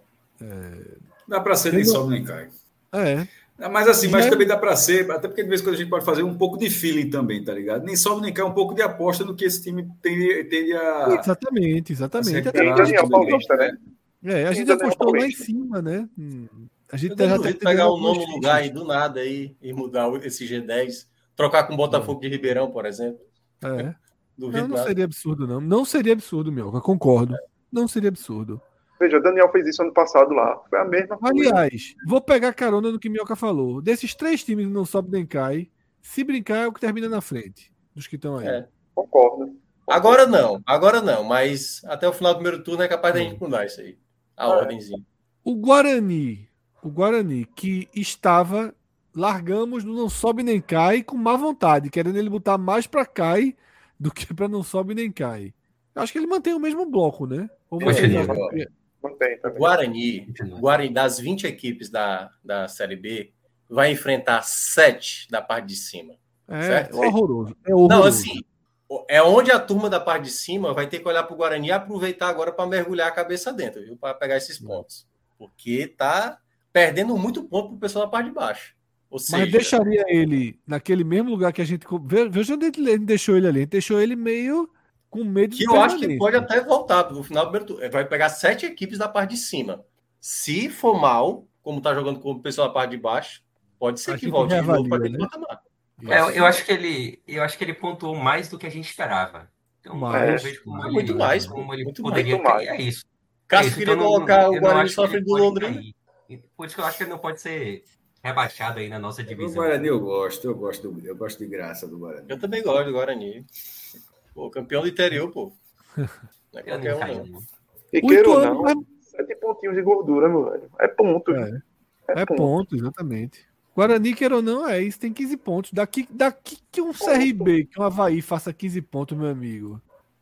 Dá pra ser, nem sobe nem cai.
É.
Mas assim, mas
Já-
também dá pra ser, até porque de vez em quando a gente pode fazer um pouco de feeling também, tá ligado? Nem sobe nem cai, um pouco de aposta no que esse time tende, tende a.
Exatamente, exatamente.
Assim,
Até
Tem
porque a gente
Daniel Paulista, né?
É, a gente
Ainda não é
apostou lá em
Paulista.
cima, né? Hum, A gente
Eu
já
não
tá
duvido
entendendo
pegar o
algumas
nono lugar aí
fichas.
do nada aí e mudar esse G dez, trocar com o Botafogo de Ribeirão, por exemplo.
É.
Duvido
Não, não
nada.
seria absurdo, não. Não seria absurdo, meu. Eu concordo. Não seria absurdo.
Veja, o Daniel fez isso ano passado lá. Foi a mesma coisa.
Aliás, vou pegar carona no que Minhoca falou. Desses três times que não sobe nem cai, se brincar é o que termina na frente dos que estão aí.
É.
Concordo.
Agora não, agora não, mas até o final do primeiro turno é capaz da gente mudar isso aí. A
É.
ordemzinha.
O Guarani, o Guarani, que estava, largamos no não sobe nem cai com má vontade, querendo ele botar mais pra cai do que pra não sobe nem cai. Eu acho que ele mantém o mesmo bloco, né? Ou
Eu acho
vocês
que
acham
não.
que-
Mantém
O
também.
Guarani, o Guarani, das vinte equipes da, da Série B, vai enfrentar sete da parte de cima.
É,
Certo?
é horroroso. É horroroso.
Não, assim, é onde a turma da parte de cima vai ter que olhar para o Guarani e aproveitar agora para mergulhar a cabeça dentro, viu? Para pegar esses pontos. Porque tá perdendo muito ponto pro pessoal da parte de baixo. Ou seja,
Mas deixaria ele naquele mesmo lugar que a gente. Ve- Veja onde ele deixou ele ali. Ele deixou ele meio com medo
que
de
eu acho que
permanência.
pode até voltar no final do primeiro turno. Vai pegar sete equipes da parte de cima. Se for mal, como tá jogando com o pessoal da parte de baixo, pode ser
A
que
gente
volte de novo
reavalia,
para aquele
né?
patamar.
É, eu, eu acho que ele, eu acho que ele pontuou mais do que a gente esperava. Então,
Mais.
eu vejo como
Ah,
ele,
muito mais,
como
pô.
ele
Muito
poderia
muito
ter.
mais.
E é isso.
Cássio
É isso.
queria
Então, não-
colocar
eu
o
não
Guarani
acho que ele
sofrendo do
pode
Londrina.
cair. Por isso que eu acho que ele não pode ser rebaixado aí na nossa
O
divisão.
Guarani eu gosto, eu gosto, do, eu gosto de graça do Guarani.
Eu também gosto do Guarani. Pô, campeão do interior, pô. Não é
Eu
qualquer
não
um,
caio,
não.
não.
E
O
queira ou
Ituano
não,
vai-
sete pontinhos de gordura, meu velho. É ponto.
É, é ponto, exatamente. Guarani, queira ou não, é isso, tem quinze pontos. Daqui, daqui que um C R B, que um Avaí faça quinze pontos, meu amigo.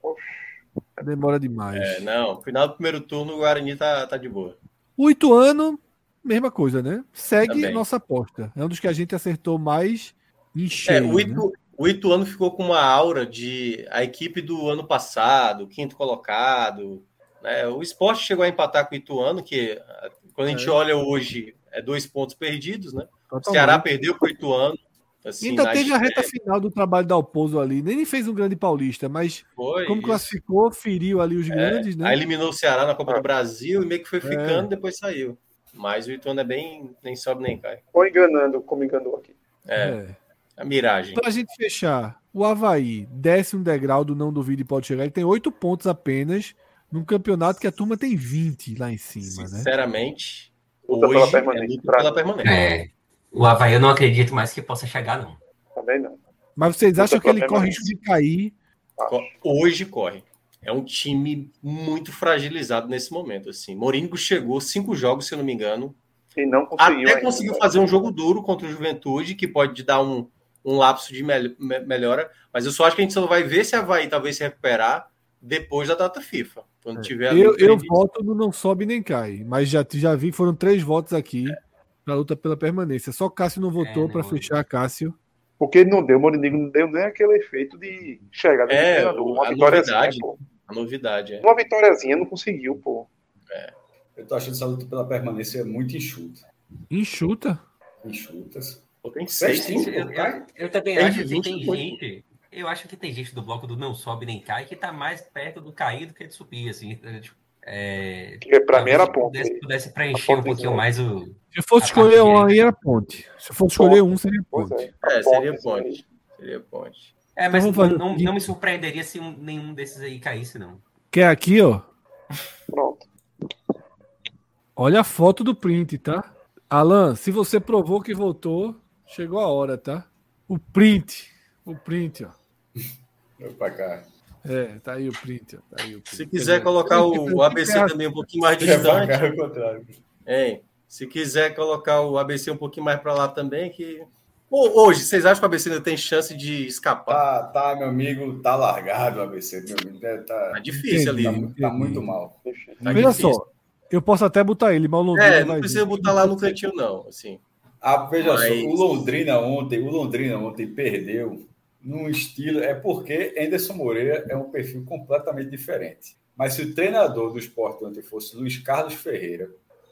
Demora demais.
É, não, final do primeiro turno o Guarani tá, tá de boa.
O Ituano, mesma coisa, né? Segue
Também.
nossa aposta. É um dos que a gente acertou mais em cheio.
É, o,
né?
Itu, o Ituano ficou com uma aura de a equipe do ano passado, quinto colocado. Né? O Sport chegou a empatar com o Ituano, que quando a gente
É.
olha hoje, é dois pontos perdidos, né? O
Totalmente.
Ceará perdeu para o Ituano. Assim,
E ainda
na
teve a
estreia.
reta final do trabalho da Alpozo ali. Nem fez um grande paulista, mas
Foi
como
isso.
classificou, feriu ali os grandes, né?
Aí eliminou o Ceará na Copa
Ah.
do Brasil e meio que foi
É.
ficando, depois saiu. Mas o Ituano é bem, nem sobe nem cai.
Ou enganando, como enganou aqui.
É,
É.
a miragem.
Pra gente fechar, o Avaí desce um degrau do não duvide e pode chegar. Ele tem oito pontos apenas num campeonato que a turma tem vinte lá em cima, né?
Sinceramente,
Luta
hoje
pela
é
permanência,
luta
pra
pela
mim.
permanência.
É, o Avaí eu não acredito mais que possa chegar, não.
Também não.
Mas vocês acham que ele
pela
corre risco de cair?
Co- Hoje corre. É um time muito fragilizado nesse momento. Assim. Morínigo chegou cinco jogos, se eu não me engano.
E não conseguiu
Até
ainda.
conseguiu fazer um jogo duro contra o Juventude, que pode dar um, um lapso de mel- me- melhora. Mas eu só acho que a gente só vai ver se a Avaí talvez se recuperar depois da data FIFA. Quando tiver ali
Eu,
o
eu
previsto.
voto no não sobe nem cai. Mas já, já vi, foram três votos aqui pra luta pela permanência. Só Cássio não votou
É,
pra
não.
fechar, Cássio.
Porque ele não deu, o Morinigo não deu nem aquele efeito de chegada de
É,
treinador. Uma
a
vitóriazinha,
novidade.
pô.
A novidade, é.
Uma vitóriazinha não conseguiu, pô.
Eu tô achando essa luta pela permanência muito enxuta.
Enxuta?
Enxutas.
Pô, tem seis
Eu,
times,
eu, eu, eu também
Tem
acho que
vinte
tem
pontos.
gente. Eu acho que tem gente do bloco do não sobe nem cai que tá mais perto do cair do que de subir, assim. É,
Que pra mim
talvez
era
se
ponte.
pudesse, pudesse preencher
A
um
ponte
pouquinho
zero.
mais o.
Se eu fosse
A
escolher
parte
um
direita.
aí, era ponte. Se eu fosse escolher um, seria
Pois
ponte.
é. a
É, seria
ponte,
ponte. Seria ponte.
É, mas
Então vamos fazer
não,
o
não,
seguinte.
não me surpreenderia se um- nenhum desses aí caísse, não.
Quer aqui, ó?
Pronto.
Olha a foto do print, tá? Alan, se você provou que voltou, chegou a hora, tá? O print. O print, ó.
Vou pra cá.
É, tá aí o print, ó. Tá aí o print.
Se quiser colocar o, o A B C também um pouquinho mais
Vou pra
distante,
cá, ao contrário.
hein? Se quiser colocar o A B C um pouquinho mais para lá também, que Ô, hoje, vocês acham que o A B C ainda tem chance de escapar?
Tá, tá, meu amigo, tá largado o A B C, meu amigo. Tá,
Tá difícil
Entendi.
ali.
tá,
viu?
tá muito mal.
Tá
Veja
difícil.
só, eu posso até botar ele, mas o Londrina
É,
vai
não precisa
vir.
botar lá no cantinho, não. Assim.
Ah, veja
Mas-
só, o Londrina ontem, o Londrina ontem perdeu num estilo, é porque Anderson Moreira é um perfil completamente diferente. Mas se o treinador do Sport ontem fosse Luiz Carlos Ferreira,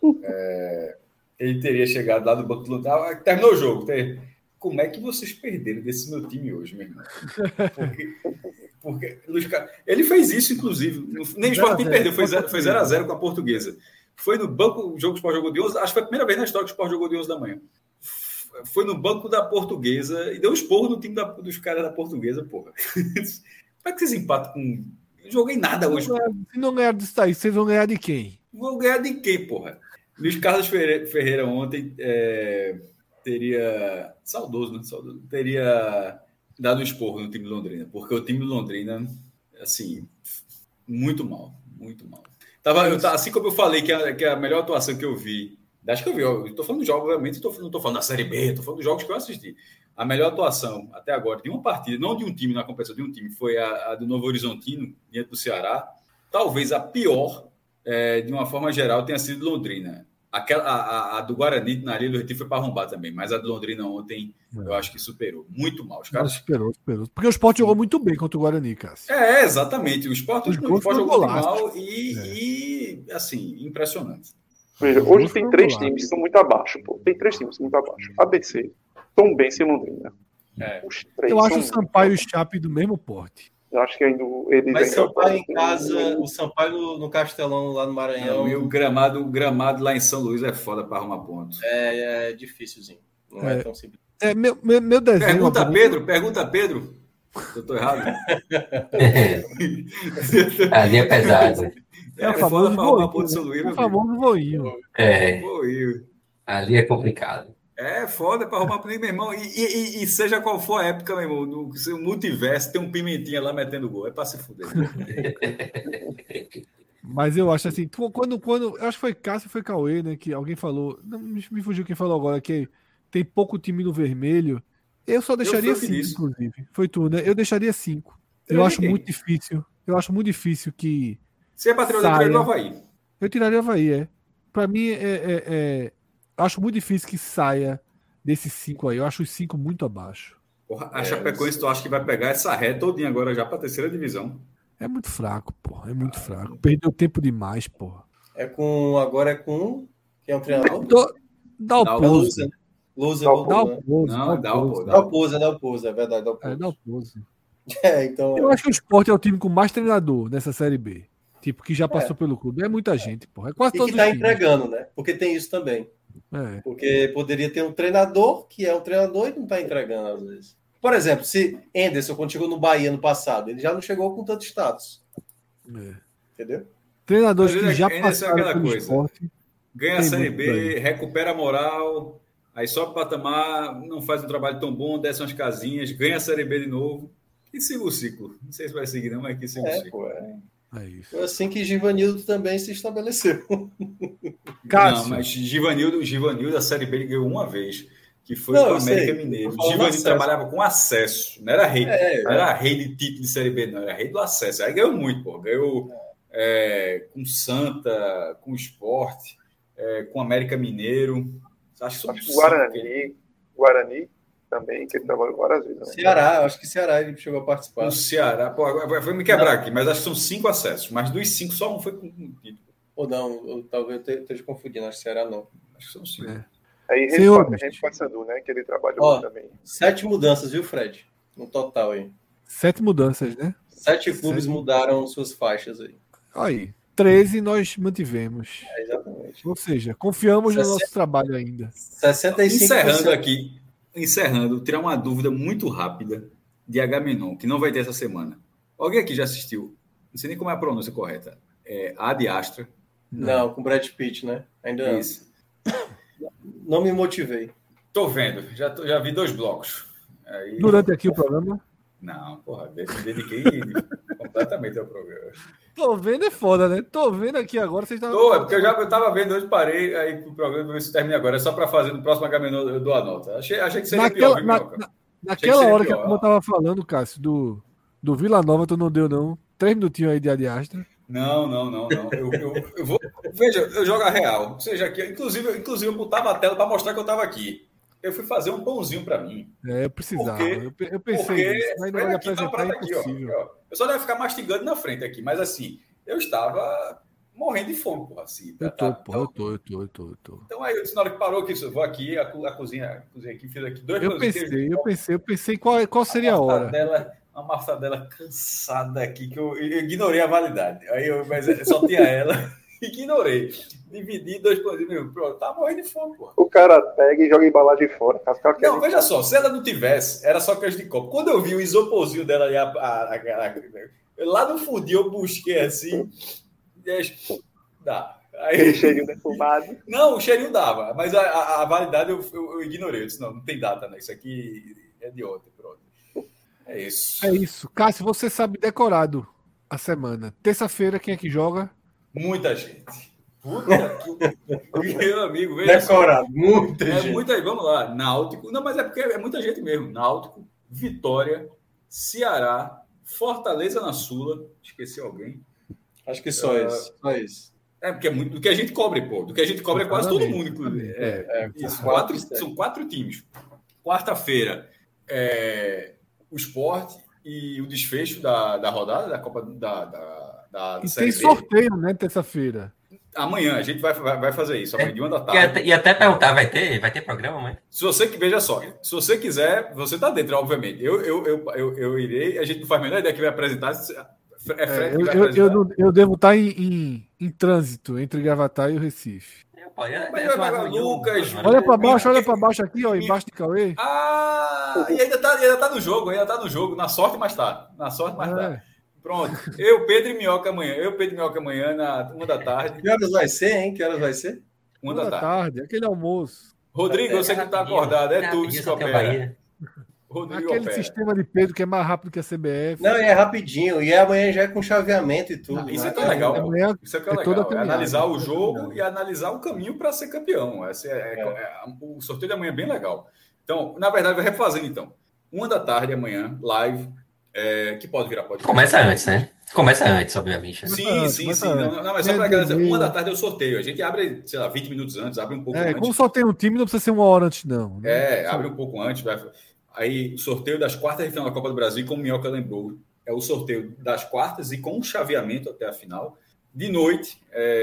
é, ele teria chegado lá do banco do Londrina. Terminou o jogo. Tem, como é que vocês perderam desse meu time hoje, meu irmão? Porque, porque Luiz Carlos, ele fez isso, inclusive. Nem o Sport nem perdeu, foi zero a zero com a Portuguesa. Foi no banco, o jogo que o Sport jogou de onze, acho que foi a primeira vez na história que o Sport jogou de onze da manhã. Foi no banco da Portuguesa e deu um esporro no time da, dos caras da Portuguesa, porra. Como é que vocês empatam com... Não joguei nada hoje.
Se não ganhar disso aí, vocês vão ganhar de quem?
Vou ganhar de quem, porra? Luiz Carlos Ferreira, Ferreira ontem é, teria... Saudoso, né? Saudoso. Teria dado um esporro no time do Londrina, porque o time do Londrina, assim, muito mal, muito mal. Tava, eu, assim como eu falei que a, que a melhor atuação que eu vi, acho que eu vi, eu estou falando de jogos, obviamente, tô, não estou falando da Série B, estou falando dos jogos que eu assisti. A melhor atuação até agora de uma partida, não de um time na competição, de um time, foi a, a do Novo Horizontino, diante do Ceará. Talvez a pior, é, de uma forma geral, tenha sido Londrina. Aquela, a, a, a do Guarani na Ilha do Retiro foi para arrombar também, mas a do Londrina ontem, é. eu acho que superou. Muito mal. Os caras...
Não, superou, superou. Porque o Sport jogou muito bem contra o Guarani, Cássio.
É, exatamente. O Sport,
Os
o
gols
Sport
foram
jogou
golaços.
mal e,
É.
e, assim, impressionante.
Veja,
Os
hoje
gols
tem
foram
três
golaços.
times que são muito abaixo, pô. Tem três times que são muito abaixo. A B C, Tombense e Londrina.
É.
Os três
Eu acho
são
o Sampaio e o
muito
Chape do mesmo porte.
abaixo. Eu acho que ainda eles
Mas
ainda
Sampaio em casa, o Sampaio no, no Castelão, lá no Maranhão,
Não, e o gramado, o gramado lá em São Luís é foda para arrumar ponto.
é, é difícilzinho. Não é,
É.
tão simples.
É, meu, meu, meu desenho.
Pergunta a
uma-
Pedro, pergunta a Pedro. Eu tô errado.
Ali é pesado.
É o
É
famoso
foda para arrumar
voinho,
ponto de São Luís,
É
meu
o
filho.
famoso voinho.
É,
Voinho.
ali é complicado.
É foda para arrumar ponto, meu irmão. E, e, e seja qual for a época, meu irmão, no seu multiverso, tem um pimentinha lá metendo gol. É para se fuder.
Mas eu acho assim, tu- quando, quando. Eu acho que foi Cássio, foi Cauê, né? Que alguém falou. Não me me fugiu quem falou agora, que tem pouco time no vermelho. Eu só deixaria
fui o que
cinco,
disse.
inclusive. Foi tu, né? Eu deixaria cinco. Eu,
Eu
acho
ninguém.
muito difícil. Eu acho muito difícil que.
Se é patriota, eu
Saia.
tiro do Havaí.
Eu tiraria o Havaí, é. Pra mim, é, é, é- acho muito difícil que saia desses cinco aí. Eu acho os cinco muito abaixo.
Porra, a
É,
Chapecoense, tu acha que vai pegar essa ré todinha agora já para a terceira divisão?
É muito fraco, porra. É muito fraco. Perdeu tempo demais, porra.
É com. Agora é com. Quem é o treinador?
Do- Dá o
Dá o
pouso.
Lusa. Lusa
Dá o
voltou,
Dá
né?
o pouso.
Não,
Dá
dá
o
o
pouso.
Dá o Pouso, dá o Pouso, é verdade, dá o
É,
Pouso.
dá o pouso.
É, então.
Eu acho que o Sport é o time com mais treinador nessa Série B. Tipo, que já passou pelo clube. Não é muita gente, porra. É quase
E
todos
que tá
os times.
entregando, né? Porque tem isso também.
É.
Porque poderia ter um treinador que é um treinador e não tá entregando às vezes. Por exemplo, se Anderson, quando chegou no Bahia no passado, ele já não chegou com tanto status.
É.
Entendeu?
Treinadores
Mas
que já
ainda é
passaram
aquela
pelo
coisa.
Sport.
Ganha a
Tem
Série
muito
B,
aí.
recupera a moral, aí sobe o patamar, não faz um trabalho tão bom, desce umas casinhas, ganha a Série B de novo e siga o ciclo. Não sei se vai seguir, não, mas que siga o
É,
ciclo.
pô. É.
É isso.
Foi assim que Givanildo também se estabeleceu.
Cássio.
Não, mas Givanildo, Givanildo, a Série B ele ganhou uma vez, que foi
Não,
com o
eu sei.
América Mineiro.
Eu tô falando
Givanildo
acesso.
trabalhava com acesso, não era rei,
É,
não era rei de título de Série B, não, era rei do acesso. Aí ganhou muito, pô. Ganhou é, com Santa, com Sport, é, com América Mineiro. Acho que são
Acho que
cinco,
Guarani, Guarani também, que ele trabalhou várias vezes. Né?
Ceará, eu acho que Ceará ele chegou a participar.
O Ceará, pô, agora vai me quebrar aqui, mas acho que são cinco acessos, mas dos cinco, só um foi com com título.
Ou não, ou, talvez eu esteja confundindo, acho que Ceará não. Acho que são cinco.
É.
Aí
Senhor,
Remy Paysandu, né? Que ele trabalhou
Ó,
lá também.
Sete mudanças, viu, Fred? No total aí.
Sete mudanças, né?
Sete clubes
Sete.
mudaram suas faixas aí.
Aí. treze nós mantivemos.
É, exatamente.
Ou seja, confiamos no
sessenta
nosso trabalho ainda.
sessenta e cinco por cento.
Encerrando aqui, encerrando, tirar uma dúvida muito rápida de Agamenon, que não vai ter essa semana. Alguém aqui já assistiu? Não sei nem como é a pronúncia correta. É Ad Astra.
Não, com Brad Pitt, né? Ainda
Isso.
não me motivei.
Tô vendo, já, tô- já vi dois blocos. Aí...
Durante aqui o programa.
Não, porra, me dediquei completamente ao programa.
Tô vendo é foda, né? Tô vendo aqui agora, vocês estavam.
Tô, é porque eu já eu tava vendo hoje, parei aí pro programa pra ver se termina agora. É só para fazer no próximo Agamenon eu dou a nota. Achei, achei que seria
Naquela,
pior, viu,
na-
Minhoca?
na-
Achei
naquela
seria
hora que a
pior.
turma tava falando, Cássio, do, do Vila Nova, tu não deu, não. Três minutinhos aí de Adiastra.
Não, não, não, não. Eu, eu, eu vou. Veja, eu jogo a real. Seja aqui, inclusive, eu- inclusive, eu botava a tela para mostrar que eu estava aqui. Eu fui fazer um pãozinho para mim.
É, eu precisava.
Por quê?
Eu, pe- eu pensei
Porque
nisso, mas na hora de
aqui tá
apresentar
prato
é
aqui, ó,
impossível.
ó. Eu só deve ficar mastigando na frente aqui, mas assim, eu estava morrendo de fome, porra, assim.
Eu
tá-
tô, pô, eu
então,
tô, eu tô, eu tô, eu tô.
então aí, eu disse, na hora que parou aqui, eu vou aqui, a, co- a cozinha, a cozinha aqui, fiz aqui dois
Eu
pãozinhos,
pensei, eu pensei, eu pensei qual, qual seria a
uma
hora.
mortadela, uma mortadela cansada aqui, que eu, eu ignorei a validade. Aí eu, mas só tinha ela, ignorei. Dividi dois pãozinhos, meu, pronto, tá morrendo de fome, porra.
O cara pega e joga a embalagem fora. Caso o cara
Não,
quer-
veja só, se ela não tivesse, era só queijo de copo. Quando eu vi o isoporzinho dela ali, a, a, a, a- lá no fundinho, eu busquei assim, deixa, dá.
Aquele
Aí,
cheirinho defumado.
não, o cheirinho dava, mas a, a, a validade eu, eu, eu ignorei. Eu disse, não, não tem data, né? Isso aqui é de ontem, pronto. É isso.
É isso. Cássio, você sabe decorado a semana. Terça-feira, quem é que joga?
Muita gente. Puta que... Meu amigo, veja só.
Decorado, muita
É
gente.
muita, vamos lá, Náutico, não, mas é porque é muita gente mesmo. Náutico, Vitória, Ceará, Fortaleza na Sula, esqueci alguém.
Acho que só
Ah,
isso. Só isso.
É porque é muito do que a gente cobre, pô. Do que a gente cobre é quase todo
Exatamente,
mundo, inclusive.
exatamente.
É,
É,
isso,
quatro,
quatro,
sete.
são quatro times. Quarta-feira, é, o Sport e o desfecho da, da rodada da Copa da, da, da
E
Série
tem
B.
sorteio, né, terça-feira.
Amanhã a gente vai, vai, vai fazer isso, amanhã de uma da
E
tarde.
até, e até perguntar, vai ter, vai ter programa, mãe?
Se você que veja só, se você quiser, você tá dentro, obviamente. Eu, eu, eu, eu, eu irei, a gente não faz a menor ideia que vai apresentar. É
É,
Fred
eu,
que vai
eu,
apresentar.
eu, não- eu devo estar em, em, em trânsito entre Gravatar e o Recife.
É, pô, é-
Mas
é
vai
só
pagar
reunião,
Lucas,
mano.
Olha para baixo,
minha-
olha para baixo aqui, ó, embaixo de Cauê.
Ah, e ainda tá, ainda tá no jogo, ainda tá no jogo. Na sorte, mas tá. Na sorte, mas tá.
É.
Pronto. Eu, Pedro e Minhoca amanhã. Eu, Pedro e Minhoca amanhã, na uma da tarde.
Que horas vai ser, hein? Que horas vai ser?
Uma
Boa
da tarde.
tarde, aquele almoço.
Rodrigo, eu sei que tu tá
Rapidinho,
acordado. É tu
rapidinho,
que
só tem o
opera.
Bahia.
Rodrigo
Aquele
opera.
sistema de Pedro que é mais rápido que a C B F.
Não, e é rapidinho. E amanhã já é com chaveamento e tudo.
Isso
né?
é que é legal. pô.
Amanhã
Isso é que é
é
legal.
toda
É
caminhada,
analisar o
toda
jogo
caminhada.
e analisar o caminho para ser campeão. Esse é, é- é- o sorteio de amanhã é bem legal. Então, na verdade, vai refazendo então. Uma da tarde amanhã, live, é, que pode virar podcast.
Começa antes, né? Começa antes, obviamente.
Sim,
antes,
sim,
começa
sim. Não,
antes.
não, não, mas só
Meia
para
de
galera,
meia.
uma da tarde é o sorteio. A gente abre, sei lá, vinte minutos antes, abre um pouco
É,
antes.
como só tem um time, não precisa ser uma hora antes, não. né?
É, abre um pouco antes. Vai... Aí, o sorteio das quartas de final da Copa do Brasil, como o Minhoca lembrou, é o sorteio das quartas e com um chaveamento até a final. De noite,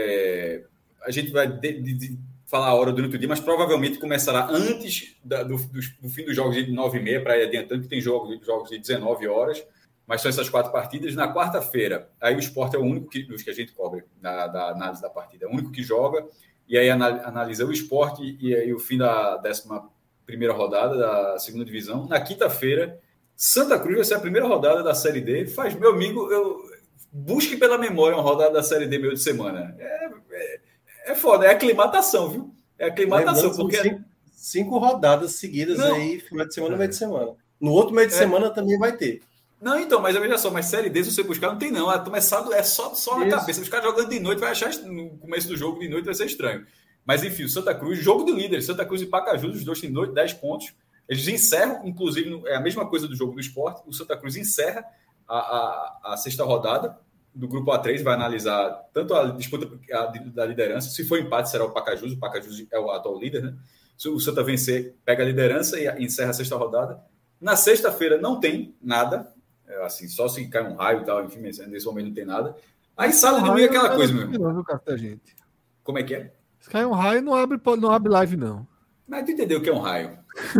é, a gente vai de, de, de falar a hora durante o dia, mas provavelmente começará antes da, do, do, do fim dos jogos de nove e meia, para ir adiantando, que tem jogos, jogos de dezenove horas, mas são essas quatro partidas. Na quarta-feira, aí o Sport é o único que, dos que a gente cobre da, da análise da partida, é o único que joga, e aí analisa o Sport e aí o fim da décima primeira rodada da segunda divisão. Na quinta-feira, Santa Cruz vai ser a primeira rodada da Série D. Faz, meu amigo, eu busque pela memória uma rodada da Série D meio de semana. É, é, é foda, é aclimatação, viu? É aclimatação,
Lembrando, são
porque
cinco, cinco rodadas seguidas
Não.
aí, final de semana e meio de semana. No outro meio de
É.
semana também vai ter.
Não, então, mas veja só, mas Série D, se você buscar, não tem não. A turma é só, é só, só na
Isso.
cabeça. Os caras jogando de noite, vai achar no começo do jogo de noite, vai ser estranho. Mas enfim, o Santa Cruz, jogo do líder, Santa Cruz e Pacajus, os dois têm dez pontos. Eles encerram, inclusive, é a mesma coisa do jogo do Sport. O Santa Cruz encerra a, a, a sexta rodada do grupo A três, vai analisar tanto a disputa da liderança. Se for empate, será o Pacajus. O Pacajus é o atual líder, né? Se o Santa vencer, pega a liderança e encerra a sexta rodada. Na sexta-feira não tem nada, é assim, só se cai um raio e tal, enfim, nesse momento não tem nada. Aí sábado e domingo é aquela coisa, meu.
Não, viu, cara, gente.
Como é que é?
Se cair um raio, não abre, não abre live, não.
Mas tu entendeu o que é um raio?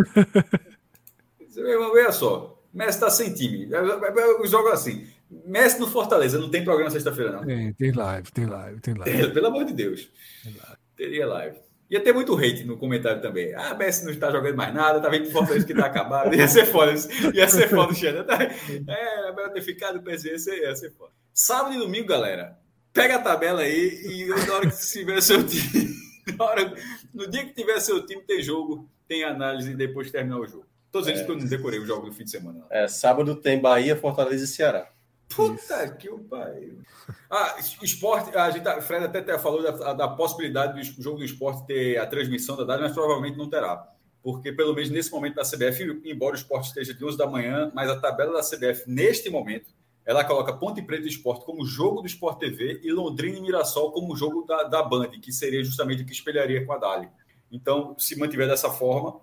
Veja só. Messi tá sem time. Eu jogo assim. Messi no Fortaleza. Não tem programa sexta-feira, não.
Tem, tem live, tem live, tem live.
Pelo amor de Deus. Teria live. Ia ter muito hate no comentário também. Ah, Messi não está jogando mais nada, tá vendo que o Fortaleza que tá acabado. Ia ser foda. Ia ser foda, Xana. É, melhor ter ficado o P S G, ia ser foda. Sábado e domingo, galera. Pega a tabela aí e na hora que tiver seu time. Na hora, no dia que tiver seu time, tem jogo, tem análise depois de terminar o jogo. Todos eles é. que eu não decorei o jogo do fim de semana.
É, sábado tem Bahia, Fortaleza e Ceará.
Puta Isso. que o pai. Ah, esporte, a gente, a Fred até falou da, da possibilidade do jogo do esporte ter a transmissão da Dália, mas provavelmente não terá. Porque, pelo menos nesse momento da C B F, embora o esporte esteja de onze da manhã, mas a tabela da C B F, neste momento, ela coloca Ponte Preta e Sport como jogo do Sport T V e Londrina e Mirassol como jogo da, da Band, que seria justamente o que espelharia com a Dália. Então, se mantiver dessa forma,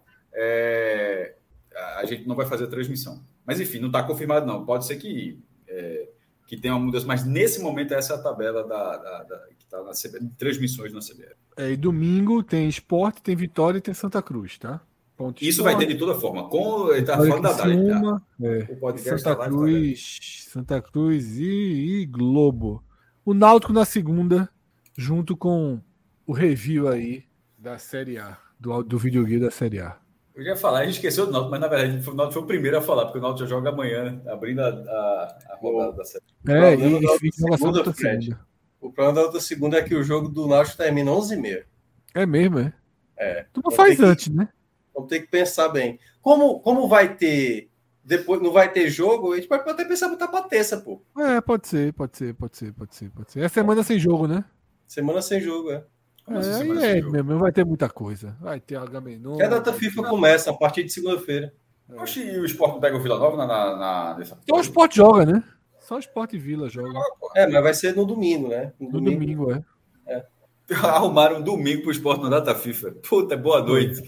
é, a gente não vai fazer a transmissão. Mas, enfim, não está confirmado, não. Pode ser que, é, que tenha uma mudança, mas nesse momento essa é a tabela da, da, da, que está na C B F, de transmissões na C B F.
É, e domingo tem Sport, tem Vitória e tem Santa Cruz, tá?
Ponto Isso Sport, vai ter de toda forma. Com, ele está falando da Dália. Tá?
É, o podcast Santa tá Cruz, tá Santa Cruz e, e Globo. O Náutico na segunda, junto com o review aí da Série A, do, do videogame da Série A.
Eu já ia falar, a gente esqueceu do Náutico, mas na verdade o Náutico foi o primeiro a falar, porque o Náutico já joga amanhã, né? Abrindo a, a, a rodada da Série A.
É, e, e joga só outra
segunda. O problema da outra segunda é que o jogo do Náutico termina onze e meia.
É mesmo, é?
É.
Tu não faz antes, que... né?
Vamos ter que pensar bem. Como, como vai ter. Depois não vai ter jogo, a gente pode até pensar em botar pra terça, pô.
É, pode ser, pode ser, pode ser, pode ser, pode ser. É semana sem jogo, né?
Semana sem jogo, é.
Como é, assim, é mesmo, vai ter muita coisa. Vai ter Agamenon.
A data FIFA não. Começa a partir de segunda-feira.
É. Acho que o Sport não pega o Vila Nova na, na, nessa.
Só o Sport joga, né? Só o Sport e Vila joga.
É, mas vai ser no domingo, né?
No, no domingo, domingo, é.
É. Arrumaram um domingo pro Sport na data FIFA. Puta, boa noite.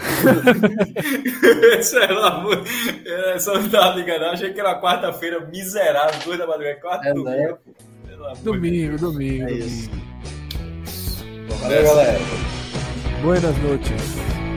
é, só não tava ligando. Achei que era quarta-feira, miserável, dois da madrugada, quarta
é,
domingo.
Domingo, domingo, é domingo.
Valeu, galera.
Buenas noches.